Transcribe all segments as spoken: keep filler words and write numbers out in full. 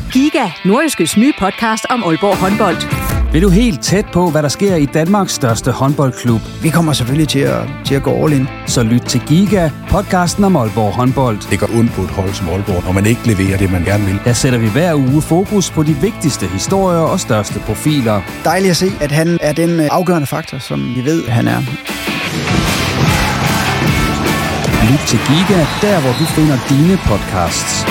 Giga, Nordjyskes nye podcast om Aalborg håndbold. Vil du helt tæt på, hvad der sker i Danmarks største håndboldklub? Vi kommer selvfølgelig til at, til at gå all in. Så lyt til Giga, podcasten om Aalborg håndbold. Det går ondt på et hold som Aalborg, når man ikke leverer det, man gerne vil. Der sætter vi hver uge fokus på de vigtigste historier og største profiler. Dejligt at se, at han er den afgørende faktor, som vi ved, han er. Lyt til Giga, der hvor du finder dine podcasts.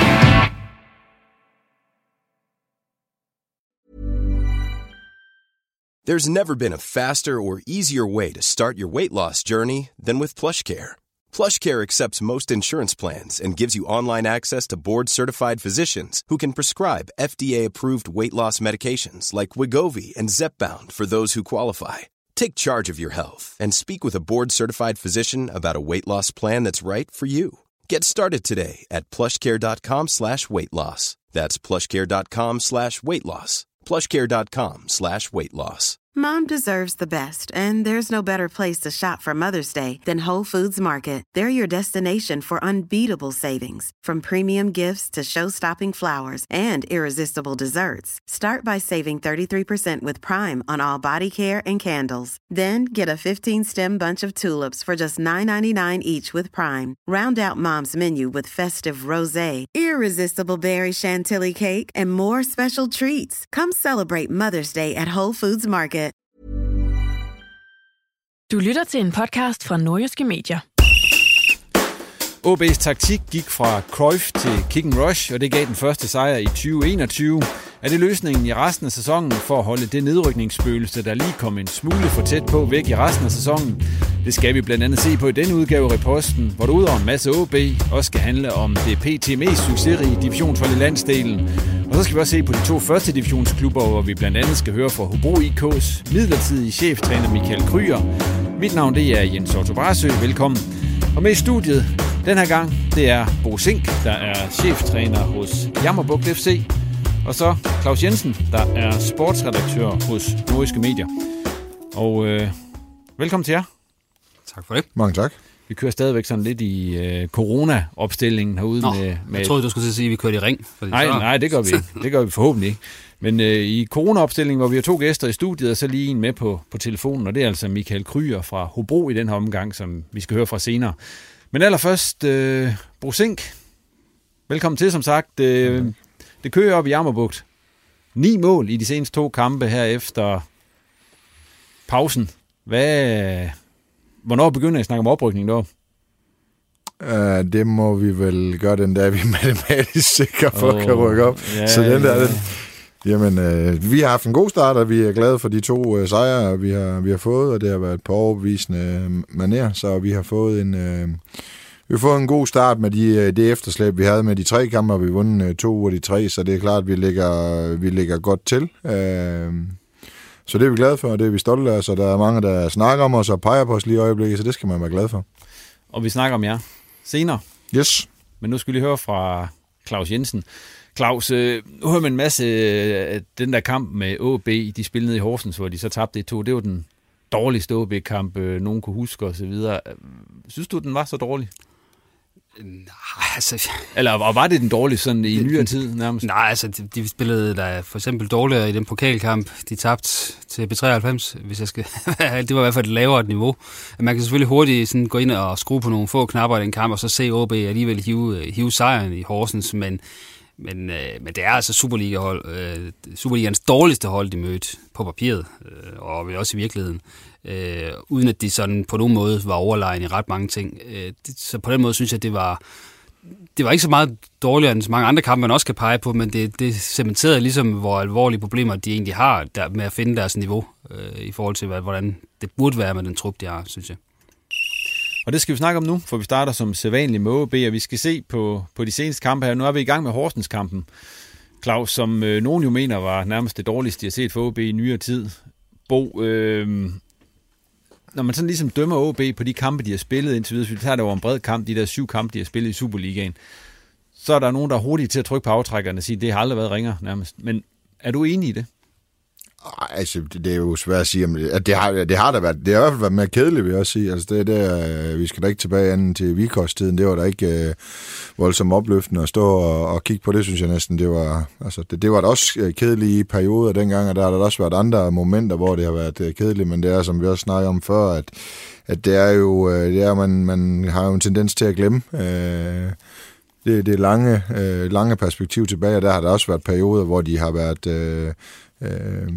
There's never been a faster or easier way to start your weight loss journey than with PlushCare. PlushCare accepts most insurance plans and gives you online access to board-certified physicians who can prescribe F D A-approved weight loss medications like Wegovy and Zepbound for those who qualify. Take charge of your health and speak with a board-certified physician about a weight loss plan that's right for you. Get started today at plushcare.com slash weight loss. That's plushcare.com slash weight loss. plushcare.com slash weight loss. Mom deserves the best, and there's no better place to shop for Mother's Day than Whole Foods Market. They're your destination for unbeatable savings, from premium gifts to show-stopping flowers and irresistible desserts. Start by saving thirty-three percent with Prime on all body care and candles. Then get a fifteen-stem bunch of tulips for just nine ninety-nine each with Prime. Round out Mom's menu with festive rosé, irresistible berry chantilly cake, and more special treats. Come celebrate Mother's Day at Whole Foods Market. Du lytter til en podcast fra Nordjyske Medier. O B's taktik gik fra Cruyff til Kick and Rush, og det gav den første sejr i tyve enogtyve. Er det løsningen i resten af sæsonen for at holde det nedrykningsspøgelse, der lige kom en smule for tæt på, væk i resten af sæsonen? Det skal vi blandt andet se på i denne udgave af Reposten, hvor det udover en masse O B også skal handle om det P T mest succesrige divisionshold i landsdelen. Og så skal vi også se på de to første divisionsklubber, hvor vi blandt andet skal høre fra Hobro I K's midlertidige cheftræner Michael Krüger. Mit navn det er Jens Otto Brarsø. Velkommen. Og med i studiet den her gang, det er Bo Zink, der er cheftræner hos Jammerbugt F C. Og så Claus Jensen, der er sportsredaktør hos Nordjyske Medier. Og øh, velkommen til jer. Tak for det. Mange tak. Vi kører stadigvæk sådan lidt i øh, corona-opstillingen herude. Nå, med, med... jeg troede, du skulle sige, at vi kørte i ring. Nej, så... nej, det gør vi ikke. Det gør vi forhåbentlig ikke. Men øh, i corona-opstillingen, hvor vi har to gæster i studiet, og så lige en med på, på telefonen, og det er altså Michael Krüger fra Hobro i den her omgang, som vi skal høre fra senere. Men allerførst, øh, Bo Zink, velkommen til, som sagt. Øh, okay. Det kører op i Jammerbugt. Ni mål i de seneste to kampe her efter pausen. Hvad... Hvornår begynder I at snakke om oprykning deroppe? Uh, det må vi vel gøre den der, vi er matematisk sikre for oh, at kan rykke op. Ja, så den der, ja. den, jamen, uh, vi har haft en god start, og vi er glade for de to uh, sejre, vi har, vi har fået, og det har været på overbevisende manér, så vi har fået en... Uh, Vi har fået en god start med de, det efterslæb, vi havde med de tre kampe, og vi har vundet to af de tre, så det er klart, at vi ligger, vi ligger godt til. Så det er vi glade for, og det er vi stolte af, så der er mange, der snakker om os og peger på os lige i øjeblikket, så det skal man være glad for. Og vi snakker om jer senere. Yes. Men nu skal vi høre fra Claus Jensen. Claus, nu hører man en masse af den der kamp med O B, de spillede nede i Horsens, hvor de så tabte et to. Det var den dårligste O B-kamp, nogen kunne huske osv. Synes du, den var så dårlig? Nej, altså... Eller og var det den dårlige sådan i nyere tid nærmest? Nej, altså de, de spillede der for eksempel dårligere i den pokalkamp. De tabte til B treoghalvfems, hvis jeg skal... det var i hvert fald et lavere niveau. Man kan selvfølgelig hurtigt sådan gå ind og skrue på nogle få knapper i den kamp, og så se O B alligevel hive, hive sejren i Horsens, men... Men, øh, men det er altså Superliga-hold, øh, Superligans dårligste hold, de mødte på papiret, øh, og også i virkeligheden, øh, uden at de sådan på nogen måde var overlegen i ret mange ting. Øh, det, så på den måde synes jeg, det var, det var ikke så meget dårligere end så mange andre kampe, man også kan pege på, men det, det cementerede ligesom, hvor alvorlige problemer de egentlig har der, med at finde deres niveau, øh, i forhold til, hvordan det burde være med den trup, de har, synes jeg. Og det skal vi snakke om nu, for vi starter som sædvanligt med O B, og vi skal se på, på de seneste kampe her. Nu er vi i gang med Horsens-kampen, Claus, som øh, nogen jo mener var nærmest det dårligste, jeg har set for O B i nyere tid. Bo, øh, når man sådan ligesom dømmer O B på de kampe, de har spillet indtil videre, så vi tager det over en bred kamp, de der syv kampe, de har spillet i Superligaen, så er der nogen, der er hurtige til at trykke på aftrækkerne og sige, at det har aldrig været ringere nærmest. Men er du enig i det? Altså, det, det er jo svært at sige, at det har, det har da været, det har i hvert fald været mere kedeligt, vil jeg også sige. Altså, det der, vi skal da ikke tilbage anden til Vikos-tiden, det var da ikke øh, voldsomt opløftende at stå og, og kigge på det, synes jeg næsten. Det var, altså, det, det var da også kedelige perioder dengang, og der har der også været andre momenter, hvor det har været kedeligt, men det er, som vi også snakkede om før, at, at det er jo, det er, man, man har jo en tendens til at glemme øh, det, det lange, øh, lange perspektiv tilbage, og der har der også været perioder, hvor de har været øh, øh,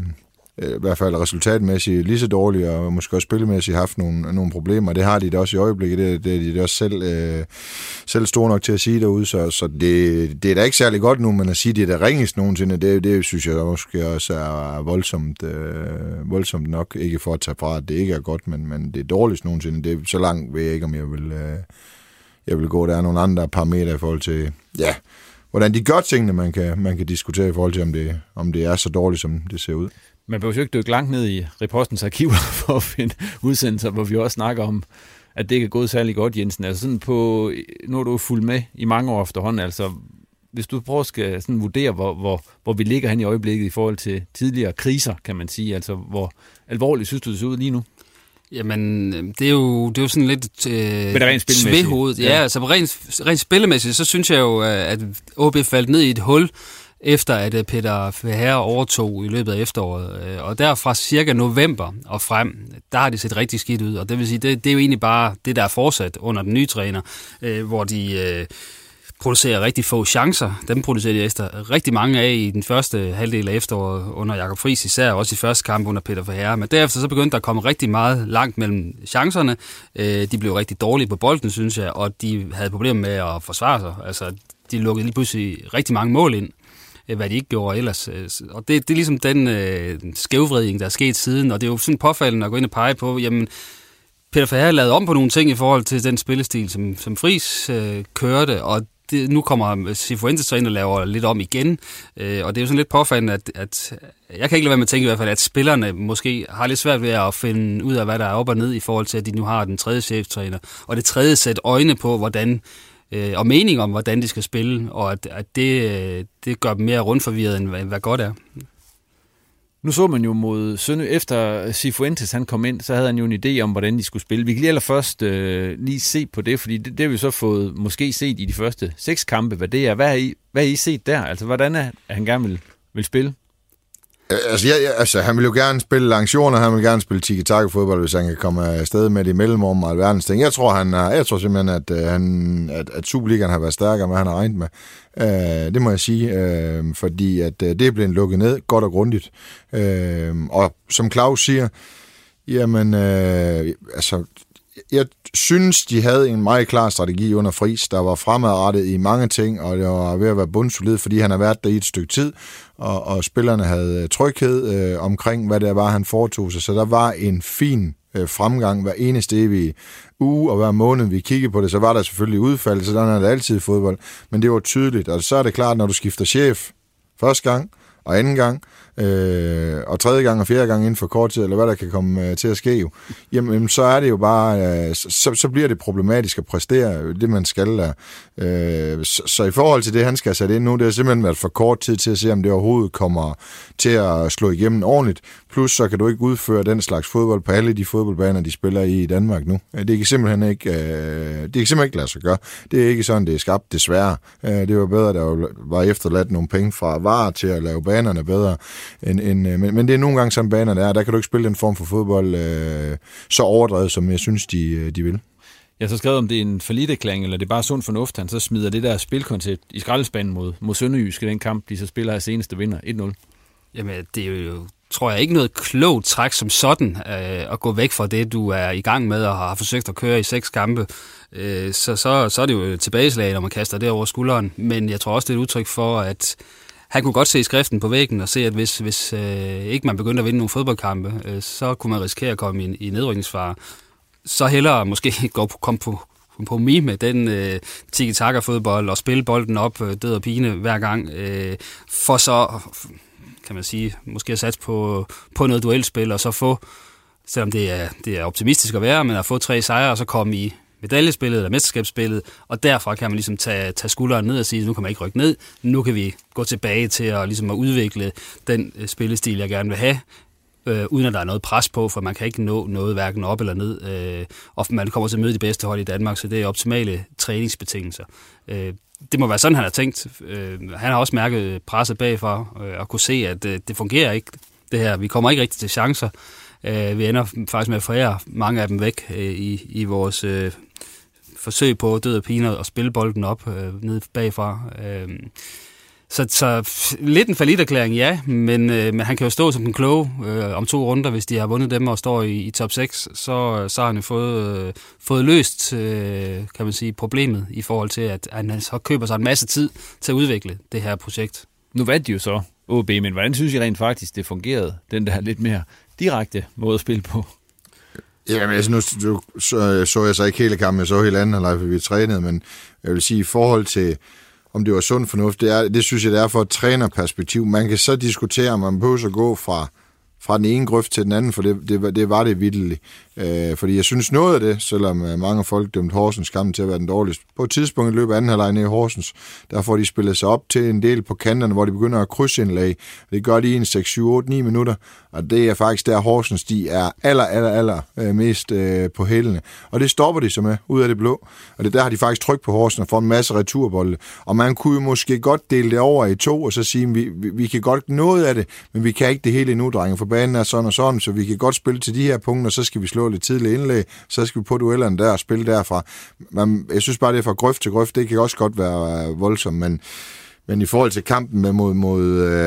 i hvert fald resultatmæssigt lige så dårlige, og måske også spillemæssigt haft nogle, nogle problemer. Det har de da også i øjeblikket. Det, det er de også selv, øh, selv store nok til at sige derude, så, så det, det er da ikke særlig godt nu, men at sige, det er da ringest nogensinde, det, det synes jeg måske også er voldsomt, øh, voldsomt nok. Ikke for at tage fra, at det ikke er godt, men, men det er dårligst nogensinde. Det er så langt ved jeg ikke, om jeg vil, øh, jeg vil gå. Der er nogle andre parametre i forhold til, ja, hvordan de gør tingene, man kan, man kan diskutere i forhold til, om det, om det er så dårligt, som det ser ud. Man behøver jo ikke dykke langt ned i Repostens arkiver for at finde udsendelser, hvor vi også snakker om, at det ikke er gået særlig godt, Jensen. Altså sådan på, nu er du fulgt med i mange år efterhånden, altså hvis du prøver at sådan vurdere, hvor, hvor, hvor vi ligger hen i øjeblikket i forhold til tidligere kriser, kan man sige, altså hvor alvorligt synes du det ser ud lige nu? Jamen, det er jo, det er jo sådan lidt øh, svæhovedet. Ja, ja, altså rent, rent spillemæssigt, så synes jeg jo, at O B faldt ned i et hul, efter at Peter Verhaer overtog i løbet af efteråret. Og derfra cirka november og frem, der har det set rigtig skidt ud. Og det vil sige, det, det er jo egentlig bare det, der er fortsat under den nye træner, øh, hvor de øh, producerer rigtig få chancer. Dem producerer de efter rigtig mange af i den første halvdel af efteråret under Jakob Friis, især også i første kamp under Peter Verhaer. Men derefter så begyndte der at komme rigtig meget langt mellem chancerne. Øh, de blev rigtig dårlige på bolden, synes jeg, og de havde problemer med at forsvare sig. Altså, de lukkede lige pludselig rigtig mange mål ind, hvad de ikke gjorde ellers. Og det, det er ligesom den øh, skævvridning, der er sket siden, og det er jo sådan påfaldende at gå ind og pege på, jamen, Peter Verhaer lavede om på nogle ting i forhold til den spillestil, som, som Friis øh, kørte, og det, nu kommer Cifuentes træner laver lidt om igen, øh, og det er jo sådan lidt påfaldende, at, at jeg kan ikke lade være med at tænke i hvert fald, at spillerne måske har lidt svært ved at finde ud af, hvad der er op og ned i forhold til, at de nu har den tredje cheftræner, og det tredje sæt øjne på, hvordan og mening om, hvordan de skal spille, og at, at det, det gør dem mere rundforvirret, end hvad, hvad godt er. Nu så man jo mod Sønø, efter Cifuentes han kom ind, så havde han jo en idé om, hvordan de skulle spille. Vi kan lige allerførst øh, lige se på det, fordi det, det har vi så fået måske set i de første seks kampe, hvad det er. Hvad har I, hvad har I set der? Altså, hvordan er at han gerne vil, vil spille? Altså, ja, ja, altså, han vil jo gerne spille aktioner, han vil gerne spille tiki-taka-fodbold, hvis han kan komme afsted med det i mellemrum og alverdens ting. Jeg tror, han er, jeg tror simpelthen, at, han, at, at Superligaen har været stærkere, end hvad han har regnet med. Uh, det må jeg sige, uh, fordi at, uh, det er blevet lukket ned, godt og grundigt. Uh, og som Claus siger, jamen, uh, altså, jeg synes, de havde en meget klar strategi under Friis, der var fremadrettet i mange ting, og det var ved at være bundsolid, fordi han har været der i et stykke tid, og, og spillerne havde tryghed øh, omkring, hvad det var, han foretog sig. Så der var en fin øh, fremgang hver eneste evige uge, og hver måned vi kiggede på det, så var der selvfølgelig udfald, så der er det altid i fodbold. Men det var tydeligt, og så er det klart, når du skifter chef første gang og anden gang, Øh, og tredje gang og fjerde gang inden for kort tid, eller hvad der kan komme øh, til at ske jo, jamen så er det jo bare, øh, så, så bliver det problematisk at præstere det, man skal der. Øh, så, så i forhold til det, han skal have sat ind nu, det har simpelthen været for kort tid til at se, om det overhovedet kommer til at slå igennem ordentligt. Plus så kan du ikke udføre den slags fodbold på alle de fodboldbaner, de spiller i i Danmark nu. Det kan simpelthen ikke, øh, det kan simpelthen ikke lade sig gøre. Det er ikke sådan, det er skabt, desværre. Øh, det var bedre, der var efterladt nogle penge fra V A R til at lave banerne bedre. En, en, men, men det er nogle gange sådan baner der er. Der kan du ikke spille den form for fodbold øh, så overdrevet, som jeg synes, de, de vil. Jeg har så skrevet, om det er en falliterklæring, eller det er bare sund fornuft, han så smider det der spilkoncept i skraldespanden mod, mod Sønderjysk i den kamp, de så spiller af seneste vinder et nul. Jamen, det er jo, tror jeg, ikke noget klogt træk som sådan, øh, at gå væk fra det, du er i gang med og har forsøgt at køre i seks kampe. Øh, så, så, så er det jo et tilbageslag, når man kaster det over skulderen. Men jeg tror også, det er et udtryk for, at han kunne godt se skriften på væggen og se, at hvis, hvis øh, ikke man begyndte at vinde nogle fodboldkampe, øh, så kunne man risikere at komme i, i nedrykningsfare. Så hellere måske gå på, komme på kompromis med den øh, tiki-taka-fodbold og spille bolden op øh, død og pine hver gang, øh, for så, kan man sige, måske at satse på, på noget duelspil, og så få, selvom det er, det er optimistisk at være, men at få tre sejre, og så komme i, medaljespillet eller mesterskabsspillet, og derfra kan man ligesom tage, tage skulderen ned og sige, nu kan man ikke rykke ned, nu kan vi gå tilbage til at, ligesom at udvikle den øh, spillestil, jeg gerne vil have, øh, uden at der er noget pres på, for man kan ikke nå noget hverken op eller ned, øh, og man kommer til at møde de bedste hold i Danmark, så det er optimale træningsbetingelser. Øh, det må være sådan, han har tænkt. Øh, han har også mærket presset bagfra, øh, og kunne se, at øh, det fungerer ikke, det her. Vi kommer ikke rigtig til chancer. Øh, vi ender faktisk med at forære mange af dem væk øh, i, i vores øh, forsøg på død og piner og spille bolden op øh, nede bagfra. Øh, så, så lidt en falliterklæring, ja, men, øh, men han kan jo stå som den kloge øh, om to runder, hvis de har vundet dem og står i, i top seks, så, så har han jo fået, øh, fået løst øh, kan man sige, problemet i forhold til, at han så køber sig en masse tid til at udvikle det her projekt. Nu vandt de jo så O B, men hvordan synes I rent faktisk, det fungerede, den der lidt mere direkte måde at spille på? Jamen, altså, nu så, så, så jeg så ikke hele kampen, jeg så hele anden halvleg, for vi trænede, men jeg vil sige, i forhold til, om det var sund fornuft, det, er, det synes jeg, det er for et trænerperspektiv. Man kan så diskutere, om man behøver at gå fra, fra den ene grøft til den anden, for det, det, det var det vitterligt. Øh, fordi jeg synes noget af det, selvom mange folk dømte Horsens kampen til at være den dårligste, på et tidspunkt i løbet af anden halvleg nede i Horsens, der får de spillet sig op til en del på kanterne, hvor de begynder at krydsindlæg. Det gør de i en seks, syv, otte, ni minutter, og det er faktisk der Horsens, de er aller, aller, aller øh, mest øh, på hælene. Og det stopper de så med, ud af det blå. Og det der har de faktisk tryk på Horsens og får en masse returbolde. Og man kunne jo måske godt dele det over i to, og så sige, vi, vi, vi kan godt noget af det, men vi kan ikke det hele endnu, drenge, for banen er sådan og sådan, så vi kan godt spille til de her punkter, så skal vi slå lidt tidligt indlæg, så skal vi på duellerne der og spille derfra. Man, jeg synes bare, det er fra grøft til grøft, det kan også godt være voldsomt, men, men i forhold til kampen med mod, mod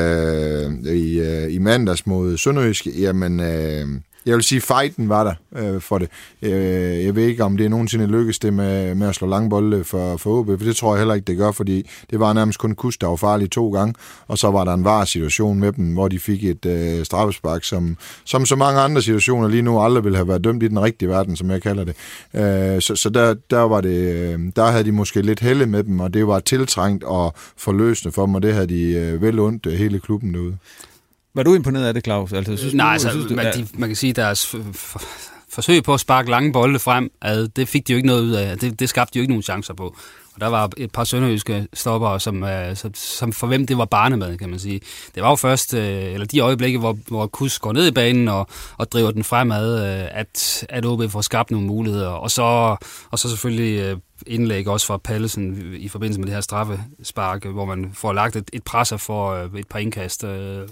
øh, i, øh, i mandags mod Sønderjysk, jamen, øh, jeg vil sige, fighten var der øh, for det. Øh, jeg ved ikke, om det er nogensinde lykkes det med, med at slå lange bolde for, for O B, for det tror jeg heller ikke, det gør, fordi det var nærmest kun Kus, der var farlig to gange, og så var der en var-situation med dem, hvor de fik et øh, straffespark, som, som så mange andre situationer lige nu aldrig ville have været dømt i den rigtige verden, som jeg kalder det. Øh, så så der, der, var det, øh, der havde de måske lidt helle med dem, og det var tiltrængt og forløsende for dem, og det havde de øh, vel ondt øh, hele klubben derude. Var du imponeret af det, Claus? Altså, synes Nej, du, altså, synes du, man, de, man kan sige, at deres f- f- forsøg på at sparke lange bolde frem, ad, det fik de jo ikke noget ud af. Det, det skabte de jo ikke nogen chancer på. Og der var et par sønderjyske stoppere, som, uh, som, som for hvem det var barnemad, kan man sige. Det var jo først, uh, eller de øjeblikke, hvor, hvor Kus går ned i banen og, og driver den fremad, uh, at, at O B får skabt nogle muligheder. Og så, og så selvfølgelig uh, indlæg også fra Pallesen i forbindelse med det her straffespark, hvor man får lagt et, et presser for uh, et par indkast, uh,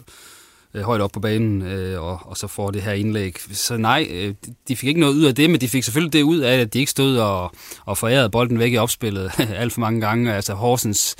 højt op på banen, øh, og, og så får det her indlæg. Så nej, øh, de fik ikke noget ud af det, men de fik selvfølgelig det ud af, at de ikke stod og, og forærede bolden væk i opspillet alt for mange gange. Altså Horsens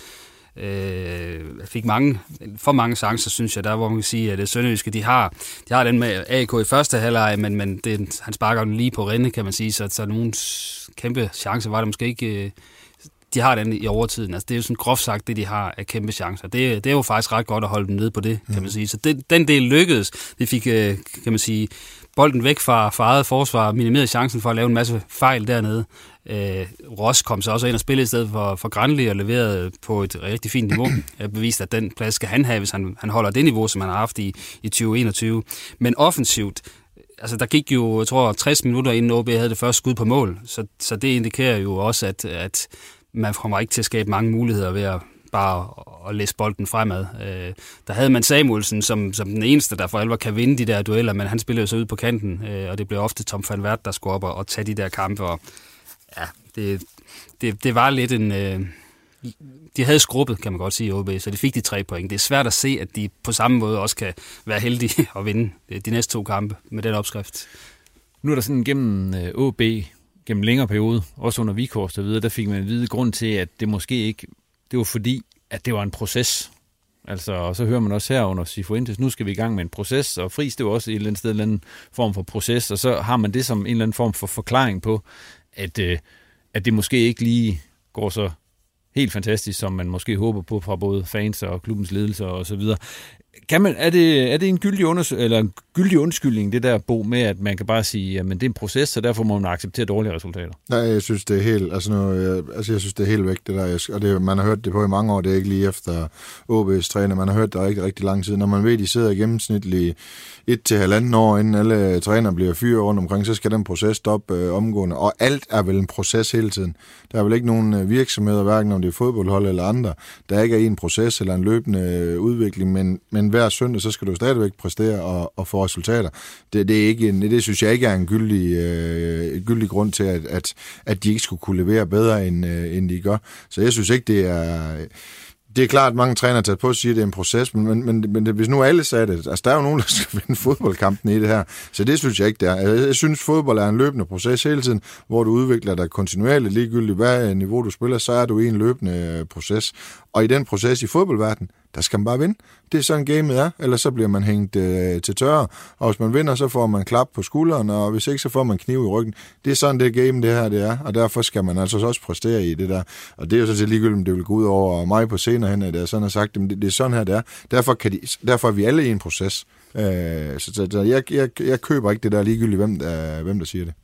øh, fik mange, for mange chancer, synes jeg, der hvor man kan sige, at det Sønderjyske, de har, de har den med A K i første halvleg, men, men det, han sparker den lige på rinde, kan man sige, så, så nogle kæmpe chancer var der måske ikke. Øh, de har den i overtiden. Altså, det er jo sådan groft sagt, det de har af kæmpe chancer. Det, det er jo faktisk ret godt at holde dem nede på det, kan man sige. Så det, den del lykkedes. De fik, kan man sige, bolden væk fra, fra eget forsvar, minimerede chancen for at lave en masse fejl dernede. Øh, Ross kom så også ind og spillede i stedet for, for Granli og leverede på et rigtig fint niveau. Jeg beviste, at den plads skal han have, hvis han, han holder det niveau, som han har haft i, i tyve enogtyve. Men offensivt, altså der gik jo, jeg tror, tres minutter inden O B havde det første skud på mål. Så, så det indikerer jo også, at, at man kommer ikke til at skabe mange muligheder ved at bare at læse bolden fremad. Øh, der havde man Samuelsen som, som den eneste, der for alvor kan vinde de der dueller, men han spillede jo så ud på kanten, øh, og det blev ofte Tom van Wert, der skulle op og, og tage de der kampe. Og, ja, det, det, det var lidt en... Øh, de havde skrubbet, kan man godt sige, O B, så de fik de tre point. Det er svært at se, at de på samme måde også kan være heldige at vinde de næste to kampe med den opskrift. Nu er der sådan gennem øh, O B, gennem længere periode, også under Vikhorst og videre, der fik man en vide grund til, at det måske ikke, det var fordi, at det var en proces. Altså, og så hører man også her under Cifuentes, nu skal vi i gang med en proces, og Friis, det var også et eller andet sted en eller anden form for proces, og så har man det som en eller anden form for forklaring på, at, øh, at det måske ikke lige går så helt fantastisk, som man måske håber på fra både fans og klubbens ledelse og så videre. Kan man, er, det, er det en gyldig, unders- eller en gyldig undskyldning, det der, Bo, med, at man kan bare sige, at det er en proces, så derfor må man acceptere dårlige resultater? Nej, jeg synes, det er helt, altså, nu, jeg, altså, jeg synes, det er helt væk, det der. Og det, man har hørt det på i mange år, det er ikke lige efter O B's træner. Man har hørt det rigtig, rigtig lang tid. Når man ved, de sidder gennemsnitligt et til halvanden år, inden alle træner bliver fyret rundt omkring, så skal den proces stoppe øh, omgående. Og alt er vel en proces hele tiden. Der er vel ikke nogen virksomheder, hverken om det er fodboldhold eller andre, der ikke er en proces eller en løbende udvikling, men, men hver søndag, så skal du stadigvæk præstere og, og få resultater. Det, det, er ikke en, det synes jeg ikke er en gyldig, øh, gyldig grund til, at, at, at de ikke skulle kunne levere bedre, end, øh, end de gør. Så jeg synes ikke, det er... Det er klart, at mange trænere tager på at sige, at det er en proces, men, men, men, men hvis nu alle sagde det, altså der er jo nogen, der skal vinde fodboldkampen i det her, så det synes jeg ikke, det er. Jeg synes, fodbold er en løbende proces hele tiden, hvor du udvikler dig kontinuerligt, ligegyldigt hvad niveau du spiller, så er du i en løbende proces. Og i den proces i fodboldverdenen, der skal man bare vinde. Det er sådan gamet er, ellers så bliver man hængt øh, til tørre, og hvis man vinder, så får man klap på skulderen, og hvis ikke, så får man kniv i ryggen. Det er sådan det game, det her det er, og derfor skal man altså også præstere i det der. Og det er jo sådan set ligegyldigt, om det vil gå ud over mig på scener hen, at jeg sådan har sagt, det, det er sådan her det er. Derfor, kan de, derfor er vi alle i en proces. Øh, så så, så jeg, jeg, jeg køber ikke det der ligegyldigt, hvem der, hvem der siger det.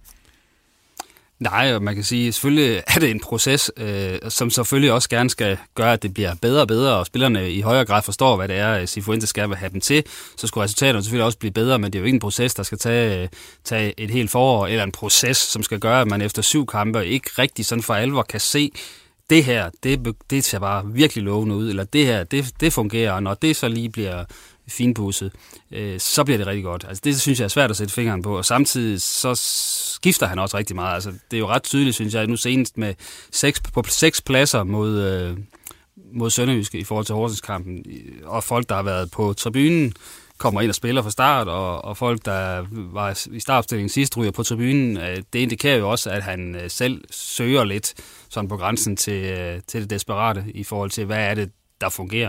Nej, og man kan sige, selvfølgelig er det en proces, øh, som selvfølgelig også gerne skal gøre, at det bliver bedre og bedre, og spillerne i højere grad forstår, hvad det er, Cifuentes skal have dem til. Så skulle resultaterne selvfølgelig også blive bedre, men det er jo ikke en proces, der skal tage, tage et helt forår, eller en proces, som skal gøre, at man efter syv kampe ikke rigtig sådan for alvor kan se, det her, det, det ser bare virkelig lovende ud, eller det her, det, det fungerer, og når det så lige bliver finpudset, øh, så bliver det rigtig godt. Altså det synes jeg er svært at sætte fingeren på, og samtidig så skifter han også rigtig meget. Altså det er jo ret tydeligt, synes jeg, nu senest med seks, på seks pladser mod, øh, mod Sønderjyske i forhold til Horsenskampen, og folk, der har været på tribunen, kommer ind og spiller fra start, og, og folk, der var i startopstillingen sidst, ryger på tribunen. Det indikerer jo også, at han selv søger lidt sådan på grænsen til, til det desperate i forhold til, hvad er det, der fungerer.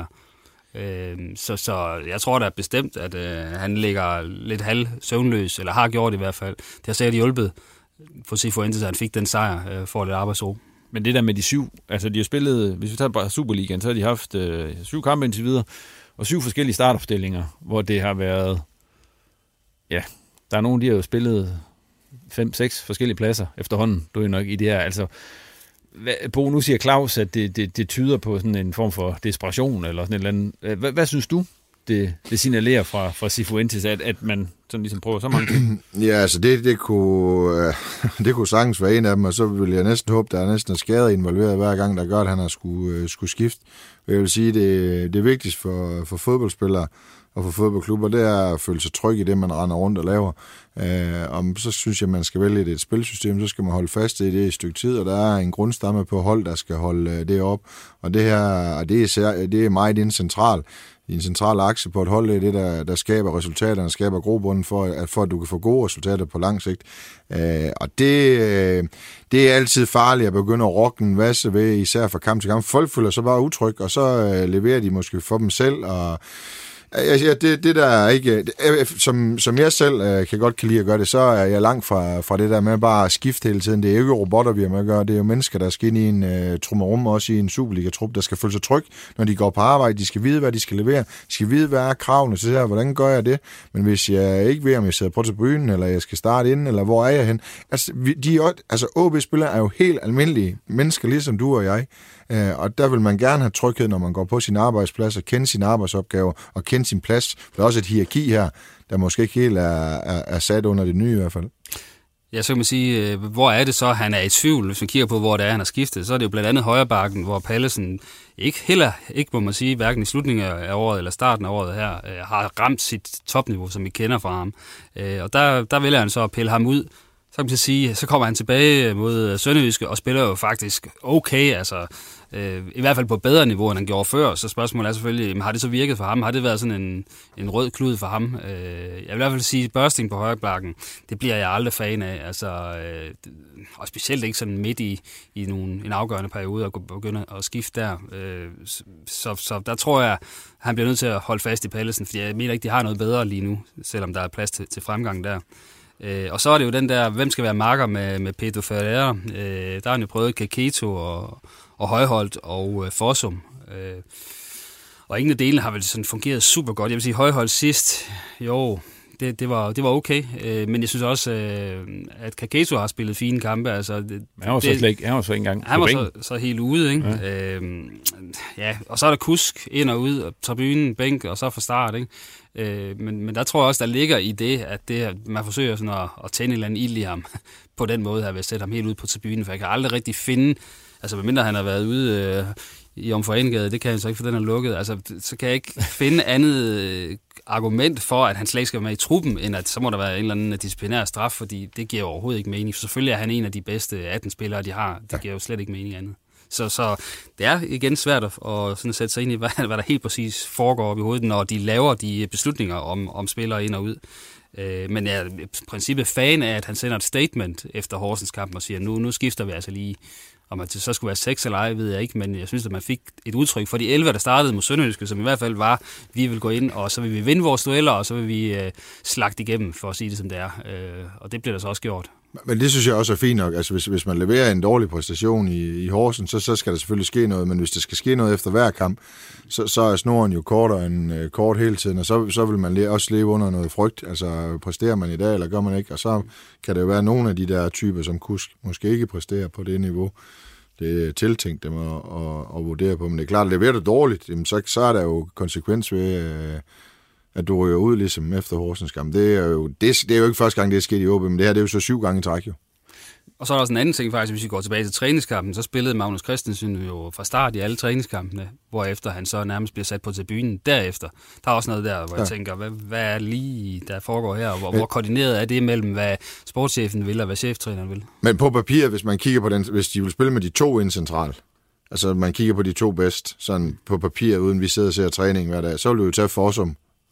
Så, så jeg tror da bestemt, at han ligger lidt halv søvnløs, eller har gjort det i hvert fald. Det har sikkert hjulpet for Cifuentes, at han fik den sejr for lidt arbejdsro. Men det der med de syv, altså de har spillet, hvis vi tager bare Superligaen, så har de haft øh, syv kampe indtil videre, og syv forskellige startopstillinger, hvor det har været, ja, der er nogen, de har jo spillet fem, seks forskellige pladser efterhånden, du er nok i det her, altså, Bo, nu siger Claus, at det, det, det tyder på sådan en form for desperation, eller sådan et eller andet. Hvad, hvad synes du, det, det signalerer fra, fra Cifuentes, at, at man sådan ligesom prøver så mange ting? Ja, altså det, det, kunne, det kunne sagtens være en af dem, og så vil jeg næsten håbe, der er næsten en skade involveret hver gang, der gør, at han har skulle, skulle skifte. Jeg vil sige, det, det vigtigste for, for fodboldspillere og for fodboldklubber, det er at føle sig tryg i det, man render rundt og laver. Øh, og så synes jeg, man skal vælge et spilsystem, så skal man holde fast i det i et stykke tid, og der er en grundstamme på hold, der skal holde det op. Og det her, det er, det er meget en central, en central akse på et hold, det er det, der, der skaber resultaterne, skaber grobunden for at, for, at du kan få gode resultater på lang sigt. Øh, og det, det er altid farligt at begynde at rokke en vasse ved, især fra kamp til kamp. Folk føler sig bare utryg, og så øh, leverer de måske for dem selv, og Ja, det, det der er ikke, som, som jeg selv øh, kan godt kan lide at gøre det, så er jeg langt fra, fra det der med bare at skifte hele tiden. Det er jo ikke robotter, vi har med at gøre. Det er jo mennesker, der skal ind i en øh, trummerum, også i en Superliga-trup, der skal føle sig tryg, når de går på arbejde. De skal vide, hvad de skal levere. De skal vide, hvad er kravene. Så her, hvordan gør jeg det? Men hvis jeg ikke ved, om jeg sidder på tribunen, eller jeg skal starte inden, eller hvor er jeg hen? Altså, de er, altså O B-spillere er jo helt almindelige mennesker, ligesom du og jeg. Og der vil man gerne have tryghed, når man går på sin arbejdsplads og kende sine arbejdsopgaver og kende sin plads. Der er også et hierarki her, der måske ikke helt er, er, er sat under det nye i hvert fald. Ja, så kan man sige, hvor er det så, han er i tvivl? Hvis man kigger på, hvor det er, han har skiftet, så er det jo blandt andet højrebakken, hvor Pallesen ikke heller, ikke må man sige, hverken i slutningen af året eller starten af året her, har ramt sit topniveau, som vi kender fra ham. Og der, der vælger han så at pille ham ud. Så kan man sige, så kommer han tilbage mod Sønderjyske og spiller jo faktisk okay, altså øh, i hvert fald på bedre niveau, end han gjorde før. Så spørgsmålet er selvfølgelig, jamen, har det så virket for ham? Har det været sådan en, en rød klud for ham? Øh, jeg vil i hvert fald sige, bursting på højrebakken, det bliver jeg aldrig fan af. Altså, øh, og specielt ikke sådan midt i, i nogle, en afgørende periode at begynde at skifte der. Øh, så, så der tror jeg, han bliver nødt til at holde fast i Pallesen, fordi jeg mener ikke, de har noget bedre lige nu, selvom der er plads til, til fremgang der. Øh, og så er det jo den der, hvem skal være marker med, med Pedro Ferreira. Øh, der har han jo prøvet Kaketo og, og Højholdt og øh, Fossum. Øh, Og ingen af delene har vel sådan fungeret super godt. Jeg vil sige, Højhold sidst, jo, det, det, var, det var okay. Øh, men jeg synes også, øh, at Kaketo har spillet fine kampe. Altså, det, han var så slet ikke, han var så ikke engang Han var så, så helt ude, ikke? Ja. Øh, ja, og så er der Kusk ind og ud, og tribunen, bænk, og så fra start, ikke? Øh, men, men der tror jeg også, der ligger i det, at det, man forsøger sådan at, at tænde en eller anden ild i ham på den måde her, ved at sætte ham helt ud på tribunen, for jeg kan aldrig rigtig finde, altså medmindre han har været ude øh, i Omforenegade, det kan jeg så ikke, for den er lukket, altså så kan jeg ikke finde andet øh, argument for, at han slet ikke skal være med i truppen, end at så må der være en eller anden disciplinær straf, fordi det giver overhovedet ikke mening, for selvfølgelig er han en af de bedste atten spillere, de har, det giver jo slet ikke mening andet. Så, så det er igen svært at, at sådan sætte sig ind i, hvad, hvad der helt præcis foregår op i hovedet, når de laver de beslutninger om, om spillere ind og ud. Øh, men jeg er i princippet fan af, at han sender et statement efter Horsens kamp og siger, nu, nu skifter vi altså lige. Om at det så skulle være seks eller ej, ved jeg ikke, men jeg synes, at man fik et udtryk for de elleve, der startede mod Sønderjyske, som i hvert fald var, vi vil gå ind, og så vil vi vinde vores dueller, og så vil vi øh, slagte igennem, for at sige det som det er. Øh, og det bliver der så også gjort. Men det synes jeg også er fint nok. Altså, hvis, hvis man leverer en dårlig præstation i, i Horsens, så, så skal der selvfølgelig ske noget, men hvis der skal ske noget efter hver kamp, så, så er snoren jo kortere end øh, kort hele tiden, og så, så vil man le- også leve under noget frygt. Altså, præsterer man i dag, eller gør man ikke? Og så kan det jo være nogle af de der typer, som Kusk måske ikke præsterer på det niveau. Det er tiltænkt dem at, at, at vurdere på, men det er klart, at leverer du dårligt, jamen så, så er der jo konsekvens ved, øh, at du ryger ud ligesom efter Horsens kamp. Det er jo, det, det er jo ikke første gang, det er sket i O B, men det her det er jo så syv gange i træk jo. Og så er der også en anden ting faktisk, hvis vi går tilbage til træningskampen, så spillede Magnus Christensen jo fra start i alle træningskampene, hvorefter han så nærmest bliver sat på tribunen derefter. Der er også noget der, hvor ja. jeg tænker, hvad, hvad er lige der foregår her, og hvor, hvor koordineret er det mellem, hvad sportschefen vil og hvad cheftræneren vil? Men på papiret, hvis man kigger på den, hvis de vil spille med de to ind centralt, altså man kigger på de to bedst, sådan på papiret, uden vi sidder og ser træning hver dag, så vil du jo tage Fossum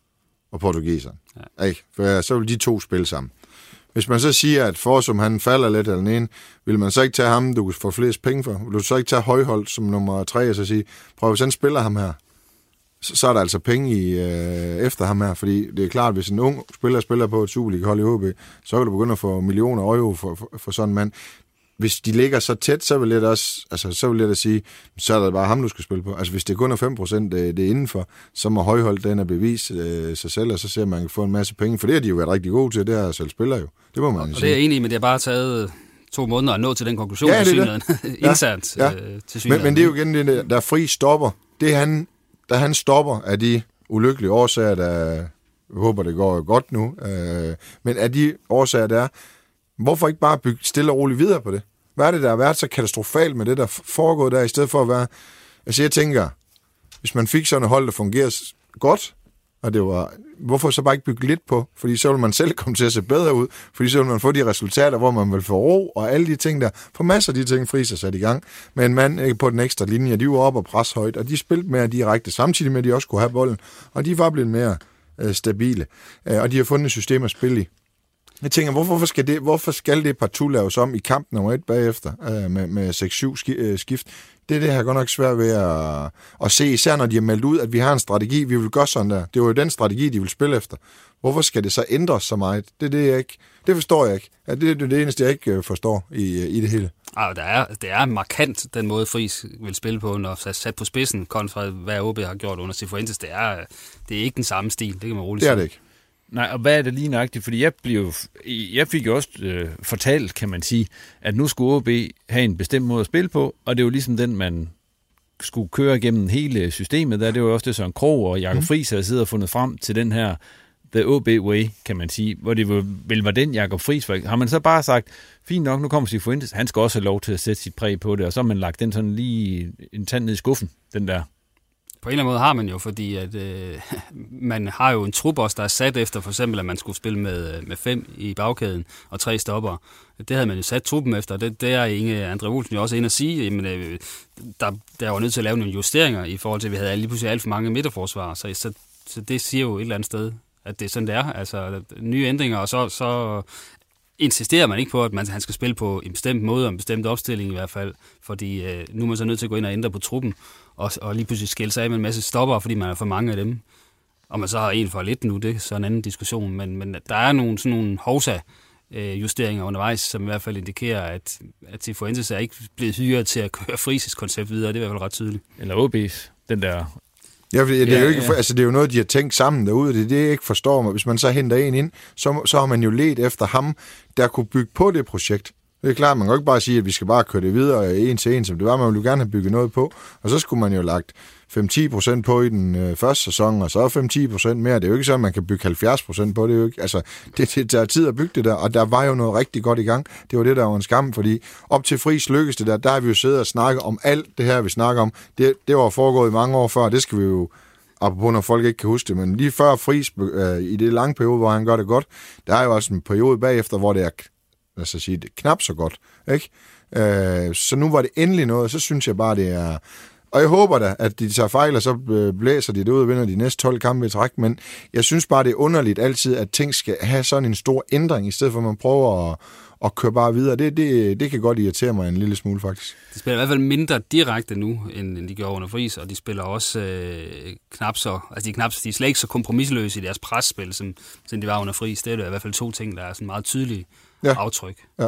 og portugiseren. Ja. Ikke? For så vil de to spille sammen. Hvis man så siger, at Fossum han falder lidt eller den ene, vil man så ikke tage ham, du kan få flest penge for? Vil du så ikke tage Højhold som nummer tre og så sige, prøv hvis han spiller ham her, så, så er der altså penge i, øh, efter ham her, fordi det er klart, hvis en ung spiller spiller på et Superliga-hold i O B, så kan du begynde at få millioner euro for, for, for sådan en mand. Hvis de ligger så tæt, så vil jeg også, altså så vil jeg da sige, så er det bare ham, du skal spille på. Altså hvis det kun er fem procent det, det er indenfor, så må Højhold den at bevise øh, sig selv, og så ser man, man kan få en masse penge, for det har de jo været rigtig gode til, det er selv spiller jo. Det må man og sige. Og det er jeg enig i, men det har bare taget to måneder at nå til den konklusion, ja, det er det. internt ja, ja. Øh, til synligheden. Men, men det er jo igen det, der er fri stopper. Det er han, da han stopper af de ulykkelige årsager, der jeg håber, det går godt nu, øh, men af de årsager, der er, hvorfor ikke bare bygge stille og roligt videre på det? Hvad er det, der har været så katastrofalt med det, der foregår der, i stedet for at være... Altså, jeg tænker, hvis man fik sådan et hold, der fungerer godt, og det var... Hvorfor så bare ikke bygge lidt på? Fordi så vil man selv komme til at se bedre ud, fordi så vil man få de resultater, hvor man vil få ro, og alle de ting der. For masser af de ting fri sig sat i gang. Men en mand ikke på den ekstra linje, de var oppe og presse højt, og de spillede mere direkte, samtidig med, at de også kunne have bolden, og de var blevet mere øh, stabile. Øh, og de har fundet et system at spille i. Jeg tænker, hvorfor skal det, hvorfor skal det partout laves om i kamp nummer et bagefter øh, med, med seks syv skift? Det er det her godt nok svært ved at, at se, især når de har meldt ud, at vi har en strategi, vi vil gøre sådan der. Det var jo den strategi, de vil spille efter. Hvorfor skal det så ændres så meget? Det er det, jeg ikke, det forstår jeg ikke. Ja, det er det eneste, jeg ikke forstår i, i det hele. Ah, der er, det er markant, den måde Friis vil spille på, når sat på spidsen, kontra hvad O B har gjort under Cifuentes. Det er, det er ikke den samme stil, det kan man roligt sige. Det er det ikke. Nej, og hvad er det lige nøjagtigt? Fordi jeg, blev, jeg fik jo også øh, fortalt, kan man sige, at nu skulle O B have en bestemt måde at spille på, og det er jo ligesom den, man skulle køre gennem hele systemet. Der det var jo også det, Søren Krog og Jakob Friis havde siddet og fundet frem til den her The O B Way, kan man sige, hvor det vel var den Jakob Friis. Har man så bare sagt, fint nok, nu kommer Cifuentes, han skal også have lov til at sætte sit præg på det, og så har man lagt den sådan lige en tand ned i skuffen, den der. På en eller anden måde har man jo, fordi at, øh, man har jo en trup også, der er sat efter for eksempel, at man skulle spille med, med fem i bagkæden og tre stopper. Det havde man jo sat truppen efter. Det, det er Inge André Olsen jo også inde at sige. Jamen, øh, der, der var nødt til at lave nogle justeringer i forhold til, at vi havde lige pludselig alt for mange midterforsvarer. Så, så, så det siger jo et eller andet sted, at det er sådan, det er. Altså nye ændringer, og så, så insisterer man ikke på, at man, han skal spille på en bestemt måde og en bestemt opstilling i hvert fald. Fordi øh, nu er man så nødt til at gå ind og ændre på truppen. Og, og lige pludselig skille sig af med en masse stopper, fordi man er for mange af dem. Og man så har en for lidt nu, det er så en anden diskussion. Men, men der er nogle, sådan nogle hovsa-justeringer undervejs, som i hvert fald indikerer, at, at Cifuentes er ikke blevet hyret til at køre Friis' koncept videre. Det er i hvert fald ret tydeligt. Eller O B's, den der... Ja, for det, ja, er jo ikke, ja. altså, det er jo noget, de har tænkt sammen derude, det er det, jeg ikke forstår mig. Hvis man så henter en ind, så, så har man jo let efter ham, der kunne bygge på det projekt. Det er klart, man kan jo ikke bare sige, at vi skal bare køre det videre en til en, som det var. Man ville jo gerne have bygget noget på, og så skulle man jo lagt fem til ti procent på i den øh, første sæson, og så fem til ti procent mere. Det er jo ikke sådan, at man kan bygge halvfjerds procent på. Det er jo ikke, altså, det, det tager tid at bygge det der, og der var jo noget rigtig godt i gang. Det var det, der var en skam, fordi op til Friis lykkes det der, der har vi jo siddet og snakket om alt det her, vi snakker om. Det, det var foregået i mange år før, det skal vi jo, apropos når folk ikke kan huske det, men lige før Friis, øh, i det lange periode, hvor han gør det godt, der er jo også en periode bagefter, hvor det er, lad os sige, det er knap så godt, ikke? Øh, så nu var det endelig noget, så synes jeg bare, det er... Og jeg håber da, at de tager fejl, og så blæser de det ud og vinder de næste tolv kampe i træk, men jeg synes bare, det er underligt altid, at ting skal have sådan en stor ændring, i stedet for at man prøver at, at køre bare videre. Det, det, det kan godt irritere mig en lille smule, faktisk. De spiller i hvert fald mindre direkte nu, end de gjorde under Friis, og de spiller også øh, knap så, altså de er, knap, de er slet ikke så kompromisløse i deres presspil, som, som de var under Friis. Det er det i hvert fald to ting, der er sådan meget tydelige ja. aftryk. Ja.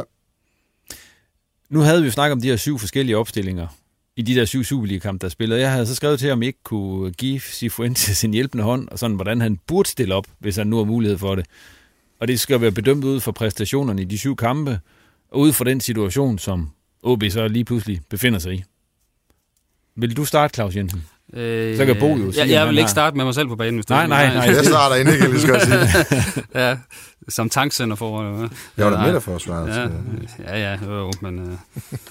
Nu havde vi jo snakket om de her syv forskellige opstillinger i de der syv Superliga-kampe, der spillede. Jeg havde så skrevet til, om ikke kunne give Cifuentes en hjælpende hånd, og sådan, hvordan han burde stille op, hvis han nu har mulighed for det. Og det skal være bedømt ud fra præstationerne i de syv kampe, og ud fra den situation, som O B så lige pludselig befinder sig i. Vil du starte, Claus Jensen? Øh, så kan Bo jo sige, jeg, jeg vil ikke starte med mig selv på banen. Hvis nej, nej, nej. Jeg starter ind, ikke, lige skal jeg sige. Ja, som tankcenter for. Jeg var der midterforsvaret. Ja, ja, ja, jo, men øh,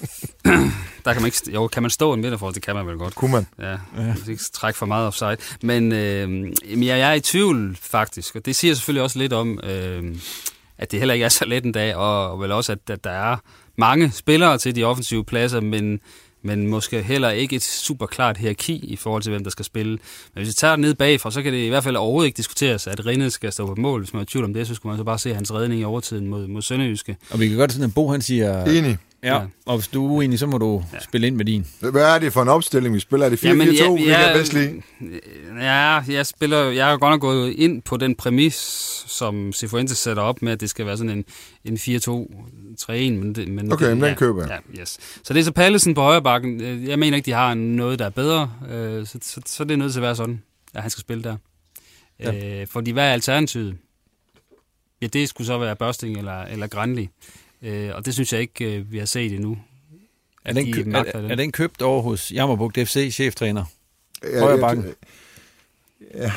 der kan man ikke, jo, kan man stå en midterforsvar, det kan man vel godt. Kunne man? Ja, man skal ikke trække for meget offside. Men øh, jeg er i tvivl faktisk, og det siger selvfølgelig også lidt om, øh, at det heller ikke er så let en dag, og, og vel også, at, at der er mange spillere til de offensive pladser, men men måske heller ikke et super klart hierarki i forhold til, hvem der skal spille. Men hvis vi tager det ned bagfra, så kan det i hvert fald overhovedet ikke diskuteres, at Rinde skal stå på mål. Hvis man er i tvivl om det, så skulle man så bare se hans redning i overtiden mod, mod Sønderjyske. Og vi kan godt sådan, at Bo han siger... Enig. Ja, ja, og hvis du er uenig, så må du ja. spille ind med din. Hvad er det for en opstilling, vi spiller? Er det fire fire to, vi kan bedst lide? Ja, jeg spiller, jeg har godt nok gået ind på den præmis, som Cifuentes sætter op med, at det skal være sådan en, en fire to tre en. Men det, men okay, det, men den ja, køber jeg. Ja, yes. Så det er så Pallesen på højre bakken. Jeg mener ikke, de har noget, der er bedre. Så, så, så det er nødt til at være sådan, at han skal spille der. Ja. Fordi hvad er alternativet? Ja, det skulle så være Børsting eller, eller Granli. Øh, og det synes jeg ikke, øh, vi har set endnu. Er den, kø- er, er den købt over hos Jammerbugt F C, cheftræner? Ja, Højre bakken? Ja.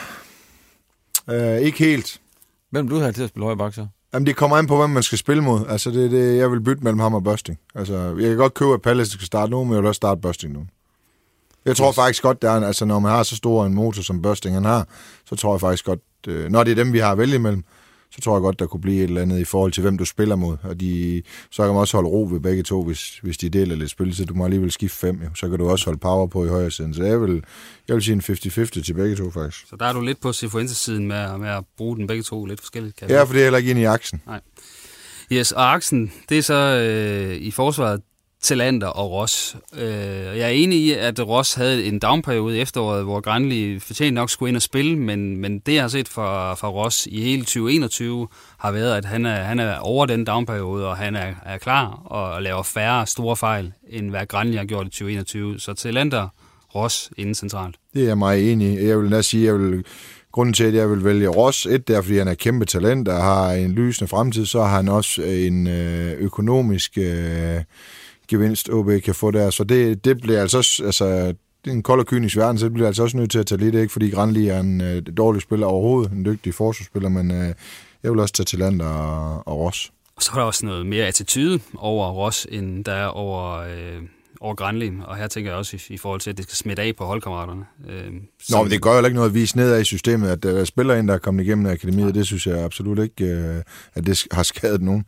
Øh, ikke helt. Hvem du har til at spille højre bakke så? Jamen, det kommer an på, hvem man skal spille mod. Altså, det er det, jeg vil bytte mellem ham og Børsting. Altså, jeg kan godt købe, at Palace skal starte nu, men jeg vil også starte Børsting nu. Jeg tror yes. faktisk godt, der er, altså, når man har så stor en motor, som Børsting han har, så tror jeg faktisk godt, øh, når det er dem, vi har at vælge imellem, så tror jeg godt, der kunne blive et eller andet i forhold til, hvem du spiller mod. Og de, så kan man også holde ro ved begge to, hvis, hvis de deler lidt spil, så du må alligevel skifte fem. Jo. Så kan du også holde power på i højre siden. Så jeg vil, jeg vil sige en halvtreds halvtreds til begge to, faktisk. Så der er du lidt på Cifuentes siden med, med at bruge den begge to lidt forskelligt. Kan ja, for det er heller ikke inde i aksen. Nej. Yes, og aksen, det er så øh, i forsvaret Talander og Ross. Øh, jeg er enig i, at Ross havde en downperiode i efteråret, hvor Granli fortjent nok skulle ind og spille, men, men det, jeg har set fra, fra Ross i hele tyve enogtyve, har været, at han er, han er over den downperiode, og han er, er klar og laver færre store fejl, end hvad Granli har gjort i tyve enogtyve. Så Talander, Ross inden centralt. Det er jeg meget enig i. Jeg vil da sige, jeg vil... Grunden til, at jeg vil vælge Ross, et der, fordi han er kæmpe talent og har en lysende fremtid, så har han også en økonomisk øh, gevinst, O B kan få der. Så det, det bliver altså, altså det er en kold og kynisk verden, så det bliver altså også nødt til at tage lidt, ikke fordi Granli er en øh, dårlig spiller overhovedet, en dygtig forsvarsspiller, men øh, jeg vil også tage talent og, og Ross. Og så er der også noget mere attitude over Ross, end der er over... Øh over Granli, og her tænker jeg også i, i forhold til, at det skal smitte af på holdkammeraterne. Øh, som... Nå, men det gør jo ikke noget at vise nedad i systemet, at der spiller en, der er kommet igennem akademiet, ja. Det synes jeg absolut ikke, øh, at det har skadet nogen.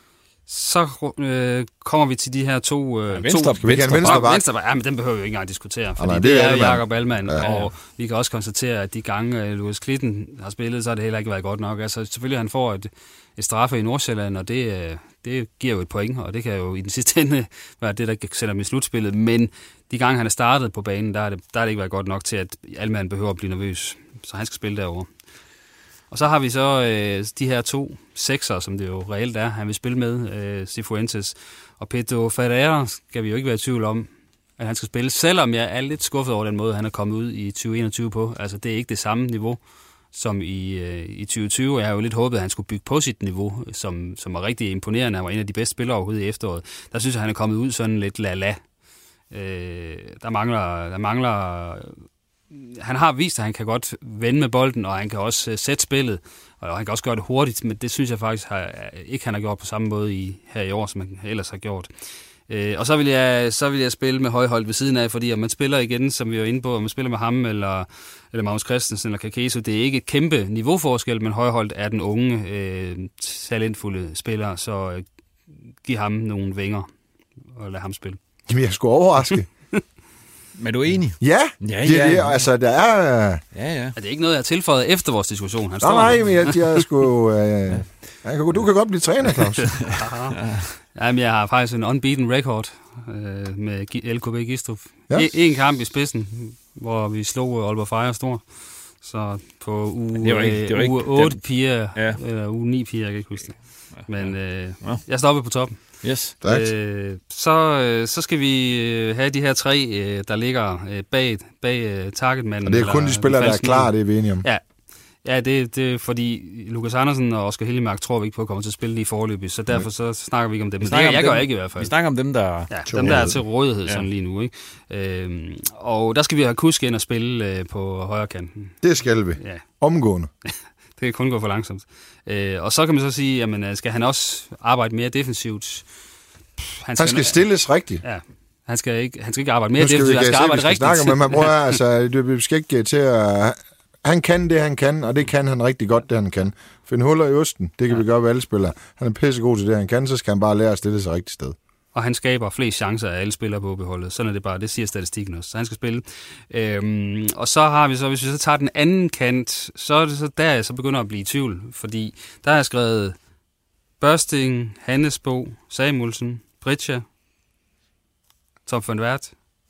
Så øh, kommer vi til de her to... Øh, ja, venstre, to venstre, venstre, bak. venstre, ja, men den behøver vi ikke engang diskutere, fordi nej, det, det er, er Jakob Allmann, ja. Og vi kan også konstatere, at de gange Louis Klitten har spillet, så har det heller ikke været godt nok. Altså selvfølgelig, han får et, et straffe i Nordsjælland, og det, det giver jo et point, og det kan jo i den sidste ende være det, der sætter ham i slutspillet, men de gange, han er startet på banen, der har det, der har det ikke været godt nok til, at Allmann behøver at blive nervøs, så han skal spille derovre. Og så har vi så øh, de her to sekser, som det jo reelt er, han vil spille med, øh, Cifuentes. Og Pedro Ferreira skal vi jo ikke være i tvivl om, at han skal spille, selvom jeg er lidt skuffet over den måde, han er kommet ud i tyve enogtyve på. Altså, det er ikke det samme niveau som i, øh, i tyve tyve. Jeg har jo lidt håbet, at han skulle bygge på sit niveau, som, som var rigtig imponerende. Han var en af de bedste spillere overhovedet i efteråret. Der synes jeg, han er kommet ud sådan lidt la-la. Øh, der mangler... Der mangler han har vist, at han kan godt vende med bolden, og han kan også uh, sætte spillet, og han kan også gøre det hurtigt, men det synes jeg faktisk har, ikke, han har gjort på samme måde i, her i år, som han ellers har gjort. Øh, og så vil, jeg, så vil jeg spille med Højholt ved siden af, fordi om man spiller igen, som vi var inde på, om man spiller med ham, eller, eller Magnus Christensen, eller Kakeso, det er ikke et kæmpe niveauforskel, men Højholt er den unge, øh, talentfulde spiller, så øh, giv ham nogle vinger, og lad ham spille. Jamen, jeg skulle overraske. Men er du enig? Ja, ja, det, ja. det, altså, der er... Ja, ja. Er det ikke noget, jeg har tilføjet efter vores diskussion? Han nej, nej, men jeg, jeg skulle... Øh, jeg, du kan godt blive træner, Claus. Jamen, jeg har faktisk en unbeaten record øh, med L K B Gistrup. Yes. En, en kamp i spidsen, hvor vi slog Aalborg Fejre stort. Så på uge, det var ikke, det var uge ikke, otte piger, ja. eller uge ni piger, jeg kan ikke huske det. Men øh, ja. jeg stoppede på toppen. Yes. Øh, så, så skal vi have de her tre, der ligger bag, bag targetmanden. Og det er kun de spillere, der er klar, det er vi enige om. Ja, ja det, det er fordi Lukas Andersen og Oscar Hillemark tror vi ikke på at komme til at spille lige forløbig, så derfor så snakker vi ikke om dem. Men det, jeg gør ikke i hvert fald. Vi snakker om dem, der, ja, dem, der er til rådighed sådan ja. lige nu. Ikke? Øhm, og der skal vi have Kusk ind og spille øh, på højre kanten. Det skal vi. Ja. Omgående. Det kan kun gå for langsomt. Øh, og så kan man så sige, jamen, skal han også arbejde mere defensivt? Han skal, han skal stilles rigtigt. Ja, han skal ikke, han skal ikke arbejde mere defensivt, han skal arbejde rigtigt. Snakke med, man prøver, altså, du skal ikke til at... Han kan det, han kan, og det kan han rigtig godt, det han kan. Finde huller i osten, det kan ja. vi gøre ved alle spillere. Han er pissegod til det, han kan, så skal han bare lære at stille sig rigtigt sted. Og han skaber flest chancer af alle spillere på beholdet. Sådan er det bare, det siger statistikken også. Så han skal spille. Øhm, og så har vi så, hvis vi så tager den anden kant, så er det så der, jeg så begynder at blive i tvivl. Fordi der har jeg skrevet Børsting, Hannesbo, Samuelsen, Britja, Tom van Wert.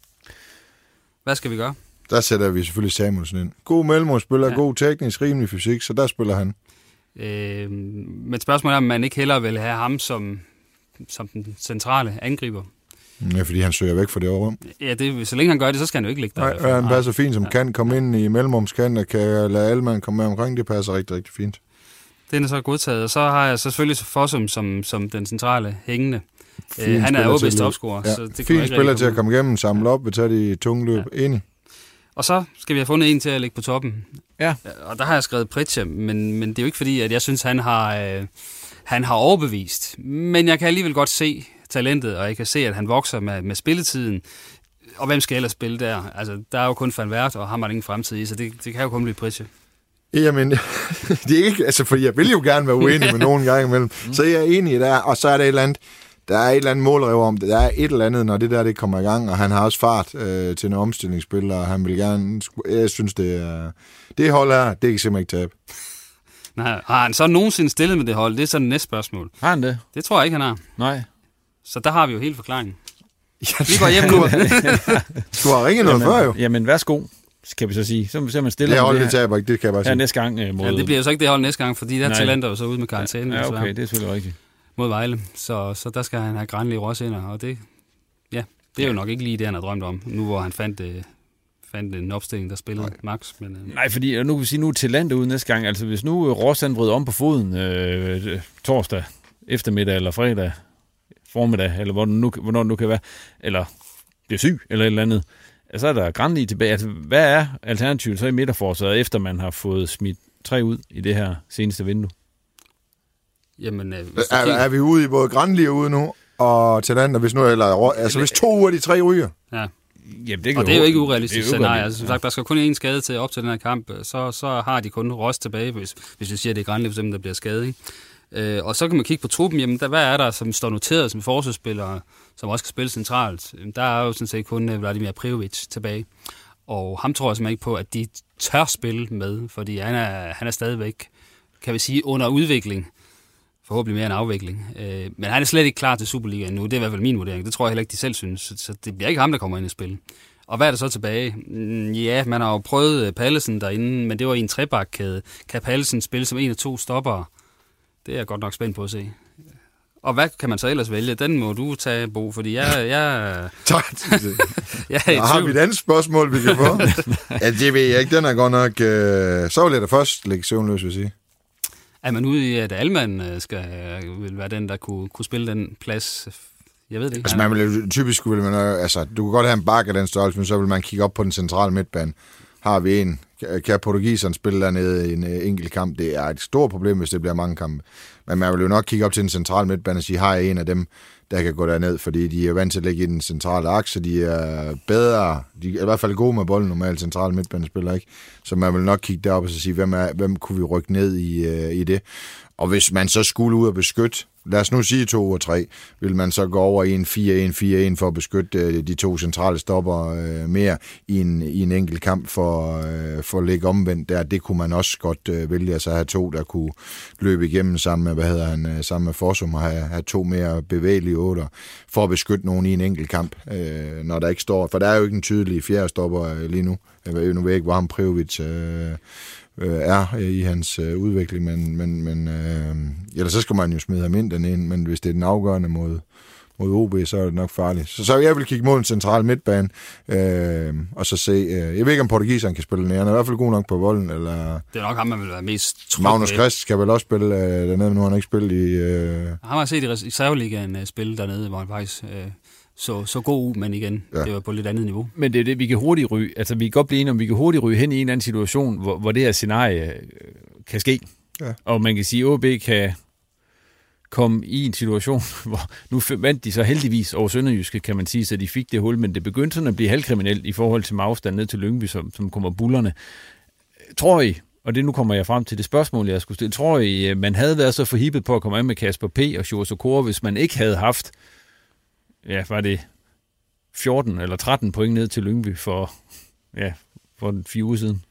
Hvad skal vi gøre? Der sætter vi selvfølgelig Samuelsen ind. God mellemmålsspiller, ja. god teknisk, rimelig fysik, så der spiller han. Øhm, men spørgsmålet er, om man ikke hellere vil have ham som... som den centrale angriber. Ja, fordi han søger væk fra det rum. Ja, det, så længe han gør det, så skal han jo ikke ligge der. Nej, han passer fint, som ja. kan komme ind i mellemrumskanten og kan lade alle mand komme med omkring. Det passer rigtig, rigtig fint. Den er så godtaget. Og så har jeg så selvfølgelig Fossum som, som den centrale hængende. Æ, han er O B's topscorer. Ja. Så det fint spiller til at komme igennem, samle op og tage de tunge løb ja. ind i. Og så skal vi have fundet en til at ligge på toppen. Ja. Og der har jeg skrevet Pritja, men, men det er jo ikke fordi, at jeg synes, han har... Øh, Han har overbevist, men jeg kan alligevel godt se talentet, og jeg kan se, at han vokser med, med spilletiden. Og hvem skal ellers spille der? Altså, der er jo kun Van Wert, og ham har ingen fremtid i, så det, det kan jo kun blive Pritja. Jamen, det er ikke, altså, for jeg vil jo gerne være uenig med nogen gang imellem. Så jeg er enig der, og så er der et eller andet, der er et eller andet målrev om det. Der er et eller andet, når det der det kommer i gang, og han har også fart øh, til en omstillingsspil, og han vil gerne, jeg synes, det er, det hold her, det kan simpelthen ikke tabe. Nej, har han så nogensinde stillet med det hold? Det er så det næste spørgsmål. Har han det? Det tror jeg ikke, han har. Nej. Så der har vi jo hele forklaringen. Ja, vi går hjem nu. Du har ringet noget jamen, før jo. Jamen, værsgo, skal vi så sige. Så ser man stille. Det hold, det taber ikke, det kan jeg bare sige. Ja, næste gang øh, mod... Ja, det bliver jo så ikke det hold næste gang, fordi der Nej. talenter jo så ude med karantæne. Ja, okay, det er selvfølgelig rigtigt. Mod Vejle. Så, så der skal han have grænlige råsinder, og det, ja, det er jo nok ikke lige det, han har drømt om, nu hvor han fandt det. Øh, fandt en opstilling, der spillede Nej. max. Men, øh... Nej, fordi nu kan vi sige, nu er Talente ude næste gang. Altså hvis nu Råsand bryder om på foden øh, torsdag, eftermiddag eller fredag, formiddag, eller hvor nu, hvornår det nu kan være, eller bliver syg, eller et eller andet, så er der Granli tilbage. Altså, hvad er alternativet så i midterforsvaret, efter man har fået smidt tre ud i det her seneste vindue? Jamen, øh, er, er vi ude i både Granli ude nu, og Talente, hvis nu, eller, altså hvis to ud af de tre ryger? Ja. Jamen, det og det er jo ikke urealistisk scenarie. Ja. Altså, som sagt, der skal kun en skade til op til den her kamp, så, så har de kun Ross tilbage, hvis, hvis vi siger, at det er Granli, for eksempel, der bliver skadet. Ikke? Øh, og så kan man kigge på truppen. Jamen, der, hvad er der, som står noteret som forsvarsspillere, som også kan spille centralt? Der er jo sådan set kun Vladimir Prijovic tilbage. Og ham tror jeg simpelthen ikke på, at de tør spille med, fordi han er, han er stadigvæk, kan vi sige, under udvikling. Forhåbentlig mere en afvikling. Øh, men han er slet ikke klar til Superligaen nu. Det er i hvert fald min vurdering. Det tror jeg heller ikke, de selv synes. Så, så det bliver ikke ham, der kommer ind i spil. Og hvad er der så tilbage? Mm, ja, man har jo prøvet Pallesen derinde, men det var i en trebakkæde. Kan Pallesen spille som en af to stoppere? Det er jeg godt nok spændt på at se. Og hvad kan man så ellers vælge? Den må du tage, Bo, fordi jeg... jeg tak. jeg er har vi et andet spørgsmål, vi kan få? Ja, det ved jeg ikke. Den er godt nok... Øh... Så vil jeg da først lægge søvnløs, vil jeg sige. Er man ude i, at Alman skal, vil være den, der kunne, kunne spille den plads? Jeg ved det ikke. Altså, man vil, typisk vil man... Altså, du kan godt have en bakke af den størrelse, men så vil man kigge op på den centrale midtbane. Har vi en? Kan portugiseren spille dernede i en enkelt kamp? Det er et stort problem, hvis det bliver mange kampe. Men man vil jo nok kigge op til den centrale midtbane og sige, har jeg en af dem, der kan gå derned, fordi de er vant til at ligge i den centrale akse, de er bedre, de er i hvert fald gode med bolden, normalt centrale midtbanespillere, ikke? Så man vil nok kigge derop og så sige, hvem, er, hvem kunne vi rykke ned i, uh, i det? Og hvis man så skulle ud og beskytte, lad os nu sige to og tre, vil man så gå over i en fire en fire en for at beskytte uh, de to centrale stopper uh, mere i en, i en enkelt kamp for, uh, for at ligge omvendt der. Det kunne man også godt uh, vælge, altså have to, der kunne løbe igennem sammen med, hvad hedder han, uh, sammen med Fossum, og have, have to mere bevægelige otter for at beskytte nogen i en enkelt kamp, uh, når der ikke står, for der er jo ikke en tydelig fjerde stopper uh, lige nu. Jeg ved, nu ved jeg ikke, hvor ham Prijovic uh, er i hans øh, udvikling, men, men, men øh, ellers så skal man jo smide ham ind den ene, men hvis det er den afgørende mod, mod O B, så er det nok farligt. Så, så jeg vil kigge mod en central midtbane, øh, og så se, øh, jeg ved ikke, om portugiseren kan spille den, han er i hvert fald god nok på volden, eller... Det er nok ham, man vil være mest tryg. Magnus Christ skal vel også spille øh, dernede, men nu har han ikke spillet i... Øh... Han har set i reserveligaen uh, spille dernede, hvor han faktisk... Øh Så, så god ud, men igen, ja. Det var på et lidt andet niveau. Men det er det, vi kan hurtigt ryge. Altså, vi kan godt blive enige om, vi kan hurtigt ryge hen i en eller anden situation, hvor, hvor det her scenarie øh, kan ske. Ja. Og man kan sige, at O B kan komme i en situation, hvor nu vandt de så heldigvis over Sønderjyske, kan man sige, så de fik det hul, men det begyndte sådan at blive halvkriminelt i forhold til med afstand ned til Lyngby, som, som kommer bullerne. Tror I, og det nu kommer jeg frem til det spørgsmål, jeg skulle stille, tror I, man havde været så forhippet på at komme af med Kasper P. og Sjur Sokora, hvis man ikke havde haft ja, var det fjorten eller tretten point ned til Lyngby for, ja, for fire uger siden?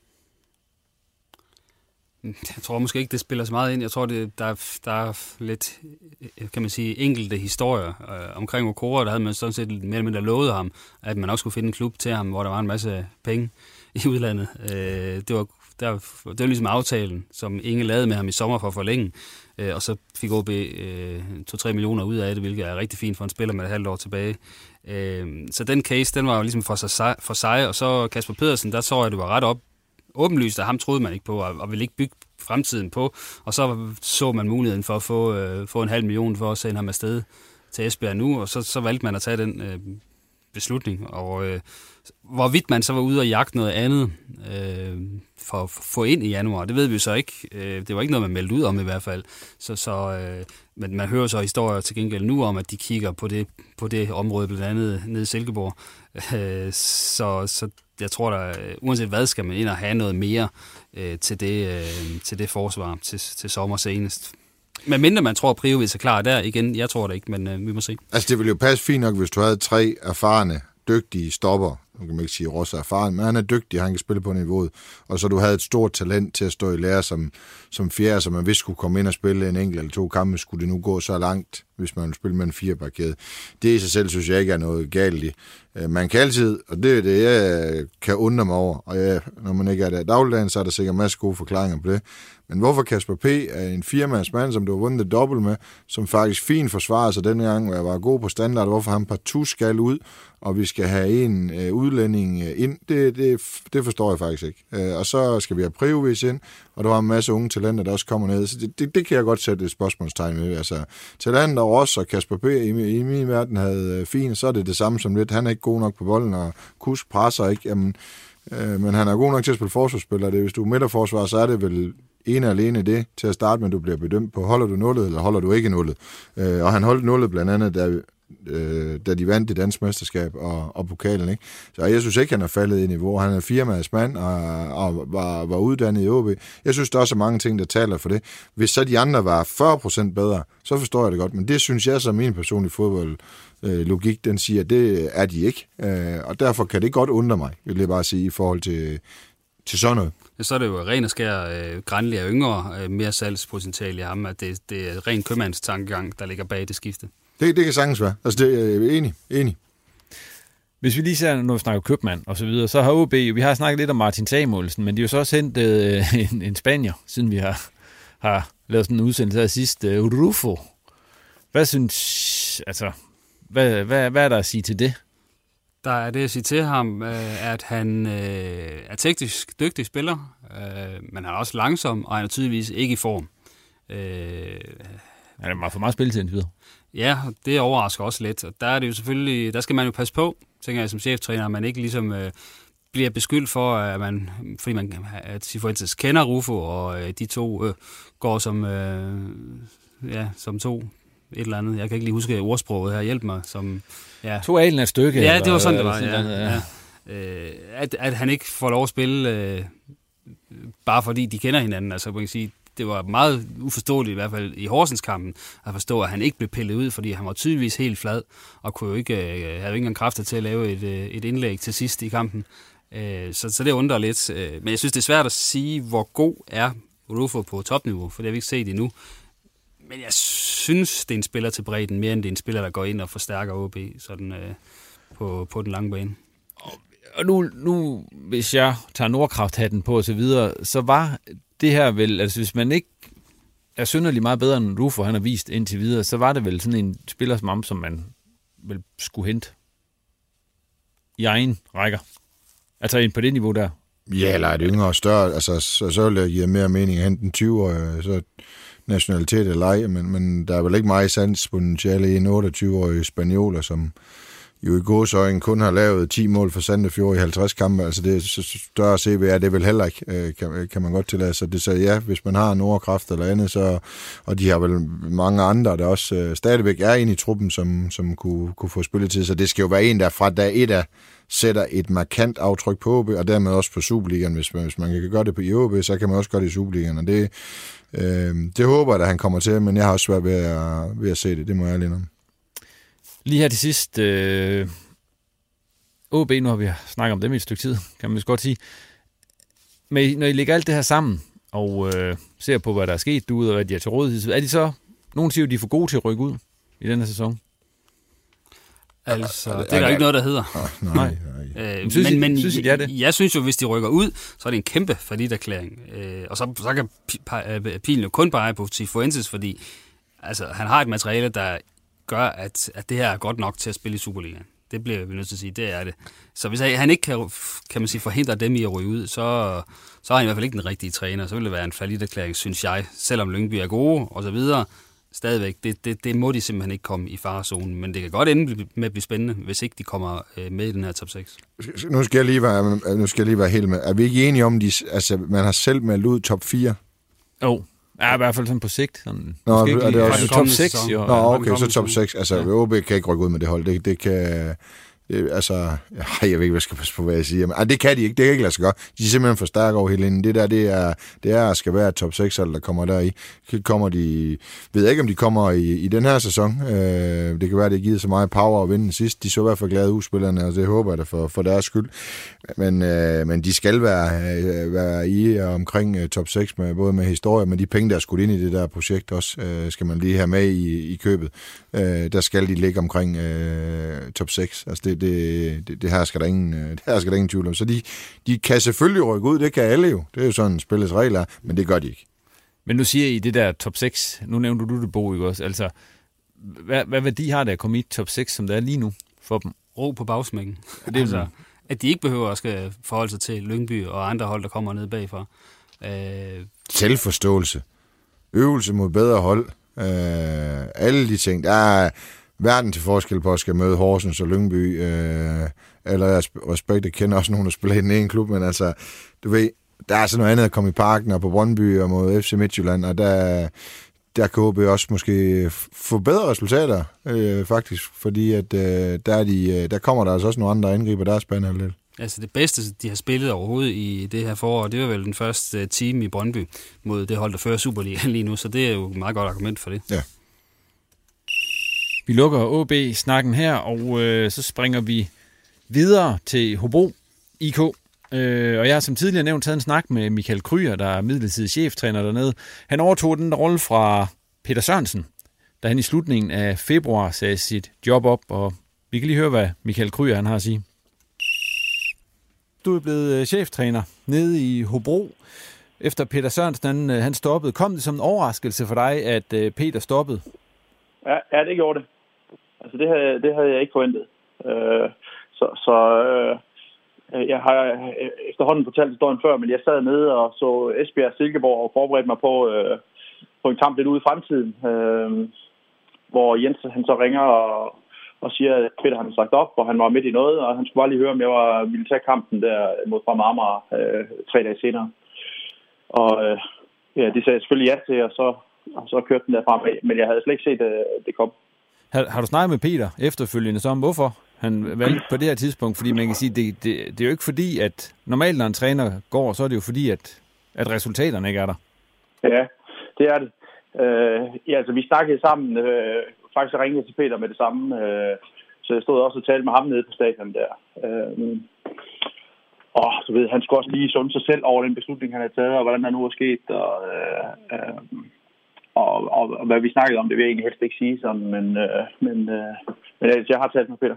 Jeg tror måske ikke, det spiller så meget ind. Jeg tror, det, der, er, der er lidt, kan man sige, enkelte historier øh, omkring Okora. Der havde man sådan set mere eller mindre lovet ham, at man også skulle finde en klub til ham, hvor der var en masse penge i udlandet. Øh, det var Der, det var ligesom aftalen, som Inge lavede med ham i sommer for at forlænge, øh, og så fik O B øh, to til tre millioner ud af det, hvilket er rigtig fint for en spiller med et halvt år tilbage. Øh, så den case, den var jo ligesom for sig, for sig, og så Kasper Pedersen, der så jeg, at det var ret op, åbenlyst, og ham troede man ikke på, og, og ville ikke bygge fremtiden på, og så så man muligheden for at få, øh, få en halv million for at sende ham afsted til Esbjerg nu, og så, så valgte man at tage den øh, beslutning, og øh, hvorvidt man så var ude og jagte noget andet øh, for at få ind i januar, det ved vi så ikke. Øh, det var ikke noget, man meldte ud om i hvert fald. Så, så, øh, men man hører så historier til gengæld nu om, at de kigger på det, på det område, blandt andet nede i Silkeborg. Øh, så, så jeg tror, der uanset hvad, skal man ind og have noget mere øh, til, det, øh, til det forsvar til, til sommer senest. Men mindre man tror, at Prijovic er klar der igen. Jeg tror det ikke, men øh, vi må se. Altså, det ville jo passe fint nok, hvis du havde tre erfarne, dygtige stopper. Nu kan man ikke sige, at Ross er erfaren, men han er dygtig, han kan spille på niveauet. Og så du havde et stort talent til at stå i lære som, som fjerde, så man vidste skulle komme ind og spille en enkelt eller to kampe, skulle det nu gå så langt, hvis man ville spille med en firebakkæde. Det i sig selv synes jeg ikke er noget galt i. Man kan altid, og det er det, jeg kan undre mig over, og ja, når man ikke er der i dagligdagen, så er der sikkert masser gode forklaringer på det. Men hvorfor Kasper P. er en firemandsmand, som du har vundet det dobbelt med, som faktisk fint forsvarer sig denne gang, hvor jeg var god på standard, hvorfor han partout skal ud, og vi skal have en øh, udlænding ind, det, det, det forstår jeg faktisk ikke. Øh, og så skal vi have Prijovic ind, og der var en masse unge talenter, der også kommer ned. Så det, det, det kan jeg godt sætte et spørgsmålstegn med. Altså, talenter og Ross og Kasper P. i, i min verden havde øh, fint, så er det det samme som lidt. Han er ikke god nok på bolden, og Kusk presser ikke. Jamen, øh, men han er god nok til at spille forsvarsspiller. Det, hvis du er midterforsvar, så er det vel ene alene det til at starte med, at du bliver bedømt på, holder du nullet, eller holder du ikke nullet. Øh, og han holdt nullet blandt andet, da, øh, da de vandt det danske mesterskab og, og pokalen. Ikke? Så jeg synes ikke, han er faldet i niveau. Han er firmandsmand og, og var, var uddannet i O B. Jeg synes, der er også mange ting, der taler for det. Hvis så de andre var fyrre procent bedre, så forstår jeg det godt. Men det synes jeg, som min personlige fodbold øh, logik, den siger, at det er de ikke. Øh, og derfor kan det godt undre mig, vil jeg bare sige, i forhold til, til sådan noget. Ja, så er det jo ren og skær øh, Granli er yngre, øh, mere salgspotentiale i ham, at det, det er ren købmandstankegang, der ligger bag det skifte. Det, det kan sagtens være. Altså, det er jeg enig, enig. Hvis vi lige ser, når vi snakker købmand og så videre, så har O B, vi har snakket lidt om Martin Samuelsen, men de har jo så også hentet øh, en, en spanier, siden vi har, har lavet sådan en udsendelse af sidst, øh, Rufo. Hvad synes... Altså, hvad, hvad, hvad er der at sige til det? Der er det at sige til ham, at han øh, er teknisk dygtig spiller, øh, men han er også langsom, og han er tydeligvis ikke i form. Øh, han er meget for meget spilletid indtil videre. Ja, det overrasker også lidt. Og der er det jo selvfølgelig, der skal man jo passe på, tænker jeg som cheftræner, at man ikke ligesom øh, bliver beskyldt for, at man, fordi man at Cifuentes kender Rufo, og øh, de to øh, går som, øh, ja, som to et eller andet. Jeg kan ikke lige huske ordsproget her. Hjælp mig. Som, ja. To alen af et stykke. Ja, det var sådan, det var. Sådan, ja, ja. Ja. Øh, at, at han ikke får lov at spille, øh, bare fordi de kender hinanden. Altså, man kan sige, det var meget uforståeligt, i hvert fald i Horsens-kampen, at forstå, at han ikke blev pillet ud, fordi han var tydeligvis helt flad, og kunne jo ikke, øh, havde jo ikke engang kræfter til at lave et, øh, et indlæg til sidst i kampen. Øh, så, så det undrer lidt. Men jeg synes, det er svært at sige, hvor god er Rufo på topniveau, for det har vi ikke set endnu. Men jeg synes, det er en spiller til bredden, mere end det er en spiller, der går ind og forstærker O B sådan, øh, på, på den lange bane. Og nu, nu, hvis jeg tager Nordkraft-hatten på og så videre, så var det her vel, altså hvis man ikke er synderlig meget bedre end Rufo, han har vist indtil videre, så var det vel sådan en spiller som ham, som man vel skulle hente i egen rækker. Altså på det niveau der. Ja, eller er det yngre og større, altså så, så vil det give mere mening at hente en tyve-årig, så nationalitet eller ej, men, men der er vel ikke meget sandspotentiale i en otteogtyve-årig spanioler, som jo i gåseøjne kun har lavet ti mål for Sandefjord i halvtreds kampe, altså det er så større C V R, det er vel heller ikke, kan, kan man godt tillade sig. Det så ja, hvis man har Nordkraft eller andet, så, og de har vel mange andre, der også øh, stadigvæk er inde i truppen, som, som kunne, kunne få spilletid, så det skal jo være en, der fra dag et af sætter et markant aftryk på O B, og dermed også på Superligaen. Hvis man, hvis man kan gøre det på i O B, så kan man også gøre det i Superligaen, og det, øh, det håber jeg, at han kommer til, men jeg har også svært ved at, ved at se det, det må jeg lige om. Lige her til sidst, øh, O B, nu har vi snakket om dem i et stykke tid, kan man godt sige. Men når I lægger alt det her sammen, og øh, ser på, hvad der er sket derude, og hvad de er til rådighed, er de så, nogen siger, at de er for gode til at rykke ud i denne sæson? Altså, det er der ikke noget, der hedder. Oh, nej, nej. Øh, synes, men men synes I, det er det? Jeg synes jo, hvis de rykker ud, så er det en kæmpe falliterklæring. Øh, og så, så kan pilen jo kun pege på Cifuentes, fordi altså, han har et materiale, der gør, at, at det her er godt nok til at spille i Superligaen. Det bliver vi nødt til at sige, det er det. Så hvis han ikke kan, kan man sige, forhindre dem i at ryge ud, så, så er han i hvert fald ikke den rigtige træner. Så vil det være en falliterklæring, synes jeg. Selvom Lyngby er gode og så videre, stadigvæk, det, det, det må de simpelthen ikke komme i farezonen. Men det kan godt ende med at blive spændende, hvis ikke de kommer med i den her top seks. Nu skal jeg lige være, nu skal jeg lige være helt med. Er vi ikke enige om, de, altså man har selv meldt ud top fire? Jo. Oh. Ja, i hvert fald sådan på sigt. Sådan, Nå, er det lige, også top seks? Jo. Nå, okay, så top seks. Altså, ja. O B kan ikke rykke ud med det hold. Det, det kan... Det, altså, jeg ved ikke, hvad jeg skal passe på, hvad jeg siger. Men, det kan de ikke. Det kan ikke lade sig gøre. De er simpelthen for stærke over hele inden. Det der, det er, det er skal være top seks, der kommer der i. Kommer de... ved ikke, om de kommer i, i den her sæson. Øh, det kan være, det har givet så meget power at vinde sidst. De så i hvert fald glade udspillerne, og det håber jeg da for, for deres skyld. Men, øh, men de skal være, øh, være i og omkring øh, top seks, med, både med historie, men de penge, der er skudt ind i det der projekt også, øh, skal man lige have med i, i købet. Øh, der skal de ligge omkring øh, top seks. Altså det, det, det, det her skal der ingen, det her skal der ingen tvivl om. Så de, de kan selvfølgelig rykke ud, det kan alle jo. Det er jo sådan spillets regler, men det gør de ikke. Men nu siger I det der top seks, nu nævnte du det, Bo, ikke også? Altså, hvad, hvad værdi har det at komme i top seks, som det er lige nu for dem? Ro på bagsmækken. Det er altså, at de ikke behøver at skal forholde sig til Lyngby og andre hold, der kommer ned bagfra. Øh... Selvforståelse. Øvelse mod bedre hold. Øh, alle de ting. Der er verden til forskel på at skal møde Horsens og Lyngby. Øh, eller respekt, jeg kender også nogen, der spiller i den ene klub, men altså, du ved, der er sådan noget andet at komme i Parken og på Brøndby og mod F C Midtjylland, og der, der kan O B også måske få bedre resultater, øh, faktisk, fordi at øh, der, er de, der kommer der altså også nogle andre, der angriber deres banehalvdel. Altså det bedste, de har spillet overhovedet i det her forår, det var vel den første team i Brøndby mod det hold, der fører Superligaen lige nu, så det er jo et meget godt argument for det. Ja. Vi lukker O B-snakken her, og øh, så springer vi videre til Hobro I K. Øh, og jeg har som tidligere nævnt taget en snak med Michael Kryer, der er midlertidig cheftræner dernede. Han overtog den rolle fra Peter Sørensen, da han i slutningen af februar sagde sit job op, og vi kan lige høre, hvad Michael Kryer han har at sige. Du er blevet cheftræner nede i Hobro. Efter Peter Sørensen han, han stoppede, kom det som en overraskelse for dig, at Peter stoppede? Ja, ja, det gjorde det. Altså, det havde, det havde jeg ikke forventet. Øh, så så øh, jeg har efterhånden fortalt historien før, men jeg sad nede og så Esbjerg Silkeborg og forberedte mig på, øh, på en kamp lidt ude i fremtiden, øh, hvor Jens han så ringer og, og siger, at Peter han har sagt op, og han var midt i noget, og han skulle bare lige høre, om jeg var, ville tage kampen der mod Fremad Amager øh, tre dage senere. Og øh, ja, det sagde jeg selvfølgelig ja til, og så, og så kørte den der fremad, men jeg havde slet ikke set, at øh, det kom. Har, har du snakket med Peter efterfølgende så om, hvorfor han valgte på det her tidspunkt? Fordi man kan sige, det, det, det er jo ikke fordi, at normalt når en træner går, så er det jo fordi, at, at resultaterne ikke er der. Ja, det er det. Øh, ja, altså vi snakkede sammen, øh, faktisk ringede til Peter med det samme, øh, så jeg stod også og talte med ham nede på stadion der. Øh, og så ved han skulle også lige sunde sig selv over den beslutning, han havde taget, og hvordan der nu er sket, og... Øh, øh, Og, og, og hvad vi snakkede om, det vil jeg egentlig helst ikke sige sådan, men, øh, men, øh, men jeg har talt med Peter.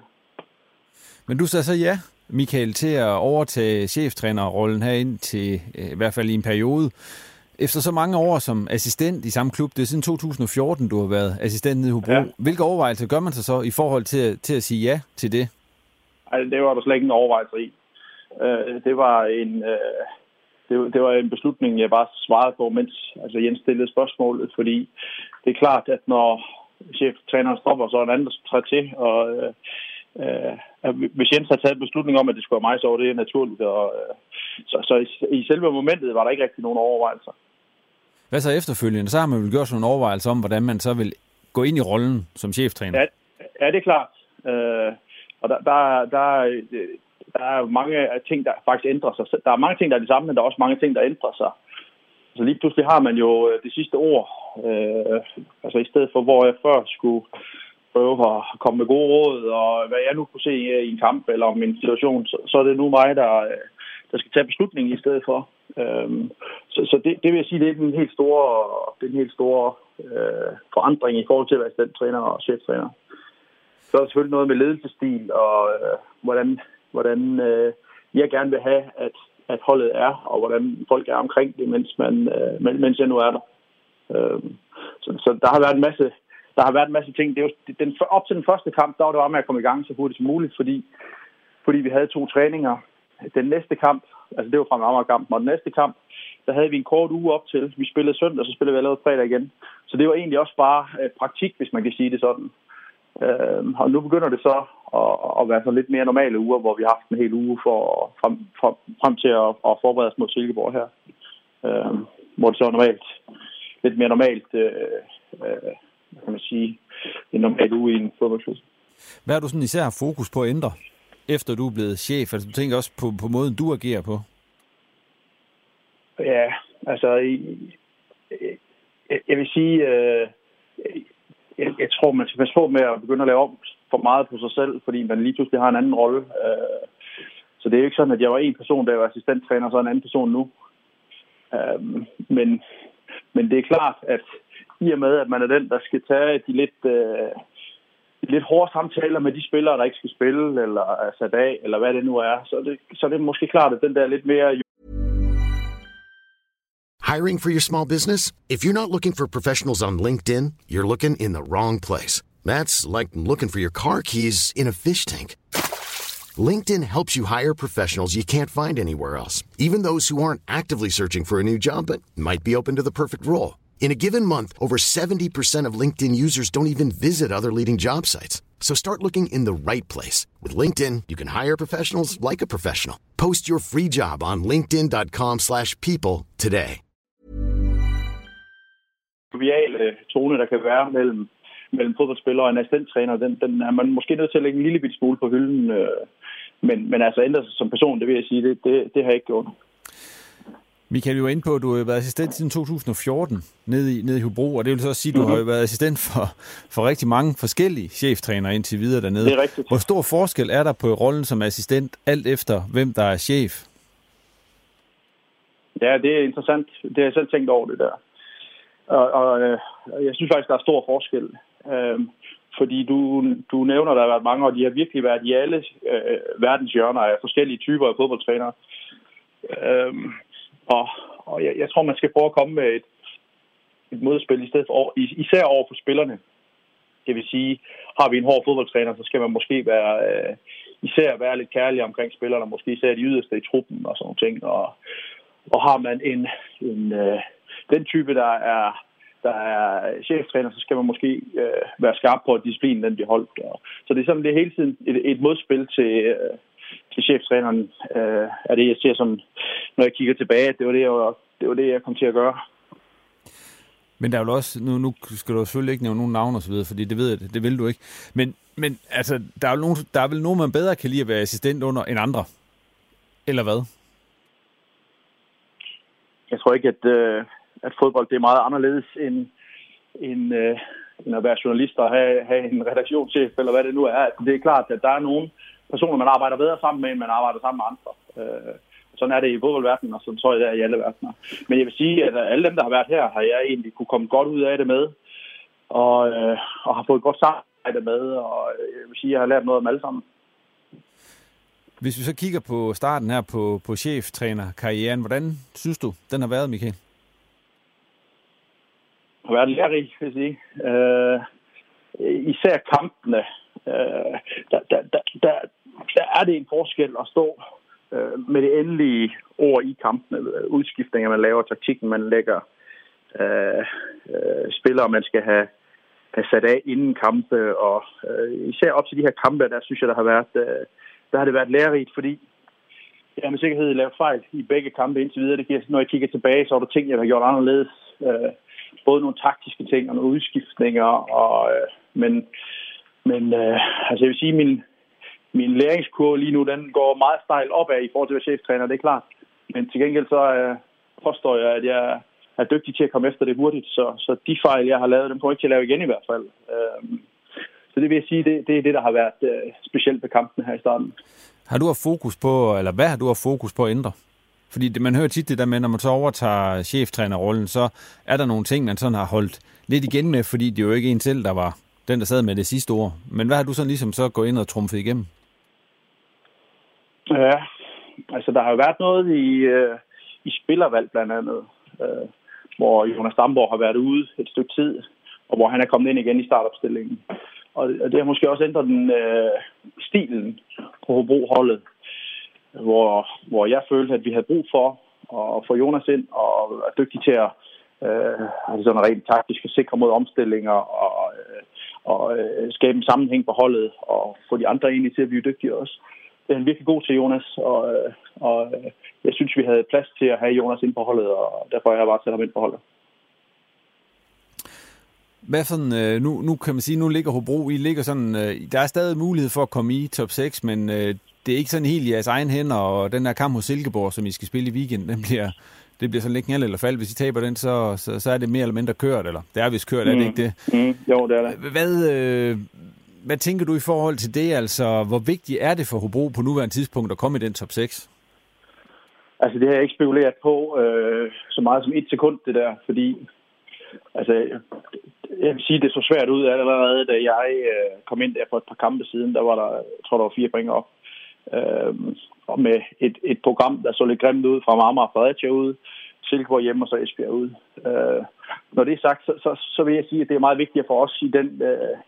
Men du sagde så ja, Michael, til at overtage cheftrænerrollen herind til øh, i hvert fald i en periode. Efter så mange år som assistent i samme klub, det er siden to tusind og fjorten, du har været assistent nede i Hobro. Ja. Hvilke overvejelser gør man sig så i forhold til, til at sige ja til det? Ej, det var der slet ikke en overvejelse i. Øh, det var en... Øh, Det, det var en beslutning, jeg bare svarede på, mens altså Jens stillede spørgsmålet, fordi det er klart, at når cheftræneren stopper, så er en anden, der træder til, og øh, øh, hvis Jens har taget en beslutning om, at det skulle være mig, så var det naturligt, og øh, så, så i, i selve momentet var der ikke rigtig nogen overvejelser. Hvad så efterfølgende? Så har man vel gjort sådan nogle overvejelser om, hvordan man så vil gå ind i rollen som cheftræner? Ja, ja det er klart. Øh, og der, der, der Der er mange ting, der faktisk ændrer sig. Der er mange ting, der er de samme, men der er også mange ting, der ændrer sig. Så lige pludselig har man jo det sidste ord. Øh, altså i stedet for, hvor jeg før skulle prøve at komme med gode råd, og hvad jeg nu kunne se i en kamp eller om en situation, så, så er det nu mig, der, der skal tage beslutningen i stedet for. Øh, så så det, det vil jeg sige, det er en helt store, det er en helt store øh, forandring i forhold til at være assistenttræner og cheftræner. Så er der selvfølgelig noget med ledelsesstil og øh, hvordan... hvordan øh, jeg gerne vil have, at, at holdet er, og hvordan folk er omkring det, mens, man, øh, mens jeg nu er der. Øh, så, så der har været en masse, der har været en masse ting. Det er jo, den, op til den første kamp, der var det bare med at komme i gang så hurtigt som muligt, fordi, fordi vi havde to træninger. Den næste kamp, altså det var fra Amager-kampen, og den næste kamp, der havde vi en kort uge op til. Vi spillede søndag, og så spillede vi allerede fredag igen. Så det var egentlig også bare øh, praktik, hvis man kan sige det sådan. Øh, og nu begynder det så at, at være så lidt mere normale uger, hvor vi har haft en hel uge for frem, frem, frem til at, at forberede os mod Silkeborg her. Øh, hvor det så er normalt, lidt mere normalt, øh, øh, hvad kan man sige, en normal uge i en fodboldklub. Hvad har du sådan især fokus på at ændre, efter du er blevet chef? Altså, du tænker også på, på måden, du agerer på? Ja, altså, jeg, jeg vil sige, øh, jeg, jeg tror, man skal passe på med at begynde at lave om for meget på sig selv, fordi man lige pludselig har en anden rolle. Øh, så det er jo ikke sådan, at jeg var en person, der var assistenttræner, og så en anden person nu. Øh, men, men det er klart, at i og med, at man er den, der skal tage de lidt... Øh, lidt hårde samtaler med de spillere, der ikke skal spille, eller er sat af, eller hvad det nu er, så er det, så er det måske klart, at den der lidt mere... Hiring for your small business? If you're not looking for professionals on LinkedIn, you're looking in the wrong place. That's like looking for your car keys in a fish tank. LinkedIn helps you hire professionals you can't find anywhere else, even those who aren't actively searching for a new job but might be open to the perfect role. In a given month, over seventy percent of LinkedIn users don't even visit other leading job sites. So start looking in the right place. With LinkedIn, you can hire professionals like a professional. Post your free job on linkedin dot com slash people today. Joviale tone, der kan være mellem, mellem fodboldspillere og en assistenttræner, den, den er man måske nødt til at lægge en lille bitte smule på hylden. Men, men altså ændre sig som person, det vil jeg sige, det, det, det har jeg ikke gjort. Michael, vi var inde på, at du har været assistent siden to tusind og fjorten nede i, nede i Hobro, og det vil så også sige, at du mm-hmm. har været assistent for, for rigtig mange forskellige cheftrænere indtil videre dernede. Det er rigtigt. Hvor stor forskel er der på rollen som assistent, alt efter hvem der er chef? Ja, det er interessant. Det har jeg selv tænkt over det der. Og, og øh, jeg synes faktisk, der er stor forskel. Øh, fordi du, du nævner, der har været mange, og de har virkelig været i alle øh, verdens hjørner af forskellige typer af fodboldtrænere. Øh, Og, og jeg, jeg tror, man skal prøve at komme med et, et modspil i stedet for, især over for spillerne. Det vil sige, har vi en hård fodboldtræner, så skal man måske være, øh, især være lidt kærlig omkring spillerne, måske især de yderste i truppen og sådan nogle ting. Og, og har man en, en øh, den type, der er, der er cheftræner, så skal man måske øh, være skarp på, at disciplinen den bliver holdt. Og, så det er sådan, det er hele tiden et, et modspil til, øh, til cheftræneren, øh, er det, jeg ser som, når jeg kigger tilbage, det var det, jeg, det var det, jeg kom til at gøre. Men der er jo også, nu, nu skal du selvfølgelig ikke nævne nogen navn og så videre, fordi det ved jeg, det vil du ikke. Men, men altså, der er, jo nogen, der er vel nogen, man bedre kan lide at være assistent under end andre? Eller hvad? Jeg tror ikke, at, øh, at fodbold det er meget anderledes end, end, øh, end at være journalist og have, have en redaktionschef, eller hvad det nu er. Det er klart, at der er nogle personer, man arbejder bedre sammen med, end man arbejder sammen med andre. Øh, Sådan er det i fodboldverdenen, og sådan tror jeg, det er i alle verdener. Men jeg vil sige, at alle dem, der har været her, har jeg egentlig kunne komme godt ud af det med, og, øh, og har fået godt samarbejde med, og jeg vil sige, at jeg har lært noget om alle sammen. Hvis vi så kigger på starten her på, på cheftrænerkarrieren, hvordan synes du, den har været, Michael? Har været lærerig, vil jeg sige. Øh, især kampene. Øh, der, der, der, der, der er det en forskel at stå med det endelige ord i kampene, udskiftninger, man laver, taktikken, man lægger, øh, øh, spillere, man skal have, have sat af inden kampe, og øh, især op til de her kampe, der synes jeg, der har været, øh, der har det været lærerigt, fordi jeg har med sikkerhed lavet fejl i begge kampe indtil videre. Det giver, når jeg kigger tilbage, så er der ting, jeg har gjort anderledes. Øh, både nogle taktiske ting og nogle udskiftninger, og, øh, men, men øh, altså jeg vil sige, min Min læringskurve lige nu, den går meget stejl opad i forhold til at være cheftræner, det er klart. Men til gengæld så øh, påstår jeg, at jeg er dygtig til at komme efter det hurtigt. Så, så de fejl, jeg har lavet, dem kommer jeg ikke til at lave igen i hvert fald. Øh, så det vil jeg sige, det, det er det, der har været øh, specielt ved kampene her i starten. Har du haft fokus på, eller hvad har du haft fokus på at ændre? Fordi det, man hører tit det der med, når man så overtager cheftrænerrollen, så er der nogle ting, man sådan har holdt lidt igen med, fordi det er jo ikke en selv, der var den, der sad med det sidste ord. Men hvad har du sådan ligesom så gået ind og trumfet igennem? Ja, altså der har jo været noget i, øh, i spillervalg blandt andet, øh, hvor Jonas Damborg har været ude et stykke tid, og hvor han er kommet ind igen i startopstillingen. Og, og det har måske også ændret den øh, stilen på Hobro-holdet, hvor, hvor jeg følte, at vi havde brug for at få Jonas ind og er dygtig til at øh, altså sådan rent taktisk at sikre mod omstillinger og, øh, og øh, skabe en sammenhæng på holdet og få de andre egentlig til at blive dygtige også. Det er han virkelig god til, Jonas, og, og jeg synes, vi havde plads til at have Jonas ind på holdet, og derfor har jeg bare sat ham ind på holdet. Hvad sådan, nu, nu kan man sige, nu ligger Hobro, I ligger sådan, der er stadig mulighed for at komme i top seks, men det er ikke sådan helt i jeres egen hænder, og den her kamp hos Silkeborg, som I skal spille i weekenden, den bliver, det bliver sådan lidt knald eller fald. Hvis I taber den, så, så, så er det mere eller mindre kørt, eller det er vist kørt, mm. er det ikke det? Mm. Jo, det er det. Hvad... Øh, Hvad tænker du i forhold til det? Altså, hvor vigtigt er det for Hobro på nuværende tidspunkt at komme i den top seks? Altså, det har jeg ikke spekuleret på øh, så meget som et sekund, det der. Fordi, altså, jeg vil sige, det så svært ud allerede, da jeg øh, kom ind der for et par kampe siden. Der var der, jeg tror, der var fire point op. Øh, og med et, et program, der så lidt grimt ud fra Marmar og Fredericia ude, Silkeborg hjemme og så Esbjerg ude. Øh, når det er sagt, så, så, så vil jeg sige, at det er meget vigtigt for os i den... Øh,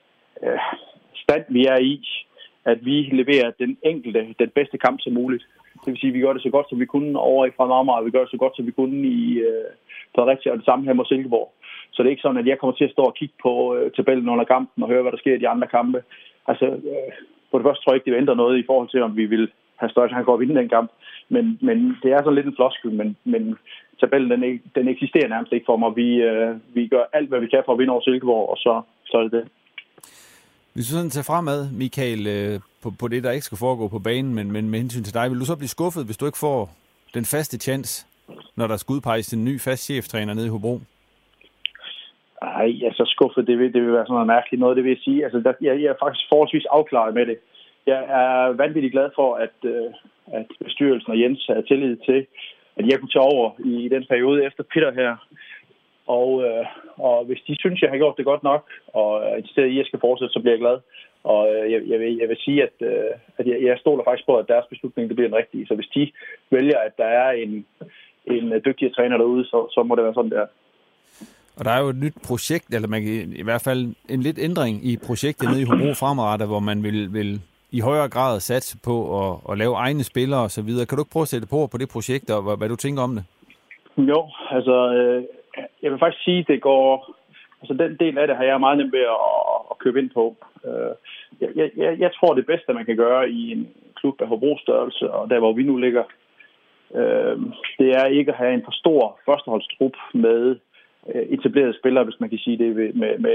stand, vi er i, at vi leverer den enkelte, den bedste kamp som muligt. Det vil sige, at vi gør det så godt, som vi kunne over i Fremad, og vi gør det så godt, som vi kunne i øh, Fredericia, og det samme her mod Silkeborg. Så det er ikke sådan, at jeg kommer til at stå og kigge på øh, tabellen under kampen og høre, hvad der sker i de andre kampe. Altså, øh, på det første tror jeg ikke, det vil ændre noget i forhold til, om vi vil have større chance for at vinde den kamp. Men, men det er sådan lidt en floskel, men, men tabellen, den, den eksisterer nærmest ikke for mig. Vi, øh, vi gør alt, hvad vi kan for at vinde over Silkeborg, og så, så er det det. Hvis du sådan tager fremad, Michael, øh, på, på det, der ikke skal foregå på banen, men, men med hensyn til dig, vil du så blive skuffet, hvis du ikke får den faste chance, når der skal udpeges en ny fast cheftræner nede i Hobro? Nej, altså skuffet, det vil, det vil være sådan noget mærkeligt noget, det vil jeg sige. Altså, der, jeg, jeg er faktisk forholdsvis afklaret med det. Jeg er vanvittigt glad for, at, øh, at bestyrelsen og Jens har tillid til, at jeg kunne tage over i, i den periode efter Peter her. Og, øh, og hvis de synes, jeg har gjort det godt nok, og i stedet I skal fortsætte, så bliver jeg glad. Og øh, jeg, jeg, vil, jeg vil sige, at, øh, at jeg, jeg stoler faktisk på, at deres beslutning det bliver den rigtige. Så hvis de vælger, at der er en, en dygtig træner derude, så, så må det være sådan der. Og der er jo et nyt projekt, eller man kan, i hvert fald en lidt ændring i projektet nede i Hobro fremadrettet, hvor man vil, vil i højere grad satse på at, at lave egne spillere og så videre. Kan du ikke prøve at sætte på på det projekt, og hvad, hvad du tænker om det? Jo, altså, øh, jeg vil faktisk sige, det går... Altså, den del af det har jeg meget nemt ved at, at købe ind på. Øh, jeg, jeg, jeg tror, det bedste, man kan gøre i en klub af Hobros størrelse, og der, hvor vi nu ligger, øh, det er ikke at have en for stor førsteholdstrup med øh, etablerede spillere, hvis man kan sige det, med, med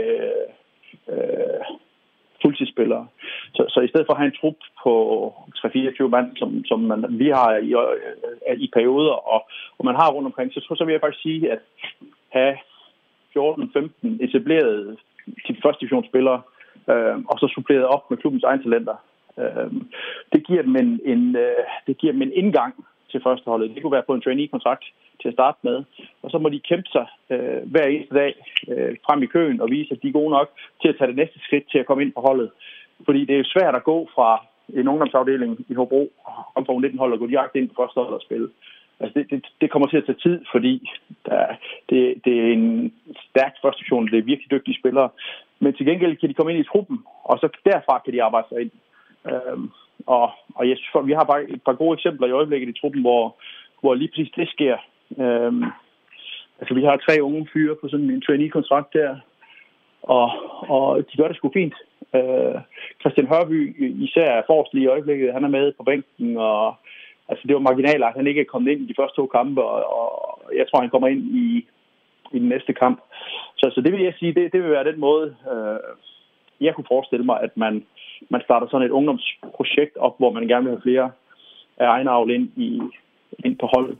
øh, fuldtidsspillere. Så, så i stedet for at have en trup på tre til fireogtyve mand, som, som man, vi har i, øh, i perioder, og, og man har rundt omkring, så, så vil jeg faktisk sige, at have fjorten femten etablerede til første divisionsspillere, øh, og så suppleret op med klubbens egne talenter. Øh, det giver dem en, en, øh, det giver dem en indgang til førsteholdet. Det kunne være på en trainee-kontrakt til at starte med, og så må de kæmpe sig øh, hver eneste dag øh, frem i køen og vise, at de er gode nok til at tage det næste skridt til at komme ind på holdet. Fordi det er jo svært at gå fra en ungdomsafdeling i Hobro, om fra nitten hold og gå direkte ind på førsteholdet og spille. Altså det, det, det kommer til at tage tid, fordi der, det, det er en stærk første division, det er virkelig dygtige spillere. Men til gengæld kan de komme ind i truppen, og så derfra kan de arbejde sig ind. Øhm, og, og jeg synes, vi har bare et par gode eksempler i øjeblikket i truppen, hvor, hvor lige præcis det sker. Øhm, altså vi har tre unge fyre på sådan en trainee-kontrakt der, og, og de gør det sgu fint. Øh, Christian Hørby især er forrest lige i øjeblikket, han er med på bænken, og altså, det var marginaler, at han ikke er kommet ind i de første to kampe, og, og jeg tror, han kommer ind i, i den næste kamp. Så, så det vil jeg sige, det, det vil være den måde, øh, jeg kunne forestille mig, at man, man starter sådan et ungdomsprojekt op, hvor man gerne vil have flere af egen avl ind, i, ind på holdet.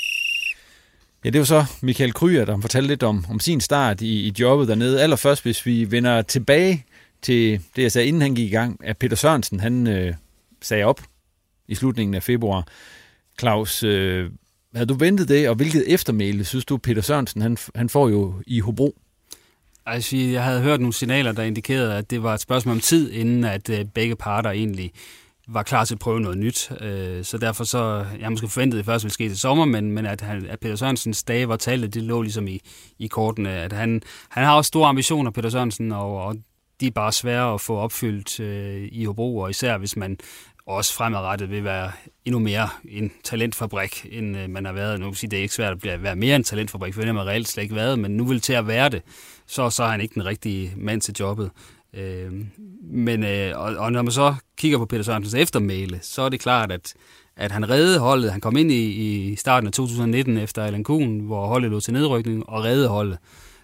Ja, det er jo så Michael Krüger, der fortalte lidt om, om sin start i, i jobbet dernede. Allerførst, hvis vi vender tilbage til det, jeg sagde, inden han gik i gang, at Peter Sørensen, han øh, sagde op i slutningen af februar. Claus, øh, havde du ventet det, og hvilket eftermæle synes du, Peter Sørensen, han, han får jo i Hobro? Altså, jeg havde hørt nogle signaler, der indikerede, at det var et spørgsmål om tid, inden at øh, begge parter egentlig var klar til at prøve noget nyt. Øh, så derfor så, jeg måske forventet, at det først ville ske til sommer, men, men at, han, at Peter Sørensens dage var tallet, det lå ligesom i, i kortene. At han, han har også store ambitioner, Peter Sørensen, og, og de er bare svære at få opfyldt øh, i Hobro, og især hvis man også fremadrettet vil være endnu mere en talentfabrik, end øh, man har været. Nu vil sige, det er ikke svært at blive, være mere en talentfabrik, for det har man reelt slet ikke været, men nu vil til at være det, så, så er han ikke den rigtige mand til jobbet. Øh, men, øh, og, og når man så kigger på Peter Sørensens eftermæle, så er det klart, at, at han reddede holdet. Han kom ind i, i starten af to tusind nitten efter Allan Kuhn, hvor holdet lå til nedrykning, og reddede holdet.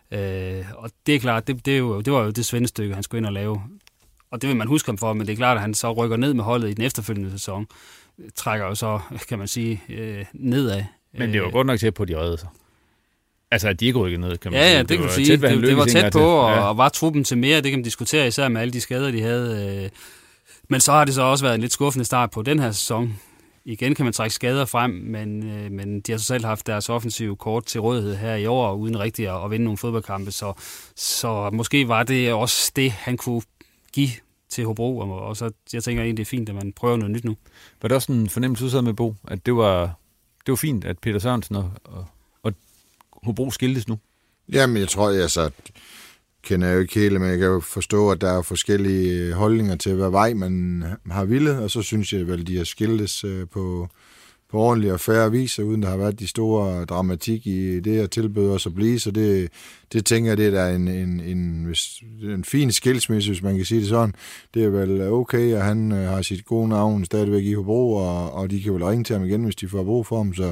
Øh, og det er klart, det, det, er jo, det var jo det svendestykke, han skulle ind og lave. Og det vil man huske ham for, men det er klart, at han så rykker ned med holdet i den efterfølgende sæson. Trækker jo så, kan man sige, øh, nedad. Men det var godt nok tæt på, de reddede sig. Altså, at de ikke rykkede ned, kan man ja, sige. Ja, det, det kan du sige. Tæt, det, det var tæt på, og, ja. og var truppen til mere. Det kan man diskutere, især med alle de skader, de havde. Men så har det så også været en lidt skuffende start på den her sæson. Igen kan man trække skader frem, men, men de har så selv haft deres offensive kort til rådighed her i år, uden rigtig at, at vinde nogle fodboldkampe. Så, så måske var det også det, han kunne give til Hobro, og så jeg tænker egentlig, det er fint, at man prøver noget nyt nu. Var det også en fornemmelse, du sad med, Bo, at det var, det var fint, at Peter Sørensen og, og, og Hobro skiltes nu? Jamen, jeg tror, jeg så kender jeg jo ikke hele, men jeg kan jo forstå, at der er forskellige holdninger til, hvad vej man har villet, og så synes jeg vel, de har skiltes på, på ordentlig og færre vis, uden der har været de store dramatik i det, jeg tilbød os at blive, så det, det tænker jeg, det er der en, en, en, en fin skilsmisse, hvis man kan sige det sådan. Det er vel okay, og han har sit gode navn stadigvæk i Hobro, og, og de kan vel ringe til ham igen, hvis de får brug for ham, så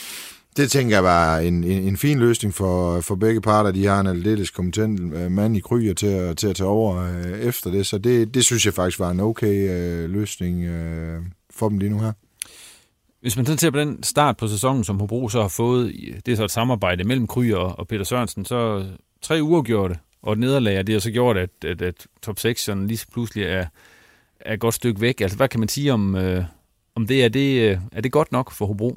det tænker jeg var en, en, en fin løsning for, for begge parter. De har en aldeles kompetent mand i Krüger til at, til at tage over øh, efter det, så det, det synes jeg faktisk var en okay øh, løsning øh, for dem lige nu her. Hvis man ser på den start på sæsonen, som Hobro så har fået, det er så et samarbejde mellem Krüger og Peter Sørensen, så tre uger gjorde det, og et nederlag, og det har så gjort, at, at, at top seks sådan lige pludselig er, er et godt stykke væk. Altså, hvad kan man sige om, øh, om det? Er det, er det godt nok for Hobro?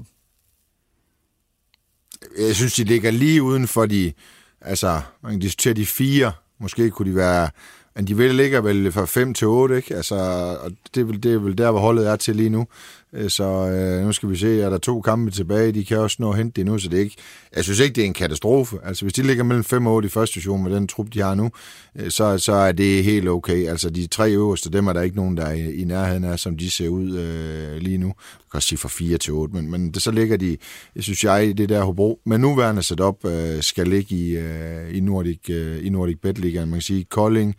Jeg synes, de ligger lige uden for de, altså, man kan diskutere de fire, måske kunne de være, men de vel ligger vel fra fem til otte, ikke? Altså, og det er, vel, det er vel der, hvor holdet er til lige nu. Så øh, nu skal vi se, er der to kampe tilbage, de kan også nå at hente det nu, så det er ikke, jeg synes ikke, det er en katastrofe. Altså hvis de ligger mellem fem og otte i første division med den trup, de har nu, øh, så, så er det helt okay. Altså de tre øverste, dem er der ikke nogen, der er i, i nærheden af, som de ser ud øh, lige nu. Jeg kan også sige fra fire til otte, men, men det, så ligger de, jeg synes jeg, det der Hobro, med nuværende setup, øh, skal ligge i, øh, i Nordic, øh, i Nordic Bet-ligaen. Man kan sige, Kolding,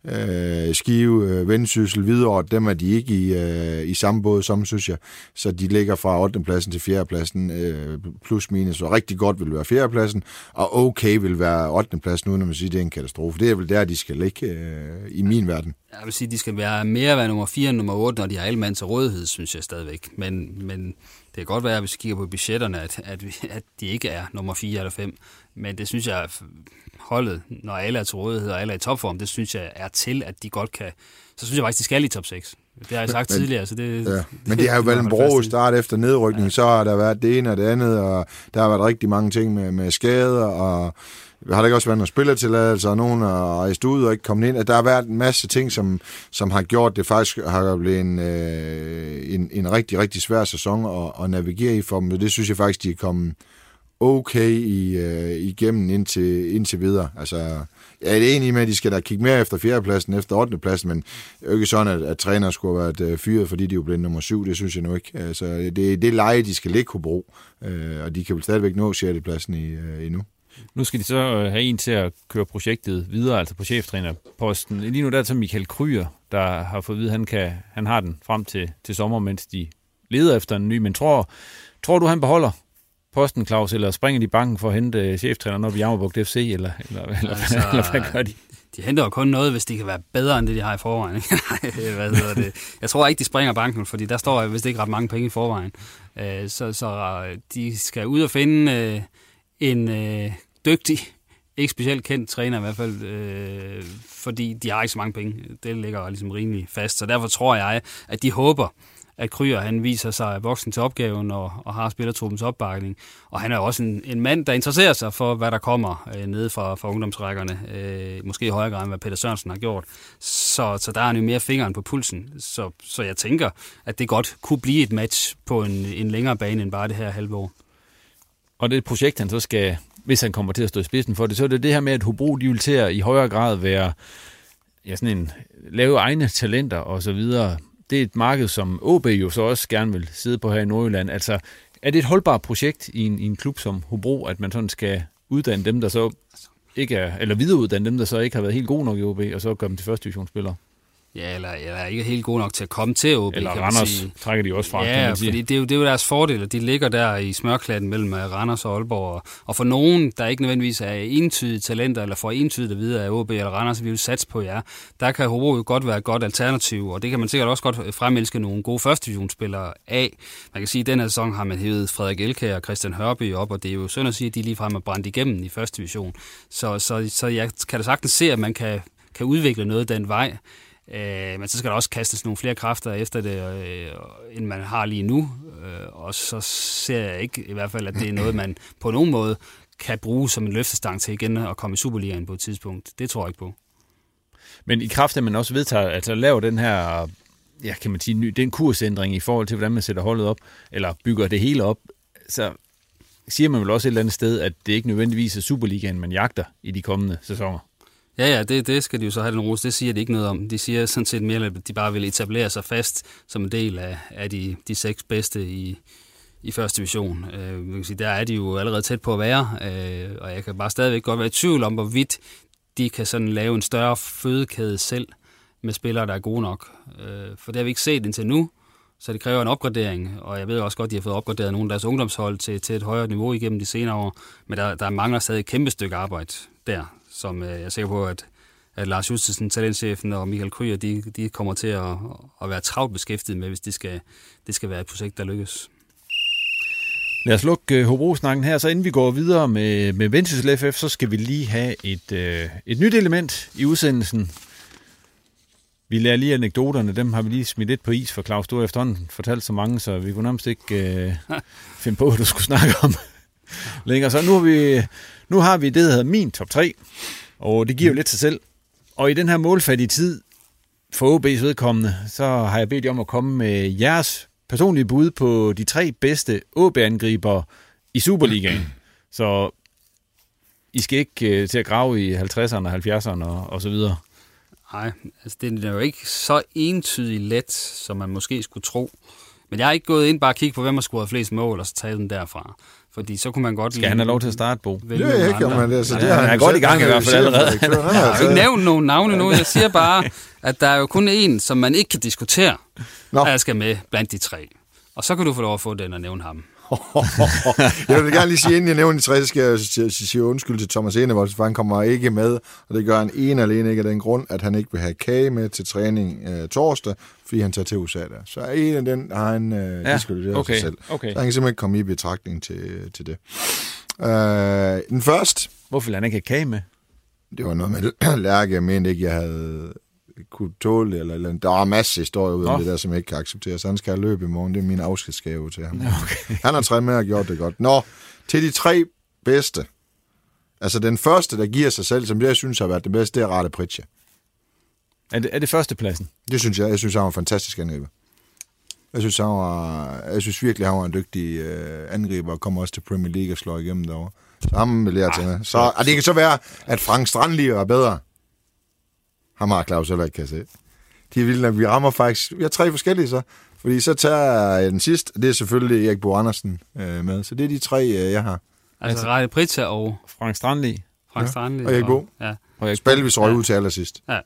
Øh, Skive, øh, Vendsyssel, Hvidovre, dem er de ikke i, øh, i samme båd som, synes jeg. Så de ligger fra ottende pladsen til fjerde pladsen, øh, plus minus, og rigtig godt vil være fjerde pladsen, og okay vil være ottende pladsen, uden at man siger, det er en katastrofe. Det er vel der, de skal ligge øh, i min verden. Jeg vil sige, de skal være mere være nummer fire end nummer otte, når de har alle mand til rådighed, synes jeg stadigvæk. Men, men det kan godt være, hvis vi kigger på budgetterne, at, at, vi, at de ikke er nummer fire eller fem. Men det synes jeg, holdet, når alle er til rådighed og alle er i topform, det synes jeg er til, at de godt kan. Så synes jeg faktisk, de skal i top seks. Det har jeg sagt men, tidligere. Så det, ja. det, men det har jo været en bro start efter nedrykning, ja. Så har der været det ene og det andet, og der har været rigtig mange ting med, med skader, og har der ikke også været nogle spillertilladelser, og nogen er rejst ud og ikke kommet ind. At der har været en masse ting, som, som har gjort det faktisk har blevet en, øh, en, en rigtig, rigtig svær sæson at, at navigere i for dem. Det synes jeg faktisk, de er kommet okay i, øh, igennem indtil, indtil videre. Altså, jeg er enig med, at de skal da kigge mere efter fjerdepladsen, efter ottende pladsen, men det er jo ikke sådan, at, at træner skulle have været øh, fyret, fordi de jo blev nummer syv, det synes jeg nu ikke. Altså, det er det leje, de skal ligge Hobro, øh, og de kan vel stadigvæk nå sjettepladsen i, øh, endnu. Nu skal de så have en til at køre projektet videre, altså på cheftrænerposten. Lige nu der er det så Michael Kryer, der har fået at vide, at han, kan, han har den frem til, til sommer, mens de leder efter en ny. Men tror, tror du, han beholder posten, Claus, eller springer de i banken for at hente cheftræneren op i Jammerbugt F C, eller, eller, eller, altså, eller hvad gør de? De henter jo kun noget, hvis de kan være bedre end det, de har i forvejen. Hvad hedder det? Jeg tror ikke, de springer banken, fordi der står vist ikke ret mange penge i forvejen. Så, så de skal ud og finde en dygtig, ikke specielt kendt træner i hvert fald, fordi de har ikke så mange penge. Det ligger ligesom rimelig fast. Så derfor tror jeg, at de håber, at Kryer, han viser sig voksen til opgaven og, og har spillertruppens opbakning. Og han er også en, en mand, der interesserer sig for, hvad der kommer øh, nede fra, fra ungdomsrækkerne. Øh, måske i højere grad, end hvad Peter Sørensen har gjort. Så, så der er han jo mere fingeren på pulsen. Så, så jeg tænker, at det godt kunne blive et match på en, en længere bane end bare det her halve år. Og det er et projekt, han så skal, hvis han kommer til at stå i spidsen for det, så er det det her med, at Hobro, de vil til at i højere grad være, ja, sådan en, lave egne talenter og så videre. Det er et marked, som O B jo så også gerne vil sidde på her i Nordjylland. Altså, er det et holdbart projekt i en, i en klub som Hobro, at man sådan skal uddanne dem, der så ikke er, eller videreuddanne dem, der så ikke har været helt gode nok i O B, og så gøre dem til første divisionsspillere? Ja, eller, eller ikke helt gode nok til at komme til O B, eller kan Randers man sige. Trækker de også fra, ja, kan man sige. Fordi det er, jo, det er jo deres fordel, at de ligger der i smørklatten mellem Randers og Aalborg. Og for nogen, der ikke nødvendigvis er entydige talenter, eller får entydigt at vide af O B eller Randers, vi vil satse på jer, der kan Hobro jo godt være et godt alternativ, og det kan man sikkert også godt fremelske nogle gode første divisionsspillere af. Man kan sige, at den her sæson har man hævet Frederik Elkjær og Christian Hørby op, og det er jo synd at sige, at de ligefrem er brændt igennem i første division. Så, så, så jeg kan da sagtens se, at man kan, kan udvikle noget den vej. Øh, men så skal der også kastes nogle flere kræfter efter det, øh, end man har lige nu. Øh, og så ser jeg ikke i hvert fald, at det er noget, man på nogen måde kan bruge som en løftestang til igen at komme i Superligaen på et tidspunkt. Det tror jeg ikke på. Men i kraft af, at man også vedtager, altså laver den her, ja, kan man sige, den kursændring i forhold til, hvordan man sætter holdet op, eller bygger det hele op, så siger man vel også et eller andet sted, at det ikke nødvendigvis er Superligaen, man jagter i de kommende sæsoner. Ja, ja, det, det skal de jo så have den ros. Det siger de ikke noget om. De siger sådan set mere, at de bare vil etablere sig fast som en del af, af de, de seks bedste i, i første division. Øh, man kan sige, der er de jo allerede tæt på at være, øh, og jeg kan bare stadigvæk godt være i tvivl om, hvorvidt de kan sådan lave en større fødekæde selv med spillere, der er gode nok. Øh, for det har vi ikke set indtil nu, så det kræver en opgradering, og jeg ved også godt, at de har fået opgraderet nogle af deres ungdomshold til, til et højere niveau igennem de senere år, men der, der mangler stadig et kæmpe stykke arbejde der, som jeg er sikker på, at, at Lars Justesen, talentchefen, og Michael Kryer, de, de kommer til at, at være travlt beskæftiget med, hvis det skal, det skal være et projekt, der lykkes. Lad os lukke Hobro-snakken her, så inden vi går videre med, med Vendsyssel F F, så skal vi lige have et, øh, et nyt element i udsendelsen. Vi lærer lige anekdoterne, dem har vi lige smidt lidt på is, for Claus, du har efterhånden fortalt så mange, så vi kunne nærmest ikke øh, finde på, hvad du skulle snakke om længere. Så nu har vi, nu har vi det, der hedder min top tre, og det giver jo lidt sig selv. Og i den her målfattige tid, for O B's vedkommende, så har jeg bedt jer om at komme med jeres personlige bud på de tre bedste A B-angriber i Superligaen. Så I skal ikke uh, til at grave i halvtredserne og halvfjerdserne og, og så videre. Nej, altså det er jo ikke så entydigt let, som man måske skulle tro. Men jeg har ikke gået ind bare og kigge på, hvem har scoret flest mål, og så taget den derfra. Fordi så kunne man godt... Skal han have lov til at starte, Bo? Det er ikke, man det. Så det ja, han er godt i gang i hvert fald allerede. Jeg har ikke nævnt nogen navne nu. Jeg siger bare, at der er jo kun én, som man ikke kan diskutere, og jeg skal med blandt de tre. Og så kan du få lov at få den og nævne ham. Jeg vil gerne lige sige, inden jeg nævner de tre, så skal jeg sige undskyld til Thomas Enevold, for han kommer ikke med, og det gør han en alene ikke af den grund, at han ikke vil have kage med til træning øh, torsdag, fordi han tager til U S A der. Så en af den har han øh, ja, diskvalificeret okay, sig selv. Okay. Så han kan simpelthen ikke komme i betragtning til, til det. Øh, den første... Hvorfor vil han ikke have kage med? Det var noget med Lærke, jeg mente ikke, jeg havde... kunne tåle det, eller, eller der er masser af historier ud af oh. det der, som jeg ikke kan acceptere, så han skal have løb i morgen. Det er min afskedsgave til ham. Okay. Han har trænet med og gjort det godt. Nå, til de tre bedste. Altså den første, der giver sig selv, som jeg synes har været det bedste, det er Rade Pritja. Er det, er det førstepladsen? Det synes jeg. Jeg synes, han var en fantastisk angriber. Jeg synes, han var, jeg synes virkelig, han var en dygtig øh, angriber, og kommer også til Premier League og slår igennem derovre. Så ham vil jeg tage med. Så, og det kan så være, at Frank Strandli er bedre. Ham har Claus heller ikke, kan jeg se. De er vilde, vi rammer faktisk... Vi har tre forskellige så. Fordi så tager jeg den sidste. Det er selvfølgelig Erik Bo Andersen øh, med. Så det er de tre, øh, jeg har. Altså Rade Pritja og... Frank Strandli. Frank ja. Strandli. Og Erik Bo. Ja. Og Erik Spil, vi så røg ud til allersidst. Ja.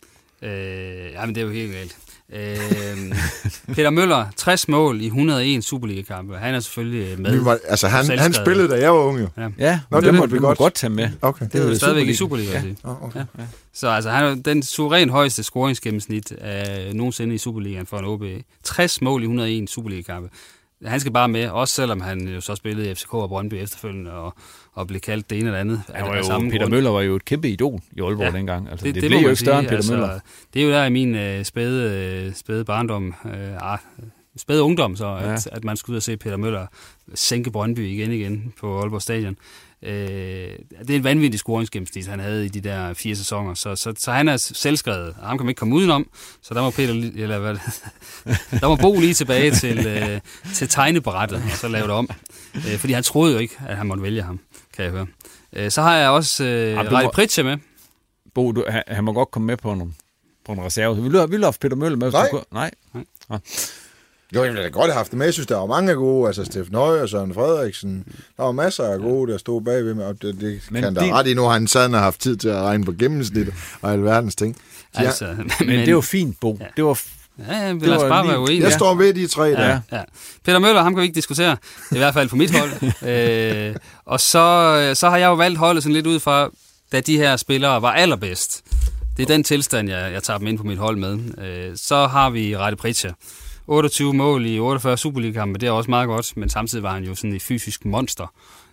Øh, jamen, det er jo helt galt. Øh, Peter Møller, tres mål i et hundrede og en Superliga-kampe. Han er selvfølgelig med. Var, altså, han, han spillede, da jeg var unge. Ja, ja. Nå, det måtte vi godt. godt tage med. Okay. Det er jo stadigvæk i Superliga. Ja. Oh, okay. Ja. Så altså, han er den suveræn højeste scoringsgennemsnit af nogensinde i Superligaen for en O B. tres mål i et hundrede og en Superliga-kampe. Han skal bare med, også selvom han jo så spillede i F C K og Brøndby efterfølgende, og, og blev kaldt det ene eller andet. Han var jo, Peter grund. Møller var jo et kæmpe idol i Aalborg ja, dengang. Altså, det, det, det blev jo ikke større end Peter altså, Møller. Det er jo der i min øh, spæde, øh, spæde barndom, øh, ah, spæde ungdom, så, ja. at, at man skulle ud og se Peter Møller sænke Brøndby igen igen på Aalborg Stadion. Øh, det er en vanvittig scoringsgennemsnit, han havde i de der fire sæsoner, så, så, så han er selvskrevet, og ham kan man ikke komme udenom, så der må Peter, eller hvad der må Bo lige tilbage til, øh, til tegnebrættet, og så lave det om. Øh, fordi han troede jo ikke, at han måtte vælge ham, kan jeg høre. Øh, så har jeg også øh, Rade Pritja med. Bo, du, han, han må godt komme med på en, på en reserve. Vil du, vil du have Peter Møller med? Nej. Du, nej. nej. nej. Jo, jeg ville da godt have haft det med. Jeg synes, der var mange gode. Altså, Steffen Høje og Søren Frederiksen. Der var masser af gode, der stod bagved mig. Og det, det kan der din... ret i. Nu har han sådan haft tid til at regne på gennemsnit og alverdens ting. Ja, altså, men, men det var fint, Bo. Ja. Det var... Ja, ja, lad os bare være uenige. Jeg står ved de tre der. Ja, ja. Peter Møller, ham kan vi ikke diskutere. I hvert fald på mit hold. øh, og så, så har jeg jo valgt holdet sådan lidt ud fra, da de her spillere var allerbedst. Det er den tilstand, jeg, jeg tager dem ind på mit hold med. Øh, så har vi Rade Pritja. otteogtyve mål i otteogfyrre Superliga-kampe, det er også meget godt, men samtidig var han jo sådan et fysisk monster.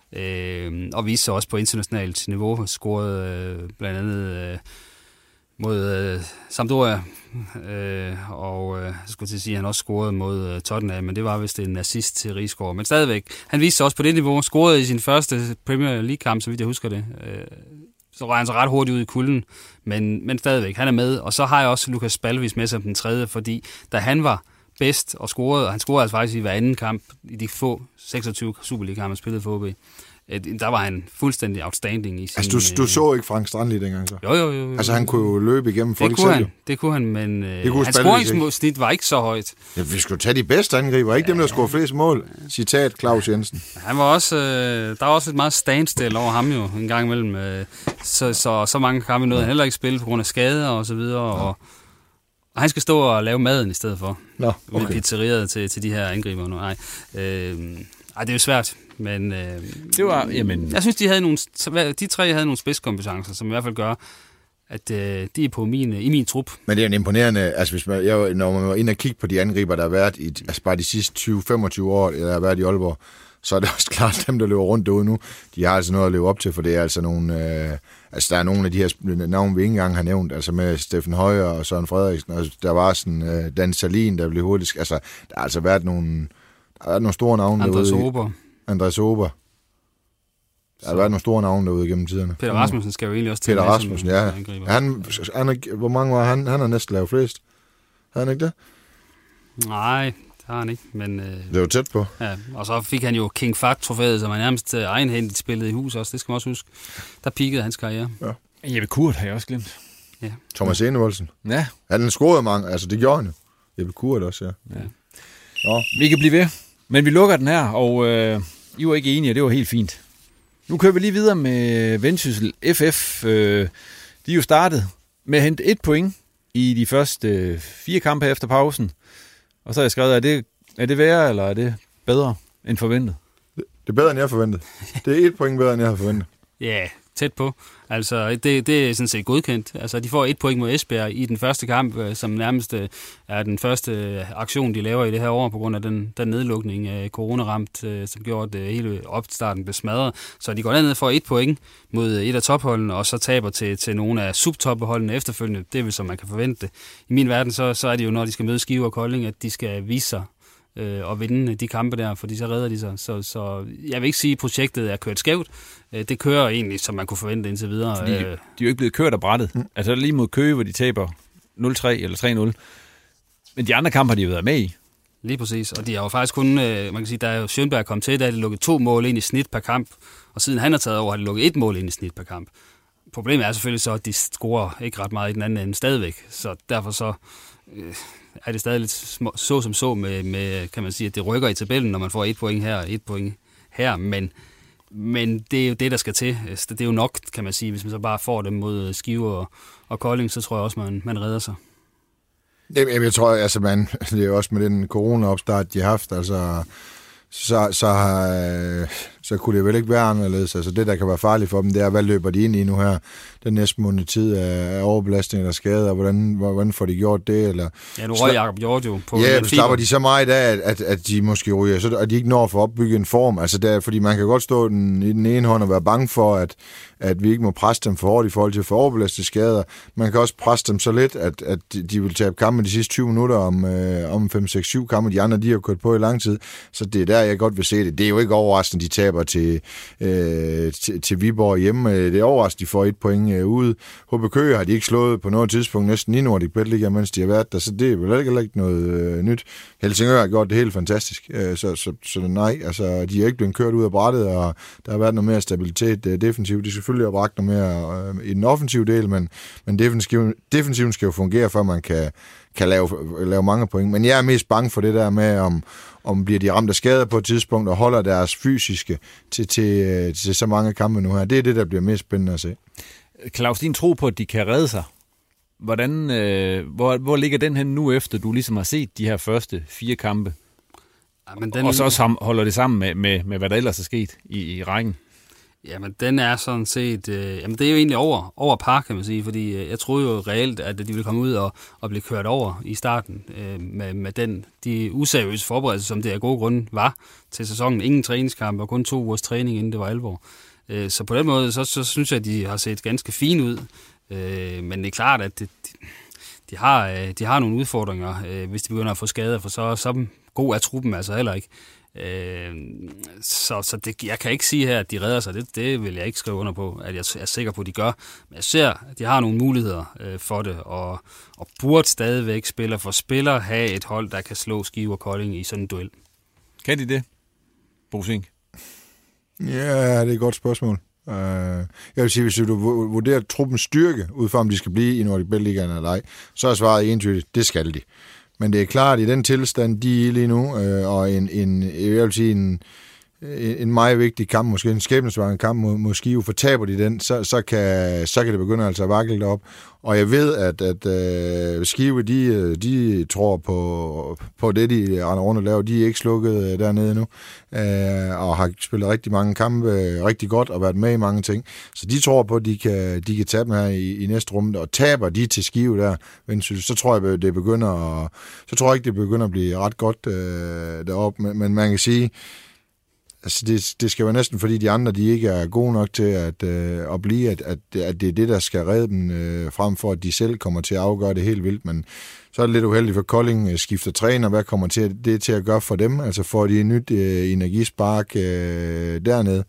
Øh, og viste sig også på internationalt niveau, scorede øh, blandt andet øh, mod øh, Sampdoria, øh, og øh, jeg skulle til at sige, at han også scorede mod øh, Tottenham, men det var vist en assist til Rigsgaard. Men stadigvæk, han viste sig også på det niveau, scorede i sin første Premier League-kamp, så vidt jeg husker det. Øh, så røg han så ret hurtigt ud i kulden, men, men stadigvæk, han er med. Og så har jeg også Lukas Spalvis med som den tredje, fordi da han var bedst og scorede, og han scorede altså faktisk i hver anden kamp, i de få seksogtyve Superliga-kampe, han spillede for O B. Der var han fuldstændig outstanding i sin... Altså, du, du så ikke Frank Strandli dengang så? Jo, jo, jo. jo. Altså, han kunne jo løbe igennem folk det kunne selv. Han, det kunne han, men det kunne hans scoringsnit var ikke så højt. Ja, vi skulle tage de bedste angriber, ikke ja, dem, der scorede flest mål. Citat Claus Jensen. Han var også... Øh, der var også et meget standstill over ham jo, en gang imellem. Øh, så, så, så mange kampe nåede han heller ikke spille på grund af skader og så videre, ja. og... Og han skal stå og lave maden i stedet for. Nå, okay. Pizzeriet til, til de her angriber nu. Nej. Øh, ej, det er jo svært, men øh, det var, jamen... jeg synes, de, havde nogle, de tre havde nogle spidskompetencer, som i hvert fald gør, at øh, de er på min, i min trup. Men det er en imponerende, altså hvis man, jeg, når man var inde og kigge på de angriber, der har været i, altså bare de sidste tyve til femogtyve år, der har været i Aalborg, så er det også klart, dem der løber rundt derude nu, de har altså noget at leve op til, for det er altså nogle, øh, altså der er nogle af de her navne, vi ikke engang har nævnt, altså med Steffen Højer og Søren Frederiksen, og der var sådan øh, Dan Salin, der blev hurtigt, altså der har altså været nogle, der har været nogle store navne Andreas derude. Ober. Andreas Ober. Der har været nogle store navne derude gennem tiderne. Peter Rasmussen skal jo egentlig også til. Peter Rasmussen, ja. Han, han, hvor mange var han? Han har næsten lavet flest. Havde han ikke det? Nej, har han ikke, men... Øh, det var tæt på. Ja, og så fik han jo King Fahd-trofæet, som er nærmest egenhændigt spillet i hus også. Det skal man også huske. Der peakede hans karriere. Ja. Jeppe Kurt har jeg også glemt. Ja. Thomas Enevoldsen. Ja. Han scorede mange, altså det gjorde han jo. Jeppe Kurt også, ja. ja. Nå, vi kan blive ved. Men vi lukker den her, og øh, I var ikke enige, og det var helt fint. Nu kører vi lige videre med Vendsyssel F F. Øh, de er jo startet med at hente et point i de første øh, fire kampe efter pausen. Og så har jeg skrevet, er det, er det værre, eller er det bedre end forventet? Det, det er bedre, end jeg forventet. Det er et point bedre, end jeg havde forventet. Ja, yeah, tæt på. Altså, det, det er sådan set godkendt. Altså, de får et point mod Esbjerg i den første kamp, som nærmest er den første aktion, de laver i det her år, på grund af den, den nedlukning af coronaramt, som gjorde, at hele opstarten blev smadret. Så de går derned for et point mod et af topholdene, og så taber til, til nogle af subtopholdene efterfølgende. Det er vel, som man kan forvente det. I min verden, så, så er det jo, når de skal møde Skive og Kolding, at de skal vise sig og vinde de kampe der, fordi så redder de sig. Så, så jeg vil ikke sige, at projektet er kørt skævt. Det kører egentlig, som man kunne forvente indtil videre. Fordi de, de er jo ikke blevet kørt af brættet. Mm. Altså lige mod Køge, hvor de taber nul tre eller tre nul. Men de andre kampe har de jo været med i. Lige præcis. Og de har jo faktisk kun, man kan sige, der er jo Schönberg kom til, der har de lukket to mål ind i snit per kamp. Og siden han har taget over, har de lukket et mål ind i snit per kamp. Problemet er selvfølgelig så, at de scorer ikke ret meget i den anden ende stadigvæk. Så derfor så... Øh, er det stadig lidt små, så som så med, med, kan man sige, at det rykker i tabellen, når man får et point her og et point her, men, men det er jo det, der skal til. Det er jo nok, kan man sige, hvis man så bare får dem mod Skive og, og Kolding, så tror jeg også, man, man redder sig. Jamen, jeg tror, altså man, det er jo også med den corona-opstart, de har haft, altså, så, så, øh, så kunne det vel ikke være anderledes. Altså det, der kan være farligt for dem, det er, hvad løber de ind i nu her, den næste måned tid af, af overbelastning eller skade, og hvordan, hvordan får de gjort det? Eller, ja, du røg Jacob Hjort jo på ja, du slapper de så meget af, at, at, at de måske ryger, så at de ikke når at få opbygget en form. Altså der, fordi man kan godt stå den, i den ene hånd og være bange for, at, at vi ikke må presse dem for hårdt i forhold til at få overbelastet skader. Man kan også presse dem så lidt, at, at de vil tabe kampen de sidste tyve minutter om, øh, om fem seks syv kampe. De andre, de har kørt på i lang tid. Så det er der, jeg godt vil se det. Det er jo ikke overraskende, de taber til, øh, til, til Viborg hjemme. Det er overraskende, de får et point øh, ude. H B Køge har de ikke slået på noget tidspunkt næsten i Nordic Bet Liga, mens de har været der. Så det er vel ikke, ikke noget øh, nyt. Helsingør har gjort det helt fantastisk. Øh, så, så, så nej, altså de er ikke blevet kørt ud af brættet, og der har været noget mere stabilitet øh, defensivt. De selvfølgelig har bragt noget mere øh, i den offensive del, men, men defensiven, defensiven skal jo fungere, før man kan, kan lave, lave mange point. Men jeg er mest bange for det der med, om, om bliver de ramt af skader på et tidspunkt, og holder deres fysiske til, til, til så mange kampe nu her. Det er det, der bliver mest spændende at se. Claus, din tro på, at de kan redde sig, hvordan, øh, hvor, hvor ligger den hen nu, efter du ligesom har set de her første fire kampe? Ja, men den... Og så også holder det sammen med, med, med hvad der ellers er sket i, i rækken? Jamen, den er sådan set... Øh, jamen, det er jo egentlig over, over par, kan man sige, fordi øh, jeg troede jo reelt, at de ville komme ud og, og blive kørt over i starten øh, med, med den, de useriøse forberedelser, som det af gode grunde var til sæsonen. Ingen træningskamp og kun to ugers træning, inden det var alvor. Øh, så på den måde, så, så synes jeg, at de har set ganske fint ud. Øh, men det er klart, at det, de, de, har, øh, de har nogle udfordringer, øh, hvis de begynder at få skader, for så, så god er truppen altså heller ikke. Øh, så så det, jeg kan ikke sige her, at de redder sig. Det, det vil jeg ikke skrive under på, at jeg er sikker på, at de gør. Men jeg ser, at de har nogle muligheder øh, for det, og, og burde stadigvæk spiller for spiller have et hold, der kan slå Skive og Kolding i sådan en duel. Kan de det, Bosing? Ja, det er et godt spørgsmål. Uh, jeg vil sige, hvis du vurderer truppens styrke, ud fra om de skal blive i Nordic Bet Ligaen eller ej, så er svaret entydigt, det skal de. Men det er klart, i den tilstand, de er lige nu, øh, og en, en, jeg vil sige, en, en meget vigtig kamp, måske en skæbnesvangende kamp mod, mod Skive, fortaber de den, så, så, kan, så kan det begynde altså at vakle derop. Og jeg ved, at, at øh, Skive, de, de tror på, på det, de render rundt og laver. De er ikke slukket dernede nu, øh, og har spillet rigtig mange kampe rigtig godt og været med i mange ting. Så de tror på, at de kan, de kan tabe her i, i næste runde, og taber de til Skive der, så tror jeg, det begynder at, så tror jeg ikke, det begynder at blive ret godt øh, deroppe. Men, men man kan sige, altså det, det skal være næsten, fordi de andre, de ikke er gode nok til at, øh, at blive, at, at, at det er det, der skal redde dem, øh, frem for at de selv kommer til at afgøre det helt vildt. Men så er det lidt uheldigt for Kolding, øh, skifter træner, hvad kommer til, det til at gøre for dem? Altså får de et nyt øh, energispark øh, dernede?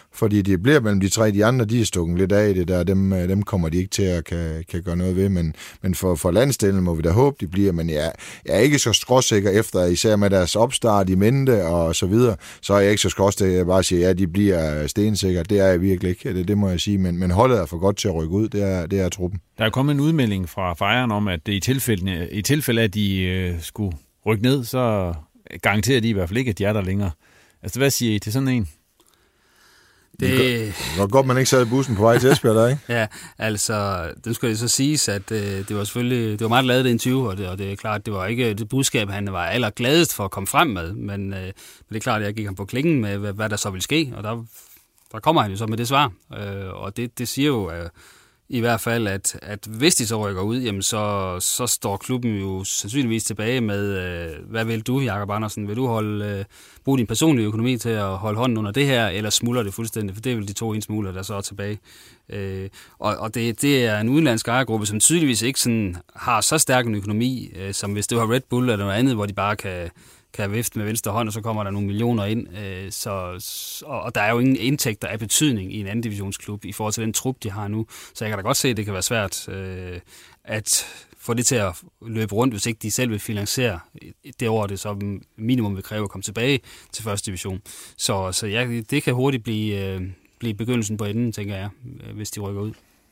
fordi det bliver mellem de tre, de andre, de er stukket lidt af det der, dem, dem kommer de ikke til at kan, kan gøre noget ved, men, men for, for landsdelen må vi da håbe, de bliver, men jeg, jeg er ikke så skråsikker efter, især med deres opstart i mente og så videre, så er jeg ikke så skråsikker, jeg bare siger, ja, de bliver stensikre, det er jeg virkelig ikke, det, det må jeg sige, men, men holdet er for godt til at rykke ud, det er, det er truppen. Der er kommet en udmelding fra Fejren om, at det i tilfælde, i tilfælde af, at de øh, skulle rykke ned, så garanterer de i hvert fald ikke, at de er der længere. Altså, hvad siger I til sådan en? Det Det var godt, man ikke sad i bussen på vej til Esbjerg, der, ikke? Ja, altså, det skulle så siges, at øh, det var selvfølgelig, det var meget ladet interview, og det, og det er klart, det var ikke det budskab, han var allergladest for at komme frem med, men, øh, men det er klart, at jeg gik ham på klingen med, hvad, hvad der så ville ske, og der, der kommer han jo så med det svar, øh, og det, det siger jo øh, i hvert fald, at, at hvis de så rykker ud, jamen så, så står klubben jo sandsynligvis tilbage med, øh, hvad vil du, Jakob Andersen? Vil du holde, øh, bruge din personlige økonomi til at holde hånden under det her, eller smuldrer det fuldstændig? For det er vel de to eneste muligheder, der så er tilbage. Øh, og og det, det er en udenlandsk ejergruppe, som tydeligvis ikke sådan, har så stærk en økonomi, øh, som hvis det var Red Bull eller noget andet, hvor de bare kan... kan vifte med venstre hånd, og så kommer der nogle millioner ind. Øh, så, og, og der er jo ingen indtægter af betydning i en anden divisionsklub i forhold til den trup, de har nu. Så jeg kan da godt se, at det kan være svært øh, at få det til at løbe rundt, hvis ikke de selv vil finansiere det år, det så minimum vil kræve at komme tilbage til første division. Så, så ja, det kan hurtigt blive, øh, blive begyndelsen på enden, tænker jeg, hvis de rykker ud.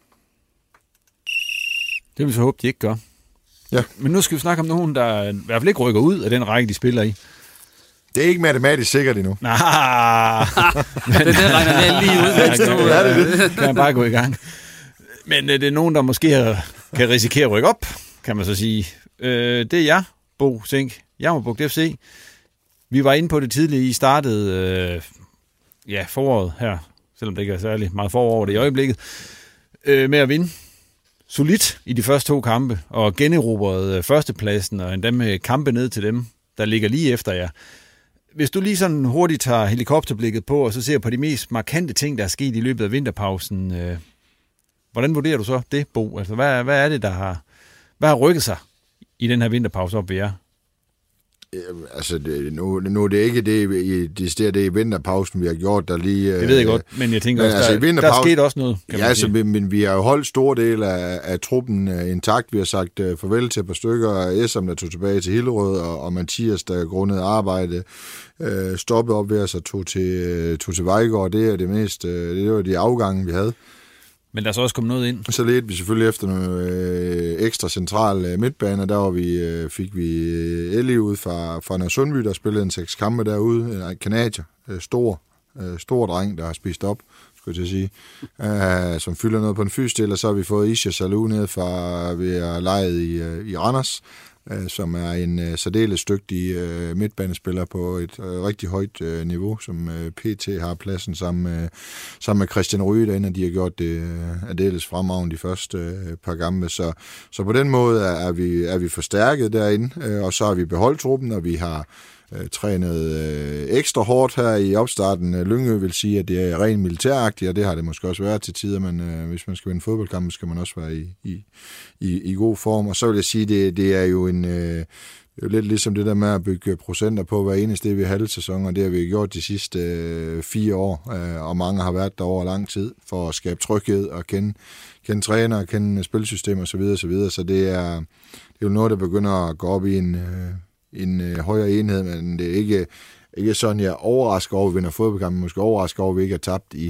Det vil vi så håbe, de ikke gør. Ja. Men nu skal vi snakke om nogen, der i hvert fald ikke rykker ud af den række, de spiller i. Det er ikke matematisk sikkert endnu. Nej, det, det regner jeg lige ud. Ja, det, det. Kan man bare gå i gang. Men det er nogen, der måske kan risikere at rykke op, kan man så sige. Det er jeg, Bo Sink, Jammerbugt F C. Vi var inde på det tidligere. I startede ja, foråret her, selvom det ikke er særlig meget forår over det i øjeblikket, med at vinde solidt i de første to kampe, og generobrede førstepladsen, og endda med kampe ned til dem, der ligger lige efter jer. Hvis du lige sådan hurtigt tager helikopterblikket på, og så ser på de mest markante ting, der er sket i løbet af vinterpausen, øh, hvordan vurderer du så det, Bo? Altså, hvad, hvad er det, der har, hvad har rykket sig i den her vinterpause op ved jer? Altså, det, nu, nu er det ikke det, det, det, det i vinterpausen, vi har gjort, der lige... Det ved jeg godt, men jeg tænker men, også, altså, der, der er sket også noget, kan ja, man altså, men, men vi har jo holdt stor del af, af truppen uh, intakt. Vi har sagt uh, farvel til et par stykker. Esam, der tog tilbage til Hillerød, og, og Mathias, der grundet arbejde, uh, stoppede op ved os og tog til, uh, tog til Vejgaard. Det er det mest... Uh, det var de afgange, vi havde. Men der er så også kommet noget ind. Så ledte vi selvfølgelig efter nogle øh, ekstra centrale øh, midtbaner. Der var vi, øh, fik vi øh, Ellie ud fra, fra Nørresundby, der spillede en seks kampe derude. En kanadier, øh, stor, øh, stor dreng, der har spist op, skulle jeg til at sige, øh, som fylder noget på en fysstil. Og så har vi fået Isha Salou ned fra ved at lege i, øh, i Randers, øh, som er en øh, særdeles dygtig øh, midtbanespiller på et øh, rigtig højt øh, niveau, som øh, P T har pladsen sammen med, sammen med Christian Ryge derinde, og de har gjort det øh, aldeles fremragende de første øh, par gamle. Så, så på den måde er, er, vi, er vi forstærket derinde, øh, og så har vi beholdt truppen, og vi har øh, trænet øh, ekstra hårdt her i opstarten. Lyngø vil sige, at det er rent militæragtigt, og det har det måske også været til tider, men øh, hvis man skal vinde fodboldkampen, skal man også være i, i, i, i god form. Og så vil jeg sige, det, det er jo en... Øh, det er jo lidt ligesom det der med at bygge procenter på hver eneste ved halv sæson, og det har vi gjort de sidste øh, fire år, øh, og mange har været der over lang tid for at skabe tryghed og kende, kende træner og kende spilsystem og så videre, så videre. Så det er, det er jo noget, der begynder at gå op i en, øh, en øh, højere enhed, men det er ikke, ikke sådan, jeg overrasker over, at vi vinder fodboldkampen, måske overrasker over, at vi ikke har tabt i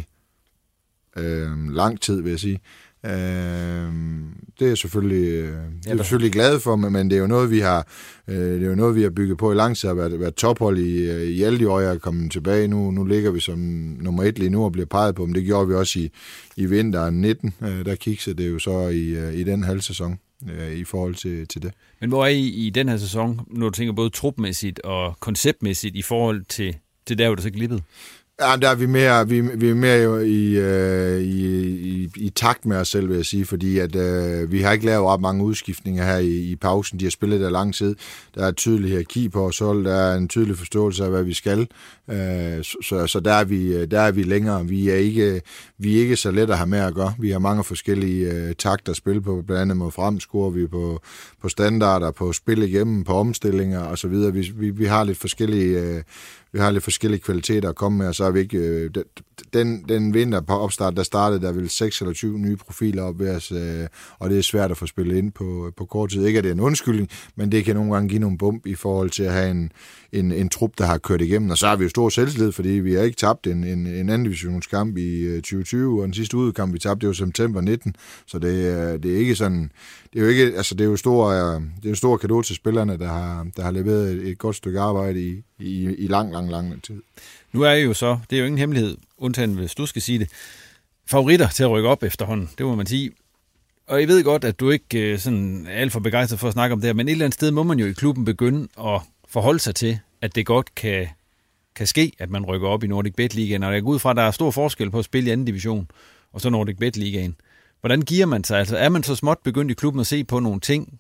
øh, lang tid, vil jeg sige. Øh, det er jeg selvfølgelig, øh, det er jeg selvfølgelig glad for, men det er jo noget, vi har, øh, det er jo noget, vi har bygget på i lang tid, at være, være tophold i, i alle de år, jeg er kommet tilbage. Nu, nu ligger vi som nummer et lige nu og bliver peget på, men det gjorde vi også i, i vinteren nitten. Øh, der kiksede det jo så i, i den halv sæson øh, i forhold til, til det. Men hvor er I i den her sæson, når du tænker både trupmæssigt og konceptmæssigt i forhold til, til der, hvor det så glippede? Ja, der er vi mere, vi, vi er mere jo i, øh, i, i, i takt med os selv, vil jeg sige, fordi at, øh, vi har ikke lavet ret mange udskiftninger her i, i pausen. De har spillet der lang tid. Der er et tydeligt hierarki på os hold. Der er en tydelig forståelse af, hvad vi skal. Øh, så så der, er vi, der er vi længere. Vi er, ikke, vi er ikke så let at have med at gøre. Vi har mange forskellige øh, takter at spille på. Blandt andet mod frem scorer vi på, på standarder, på spil igennem, på omstillinger osv. Vi, vi, vi har lidt forskellige... Øh, vi har lidt forskellige kvaliteter at komme med, og så er vi ikke... Øh, den, den vinter på opstart, der startede der vel seks eller syv nye profiler op ved os, øh, og det er svært at få spillet ind på, på kort tid. Ikke at det er en undskyldning, men det kan nogle gange give nogle bump i forhold til at have en, en, en trup, der har kørt igennem. Og så har vi jo stor selvtillid, fordi vi har ikke tabt en, en, en anden divisionskamp i tyve tyve, og den sidste udkamp, vi tabte, det var september nitten, så det, det er ikke sådan... Det er jo ikke, altså det er jo stor, det er jo stor cadeau til spillerne, der har, der har leveret et, et godt stykke arbejde i, i, i lang, lang, lang tid. Nu er I jo så, det er jo ingen hemmelighed, undtagen hvis du skal sige det, favoritter til at rykke op efterhånden, det må man sige. Og jeg ved godt, at du ikke sådan er alt for begejstret for at snakke om det her, men et eller andet sted må man jo i klubben begynde at forholde sig til, at det godt kan, kan ske, at man rykker op i Nordic Bet Ligaen. Og jeg går ud fra, at der er stor forskel på at spille i anden division, og så Nordic Bet Ligaen. Hvordan giver man sig? Altså er man så småt begyndt i klubben at se på nogle ting,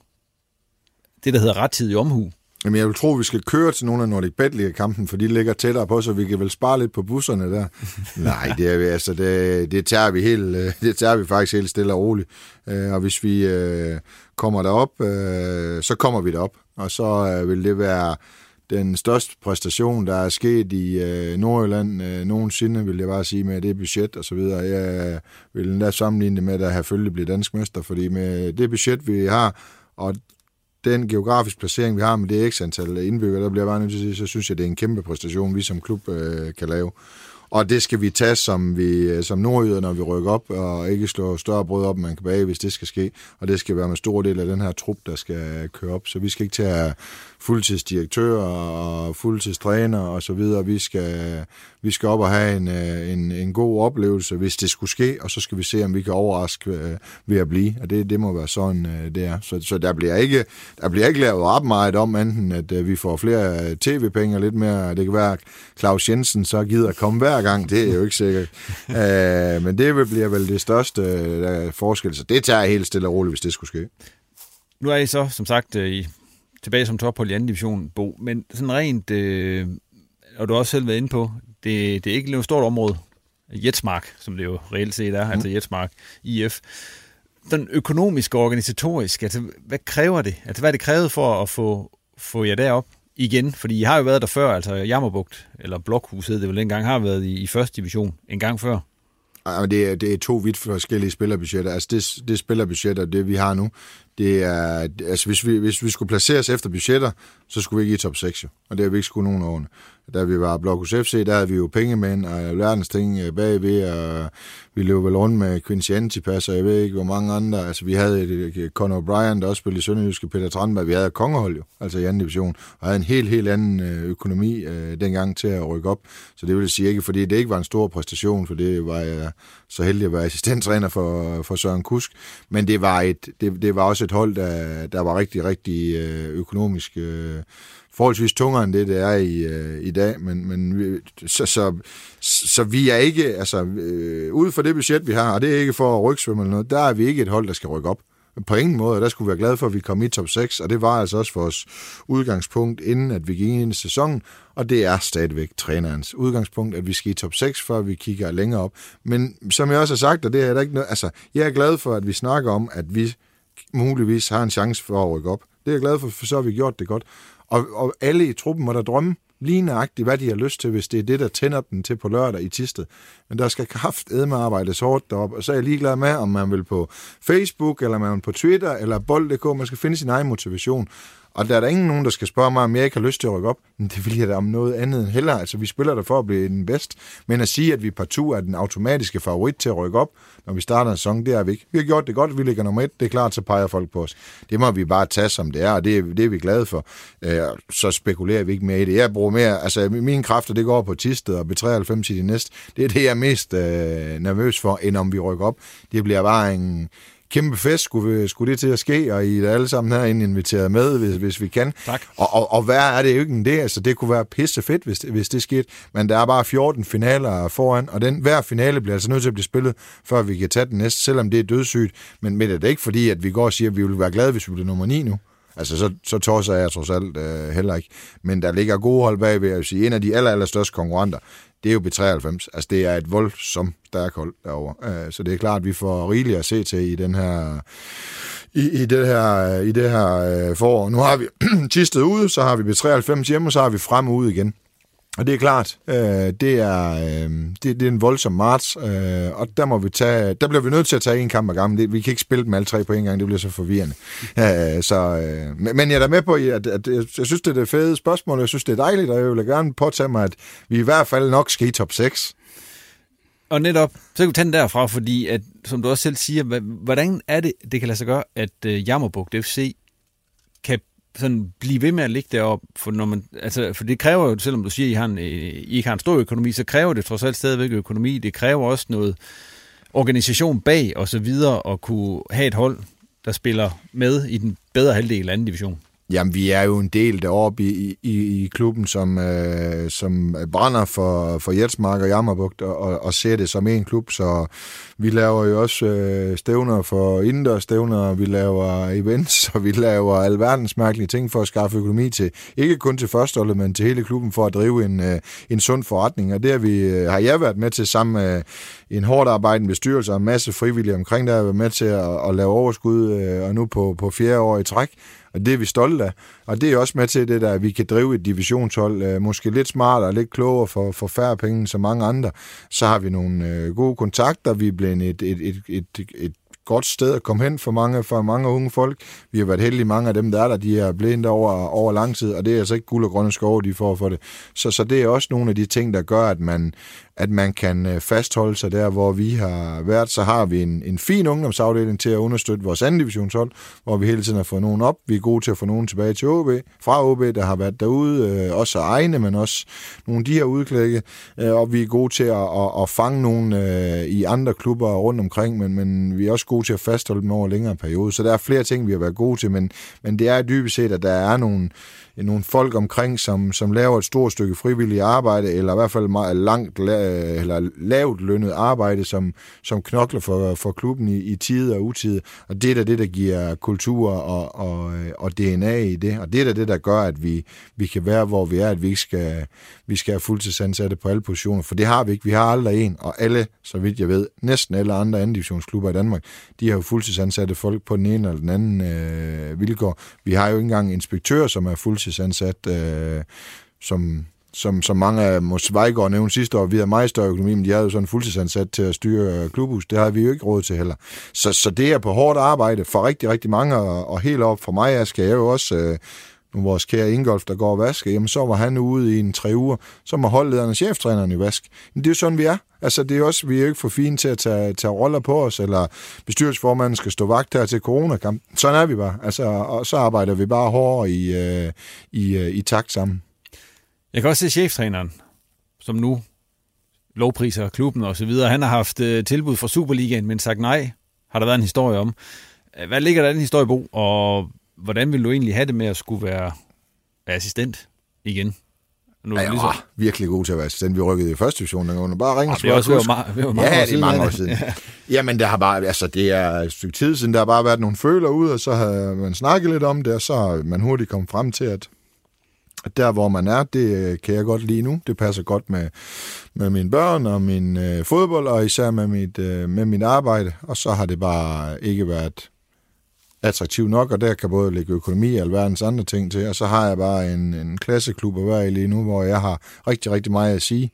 det der hedder rettidig omhu? Jamen jeg vil tro, at vi skal køre til nogle af Nordic Bet Liga-kampen, for de ligger tættere på, så vi kan vel spare lidt på busserne der. Nej, det, er, altså, det, det, tager vi helt, det tager vi faktisk helt stille og roligt. Og hvis vi øh, kommer derop, øh, så kommer vi derop. Og så øh, vil det være den største præstation, der er sket i øh, Nordjylland øh, nogensinde, vil jeg bare sige, med det budget og så videre. Jeg vil endda sammenligne det med at have følge blive dansk mester, fordi med det budget, vi har, og den geografiske placering, vi har med det x antal indbyggere, der bliver bare nødt til at sige, så synes jeg, det er en kæmpe præstation, vi som klub øh, kan lave. Og det skal vi tage som, vi, som nordjyder, når vi rykker op, og ikke slå større brød op, man kan bage, hvis det skal ske. Og det skal være med stor del af den her trup, der skal køre op. Så vi skal ikke tage fuldtidsdirektører og fuldtidstræner og så videre. Vi skal, vi skal op og have en, en, en god oplevelse, hvis det skulle ske, og så skal vi se, om vi kan overraske ved at blive. Og det, det må være sådan, det er. Så, så der bliver ikke, der bliver ikke lavet ret meget om, enten at vi får flere tv-penge og lidt mere. Det kan være, at Claus Jensen så gider at komme hver gang. Det er jo ikke sikkert. uh, men det bliver vel det største uh, forskel. Så det tager jeg helt stille og roligt, hvis det skulle ske. Nu er I så, som sagt, i tilbage som tophold i anden division, Bo, men sådan rent, øh, og du har også selv været inde på, det, det er ikke et stort område, Jetsmark, som det jo reelt set er, mm. altså Jetsmark I F. Den økonomiske og organisatoriske, altså hvad kræver det? Altså hvad er det krævet for at få, få jer derop igen? Fordi I har jo været der før, altså Jammerbugt, eller Blokhuset, det vel engang har været i, i første division en gang før. Det er, det er to vidt forskellige spillerbudgetter. Altså det, det spillerbudget og det, vi har nu, det er, altså hvis vi, hvis vi skulle placeres efter budgetter, så skulle vi ikke i top seks, jo. Og det har vi ikke skulle nogen årene. Da vi var Blokhus F C, der havde vi jo pengemænd og verdens ting bagved, og vi løb vel rundt med Quincy Antipas, og jeg ved ikke, hvor mange andre. Altså vi havde et, Conor O'Brien, der også spillede i Sønderjyske, Peter Tranberg, vi havde et kongehold jo, altså i anden division, og havde en helt, helt anden økonomi øh, dengang til at rykke op. Så det vil sige ikke, fordi det ikke var en stor præstation, for det var jeg så heldig at være assistenttræner for, for Søren Kusk, men det var, et, det, det var også et hold, der, der var rigtig, rigtig økonomisk øh, forholdsvis tungere end det, det er i, øh, i dag, men, men så, så, så vi er ikke, altså øh, ud fra det budget, vi har, og det er ikke for at rygsvømme eller noget, der er vi ikke et hold, der skal rykke op. På ingen måde, og der skulle vi være glade for, at vi kom i top seks, og det var altså også vores udgangspunkt, inden at vi gik ind i sæsonen, og det er stadigvæk trænerens udgangspunkt, at vi skal i top seks, før vi kigger længere op. Men som jeg også har sagt, og det er der ikke noget, altså jeg er glad for, at vi snakker om, at vi muligvis har en chance for at rykke op. Det er jeg glad for, for så har vi gjort det godt. Og, og alle i truppen må der drømme lige nøjagtigt, hvad de har lyst til, hvis det er det, der tænder den til på lørdag i Thisted. Men der skal kraftedme arbejdes hårdt deroppe, og så er jeg ligeglad med, om man vil på Facebook, eller man vil på Twitter, eller bold punktum d k. Man skal finde sin egen motivation. Og der er der ingen nogen, der skal spørge mig, om jeg ikke har lyst til at rykke op. Men det vil jeg da om noget andet end heller. Altså, vi spiller der for at blive den bedste. Men at sige, at vi partout er den automatiske favorit til at rykke op, når vi starter en sæson, det er vi ikke. Vi har gjort det godt, vi ligger nummer et. Det er klart, så peger folk på os. Det må vi bare tage, som det er, og det er, det er vi glade for. Så spekulerer vi ikke mere i det. Jeg bruger mere, altså mine kræfter, det går på Thisted og B treoghalvfems i de næste. Det er det, jeg er mest øh, nervøs for, end om vi rykker op. Det bliver bare en kæmpe fest, skulle, skulle det til at ske, og I er alle sammen herinde inviteret med, hvis, hvis vi kan. Tak. Og, og, og hvad er det jo ikke end det? Altså, det kunne være pisse fedt, hvis, hvis det skete, men der er bare fjorten finaler foran, og den, hver finale bliver altså nødt til at blive spillet, før vi kan tage den næste, selvom det er dødssygt. Men, men det er ikke fordi, at vi går og siger, at vi vil være glade, hvis vi bliver nummer ni nu. Altså, så, så torser jeg trods alt øh, heller ikke. Men der ligger gode hold bagved, jeg vil sige, en af de aller, aller største konkurrenter, det er jo B treoghalvfems. Altså, det er et voldsomt stærkt hold derovre. Så det er klart, at vi får rigeligt at se til i den her i, i det her i det her forår. Nu har vi Thisted ude, så har vi B treoghalvfems hjemme, og så har vi frem ud igen. Og det er klart, øh, det, er, øh, det, det er en voldsom marts, øh, og der må vi tage, der bliver vi nødt til at tage en kamp ad gangen. Vi kan ikke spille dem alle tre på en gang, det bliver så forvirrende. Øh, så, øh, men jeg er da med på, at, at jeg, jeg synes, det er det fede spørgsmål, jeg synes, det er dejligt, og jeg vil gerne påtage mig, at vi i hvert fald nok skal i top seks. Og netop, så kan vi tage den derfra, fordi, at, som du også selv siger, hvordan er det, det kan lade sig gøre, at uh, Jammerbugt F C kan sådan blive ved med at ligge deroppe, for, når man, altså, for det kræver jo, selvom du siger, at I, har en, I ikke har en stor økonomi, så kræver det trods alt stadigvæk økonomi. Det kræver også noget organisation bag og så videre, at kunne have et hold, der spiller med i den bedre halvdel af anden division. Jamen, vi er jo en del deroppe i, i, i klubben, som, øh, som brænder for, for Jetsmark og Jammerbugt, og, og, og ser det som en klub, så vi laver jo også øh, stævner for indendørsstævner, vi laver events, og vi laver alverdens mærkelige ting for at skaffe økonomi til, ikke kun til førsteholdet, men til hele klubben for at drive en, øh, en sund forretning, og det har, vi, øh, har jeg været med til sammen med en hårdt arbejdende bestyrelse og en masse frivillige omkring, der har været med til at, at lave overskud, øh, og nu på, på fjerde år i træk. Og det er vi stolte af. Og det er også med til det der, at vi kan drive et divisionshold, øh, måske lidt smartere og lidt klogere for, for færre penge end så mange andre. Så har vi nogle øh, gode kontakter. Vi er blevet et, et, et, et, et godt sted at komme hen for mange, for mange unge folk. Vi har været heldige, mange af dem, der er der, de er blevet over, over lang tid, og det er altså ikke guld og grønne skove, de får for det. Så, så det er også nogle af de ting, der gør, at man, at man kan fastholde sig der, hvor vi har været. Så har vi en, en fin ungdomsafdeling til at understøtte vores anden divisionshold, hvor vi hele tiden har fået nogen op. Vi er gode til at få nogen tilbage til O B, fra O B, der har været derude, øh, også egne, men også nogle af de her udklække, øh, og vi er gode til at, at, at fange nogen øh, i andre klubber rundt omkring, men, men vi er også gode til at fastholde dem over længere periode. Så der er flere ting, vi har været gode til, men, men det er dybest set, at der er nogle, nogle folk omkring, som, som laver et stort stykke frivilligt arbejde, eller i hvert fald meget langt eller lavt lønnet arbejde, som, som knokler for, for klubben i, i tid og utid. Og det er da det, der giver kultur og, og, og D N A i det. Og det er da det, der gør, at vi, vi kan være, hvor vi er, at vi ikke skal, vi skal have fuldtidsansatte på alle positioner. For det har vi ikke. Vi har aldrig en, og alle, så vidt jeg ved, næsten alle andre anden divisionsklubber i Danmark, de har jo fuldtidsansatte folk på den ene eller den anden øh, vilkår. Vi har jo ikke engang inspektører, som er fuldtidsansat, øh, som... Som, som mange af Mosvejgaard nævnte sidste år, vi havde meget større økonomi, men de havde jo sådan en fuldtidsansat til at styre klubhus. Det har vi jo ikke råd til heller. Så, så det er på hårdt arbejde for rigtig, rigtig mange, og, og helt op for mig skal jeg jo også, øh, nu vores kære Ingolf, der går og vasker, jamen så var han ude i en tre uger, så må holdlederen og cheftræneren i vask. Men det er jo sådan, vi er. Altså, det er også, vi er jo ikke for fine til at tage, tage roller på os, eller bestyrelsesformanden skal stå vagt her til coronakamp. Sådan er vi bare. Altså, og så arbejder vi bare hårdere i, øh, i, øh, i takt sammen. Jeg kan også se cheftræneren, som nu lovpriser klubben og så videre. Han har haft uh, tilbud fra Superligaen, men sagt nej, har der været en historie om. Hvad ligger der i den historie, Bo, og hvordan vil du egentlig have det med at skulle være assistent igen? Nu, ja, jeg var ligesom virkelig god til at være assistent. Vi rykkede i første division, der kunne bare ringe og svare. Det er også ved meget, ved meget ja, år det er mange år siden. Ja. Jamen, det har bare, altså, det er et stykke tid siden, der har bare været nogle føler ud, og så har man snakket lidt om det, og så har man hurtigt kommet frem til, at der, hvor man er, det kan jeg godt lide nu. Det passer godt med, med mine børn og min øh, fodbold, og især med mit, øh, med mit arbejde. Og så har det bare ikke været attraktivt nok, og der kan både lægge økonomi og alverdens andre ting til. Og så har jeg bare en, en klasseklub at være i lige nu, hvor jeg har rigtig, rigtig meget at sige,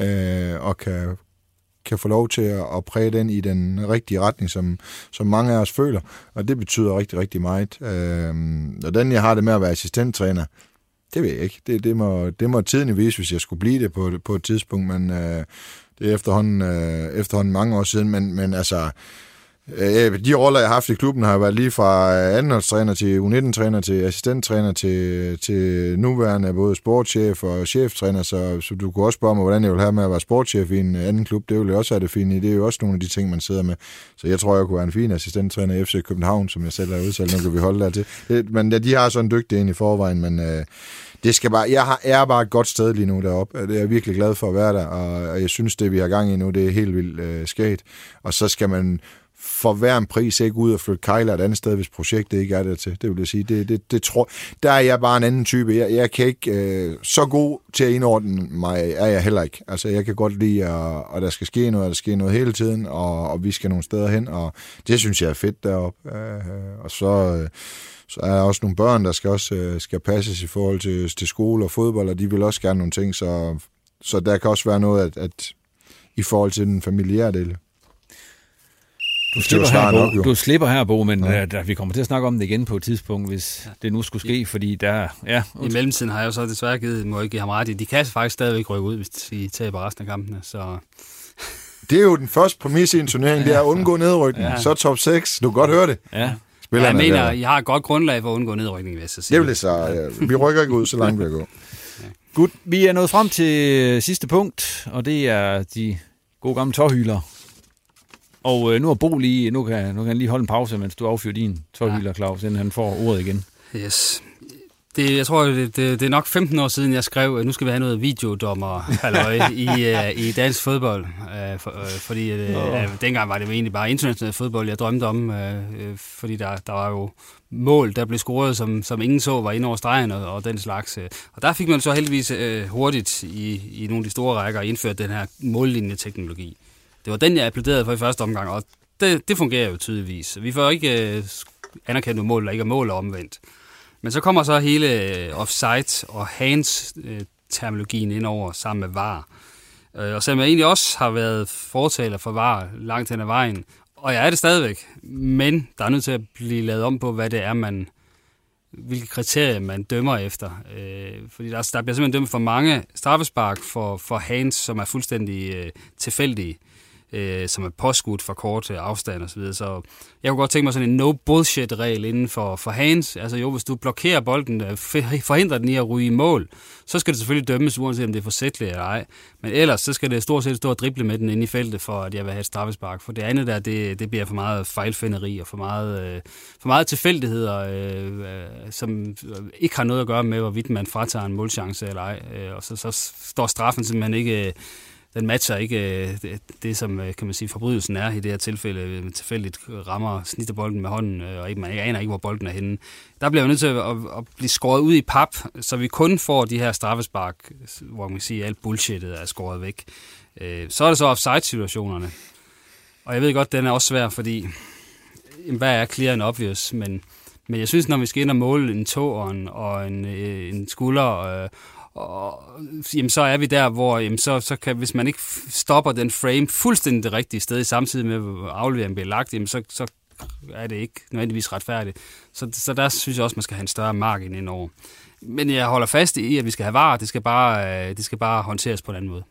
øh, og kan, kan få lov til at, at præge den i den rigtige retning, som, som mange af os føler. Og det betyder rigtig, rigtig meget. Øh, og den, jeg har det med at være assistenttræner, det ved jeg ikke. Det, det, må, det må tiden vise, hvis jeg skulle blive det på, på et tidspunkt, men øh, det er efterhånden, øh, efterhånden mange år siden. Men, men altså, øh, de roller, jeg har haft i klubben, har været lige fra andenholdstræner til U nitten-træner til assistenttræner til, til nuværende både sportschef og cheftræner, så, så du kunne også spørge mig, hvordan jeg vil have med at være sportschef i en anden klub. Det ville jeg også have det fint i. Det er jo også nogle af de ting, man sidder med. Så jeg tror, jeg kunne være en fin assistenttræner i F C København, som jeg selv har udtalt. Nu kan vi holde der til. Det, men ja, de har sådan en dygtig en i forvejen, men øh, det skal bare, jeg har, er bare et godt sted lige nu deroppe. Det er jeg virkelig glad for at være der, og, og jeg synes, det vi har gang i nu, det er helt vildt øh, skægt. Og så skal man for hver en pris ikke ud og flytte Kejler et andet sted, hvis projektet ikke er der til. Det vil jeg sige. Det, det, det tror, der er jeg bare en anden type. Jeg, jeg kan ikke... Øh, så god til at indordne mig er jeg heller ikke. Altså, jeg kan godt lide, at, at der skal ske noget, og der sker noget hele tiden, og, og vi skal nogle steder hen, og det synes jeg er fedt deroppe. Øh, og så... Øh, Så er der også nogle børn, der skal også øh, skal passes i forhold til, til skole og fodbold, og de vil også gerne nogle ting, så, så der kan også være noget at, at i forhold til den familiære del. Du slipper, her, nok, Bo. du slipper her, Bo, men ja. der, vi kommer til at snakke om det igen på et tidspunkt, hvis ja. det nu skulle ske, fordi der... Ja, I mellemtiden har jeg jo så desværre givet, må jeg give ham ret i, de kan faktisk stadigvæk rykke ud, hvis de taber resten af kampene, så... Det er jo den første præmis i en turnering, ja, det er at undgå nedrykning. Ja. Så top seks, du kan godt høre det. Ja. Ja, jeg mener, der. jeg har et godt grundlag for at undgå nedrykning, hvis jeg siger. Det vil så. Ja. Vi rykker ikke ud, så langt vi er gå. Ja. Godt, vi er nået frem til sidste punkt, og det er de gode gamle tårhyler. Og øh, nu er Bo lige, nu kan, nu kan han lige holde en pause, mens du affyrer din tårhyler, Claus, inden han får ordet igen. Yes. Det, jeg tror, det, det, det er nok femten år siden, jeg skrev, at nu skal vi have noget videodommer i, uh, i dansk fodbold. Uh, for, uh, fordi uh, oh. uh, dengang var det jo egentlig bare international fodbold, jeg drømte om. Uh, uh, fordi der, der var jo mål, der blev scoret, som, som ingen så var inde over stregen og, og den slags. Uh. Og der fik man så heldigvis uh, hurtigt i, i nogle af de store rækker indført den her mållinjeteknologi. Det var den, jeg applauderede for i første omgang, og det, det fungerer jo tydeligvis. Vi får ikke uh, anerkendt nogle mål, der ikke er mål og omvendt. Men så kommer så hele offside og hands-terminologien ind over sammen med V A R. Og selvom jeg egentlig også har været fortaler for V A R langt hen ad vejen, og jeg er det stadigvæk, men der er nødt til at blive lavet om på, hvad det er, man, hvilke kriterier man dømmer efter. Fordi der, der bliver simpelthen dømt for mange straffespark for, for hands, som er fuldstændig øh, tilfældige. Øh, som er påskudt for kort afstand og så videre. Så jeg kunne godt tænke mig sådan en no-bullshit-regel inden for, for hands. Altså jo, hvis du blokerer bolden, forhindrer den i at ryge i mål, så skal det selvfølgelig dømmes, uanset om det er forsætligt eller ej. Men ellers, så skal det stort set stå og drible med den inde i feltet, for at jeg vil have et straffespark. For det andet der, det, det bliver for meget fejlfinderi og for meget, øh, for meget tilfældigheder, øh, øh, som ikke har noget at gøre med, hvorvidt man fratager en målchance eller ej. Øh, og så, så står straffen simpelthen ikke... Øh, Den matcher ikke det, det, som kan man sige, forbrydelsen er i det her tilfælde. Tilfældigt rammer, snitter bolden med hånden, og man aner ikke, hvor bolden er henne. Der bliver jo nødt til at, at, at blive skåret ud i pap, så vi kun får de her straffespark, hvor man kan sige, at alt bullshittet er skåret væk. Så er det så offside-situationerne. Og jeg ved godt, den er også svær, fordi hvad er clear and obvious, men, men jeg synes, når vi skal ind og måle en tå og en, og en, en skulder, og jamen, så er vi der, hvor jamen, så, så kan, hvis man ikke stopper den frame fuldstændig det rigtige sted, samtidig med at afleveringen bliver lagt, jamen, så, så er det ikke nødvendigvis retfærdigt. Så, så der synes jeg også, man skal have en større margin indover. Men jeg holder fast i, at vi skal have V A R, det skal bare, det skal bare håndteres på en anden måde.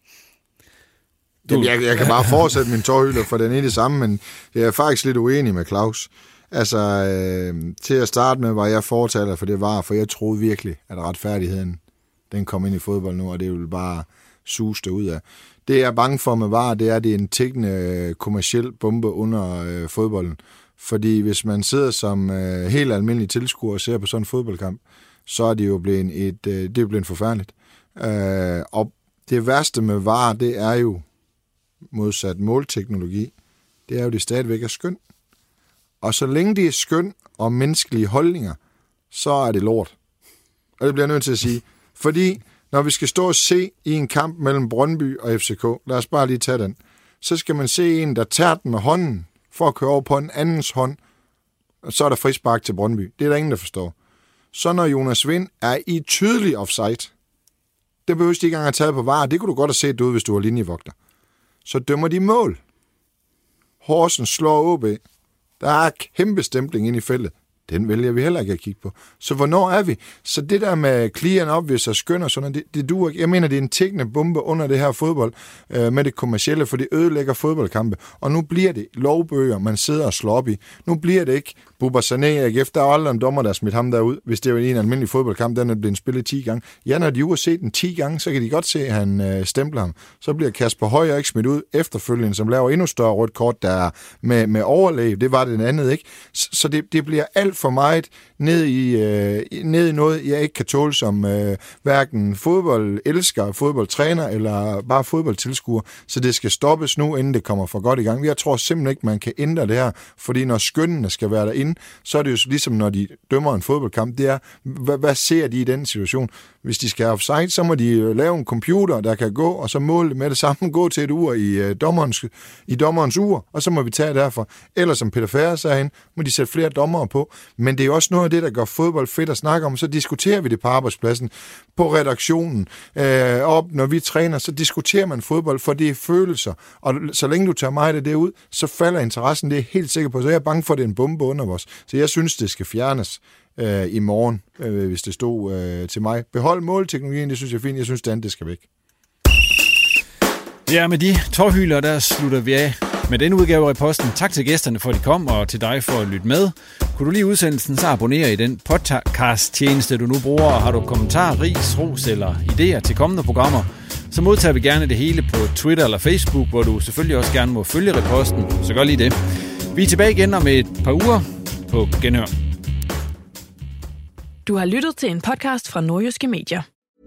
Du... Jeg, jeg kan bare fortsætte min tårhylder, for den er det samme, men jeg er faktisk lidt uenig med Claus. Altså, øh, til at starte med var jeg fortaler for det V A R, for jeg troede virkelig, at retfærdigheden den kom ind i fodbold nu, og det vil bare suse det ud af. Det jeg er bange for med V A R, det er, at det er en tikkende kommerciel bombe under øh, fodbolden. Fordi hvis man sidder som øh, helt almindelig tilskuer og ser på sådan en fodboldkamp, så er det jo blevet, et, øh, det er blevet forfærdeligt. Øh, og det værste med V A R, det er jo modsat målteknologi, det er jo, det stadigvæk er skøn. Og så længe det er skøn og menneskelige holdninger, så er det lort. Og det bliver jeg nødt til at sige. Fordi når vi skal stå og se i en kamp mellem Brøndby og F C K, lad os bare lige tage den, så skal man se en, der tager den med hånden for at køre over på en andens hånd, og så er der frispark til Brøndby. Det er der ingen, der forstår. Så når Jonas Vind er i tydelig offside, det behøver de ikke engang at tage på V A R, det kunne du godt have set ud, hvis du var linjevogter. Så dømmer de mål. Horsens slår O B. Der er kæmpe stempling ind i feltet. Den vælger vi heller ikke at kigge på. Så hvornår er vi? Så det der med clear and obvious og skøn og sådan, det, det duer ikke. Jeg mener, det er en tikkende bombe under det her fodbold øh, med det kommercielle, for det ødelægger fodboldkampe. Og nu bliver det lovbøger, man sidder og slår op i. Nu bliver det ikke Bubba Sané, Erik F. Der er aldrig en dommer, der smidt ham derud, hvis det er en almindelig fodboldkamp, den er blevet spillet ti gange. Ja, når de har set den ti gange, så kan de godt se, at han øh, stempler ham. Så bliver Kasper Højer ikke smidt ud efterfølgende, som laver endnu større rødt kort, der er med, med overlæg. Det var det andet, ikke? Så det, det bliver alt for meget ned i, øh, ned i noget, jeg ikke kan tåle som øh, hverken fodboldelsker, fodboldtræner eller bare fodboldtilskuer. Så det skal stoppes nu, inden det kommer for godt i gang. Jeg tror simpelthen ikke, man kan ændre det her, fordi når skønnene skal være derinde, så er det jo ligesom, når de dømmer en fodboldkamp, det er, hvad, hvad ser de i den situation? Hvis de skal have offside, så må de lave en computer, der kan gå, og så måle med det samme, gå til et ur i, øh, dommerens, i dommerens ur, og så må vi tage derfra. Eller som Peter Ferre sagde hen, må de sætte flere dommere på. Men det er jo også noget af det, der gør fodbold fedt at snakke om. Så diskuterer vi det på arbejdspladsen, på redaktionen. Øh, op, når vi træner, så diskuterer man fodbold, for det er følelser. Og så længe du tager mig det derud, så falder interessen, det er helt sikker på. Så jeg er bange for, at det er en bombe under os. Så jeg synes, det skal fjernes øh, i morgen, øh, hvis det stod øh, til mig. Behold målteknologien, det synes jeg er fint. Jeg synes, det andet, det skal væk. Ja, med de tårhyler, der slutter vi af med den udgave af Reposten. Tak til gæsterne for, at de kom, og til dig for at lytte med. Kunne du lide udsendelsen, så abonner i den podcast-tjeneste, du nu bruger, og har du kommentarer, ris, ros eller idéer til kommende programmer, så modtager vi gerne det hele på Twitter eller Facebook, hvor du selvfølgelig også gerne må følge Reposten, så gør lige det. Vi er tilbage igen om et par uger på Genhør. Du har lyttet til en podcast fra Nordjyske Medier.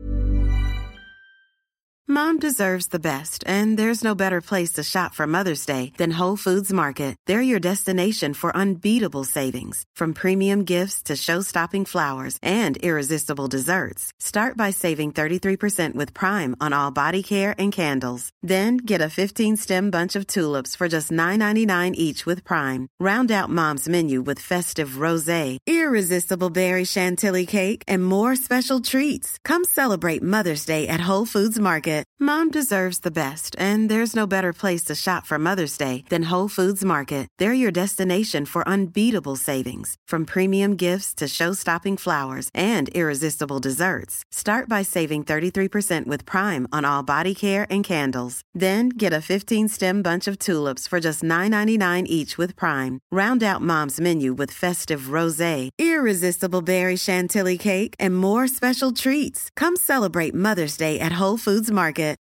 Mom deserves the best, and there's no better place to shop for Mother's Day than Whole Foods Market. They're your destination for unbeatable savings, from premium gifts to show-stopping flowers and irresistible desserts. Start by saving thirty-three percent with Prime on all body care and candles. Then get a fifteen-stem bunch of tulips for just nine ninety-nine each with Prime. Round out Mom's menu with festive rosé, irresistible berry chantilly cake, and more special treats. Come celebrate Mother's Day at Whole Foods Market. Mom deserves the best, and there's no better place to shop for Mother's Day than Whole Foods Market. They're your destination for unbeatable savings, from premium gifts to show-stopping flowers and irresistible desserts. Start by saving thirty-three percent with Prime on all body care and candles. Then get a fifteen-stem bunch of tulips for just nine ninety-nine each with Prime. Round out Mom's menu with festive rosé, irresistible berry chantilly cake, and more special treats. Come celebrate Mother's Day at Whole Foods Market.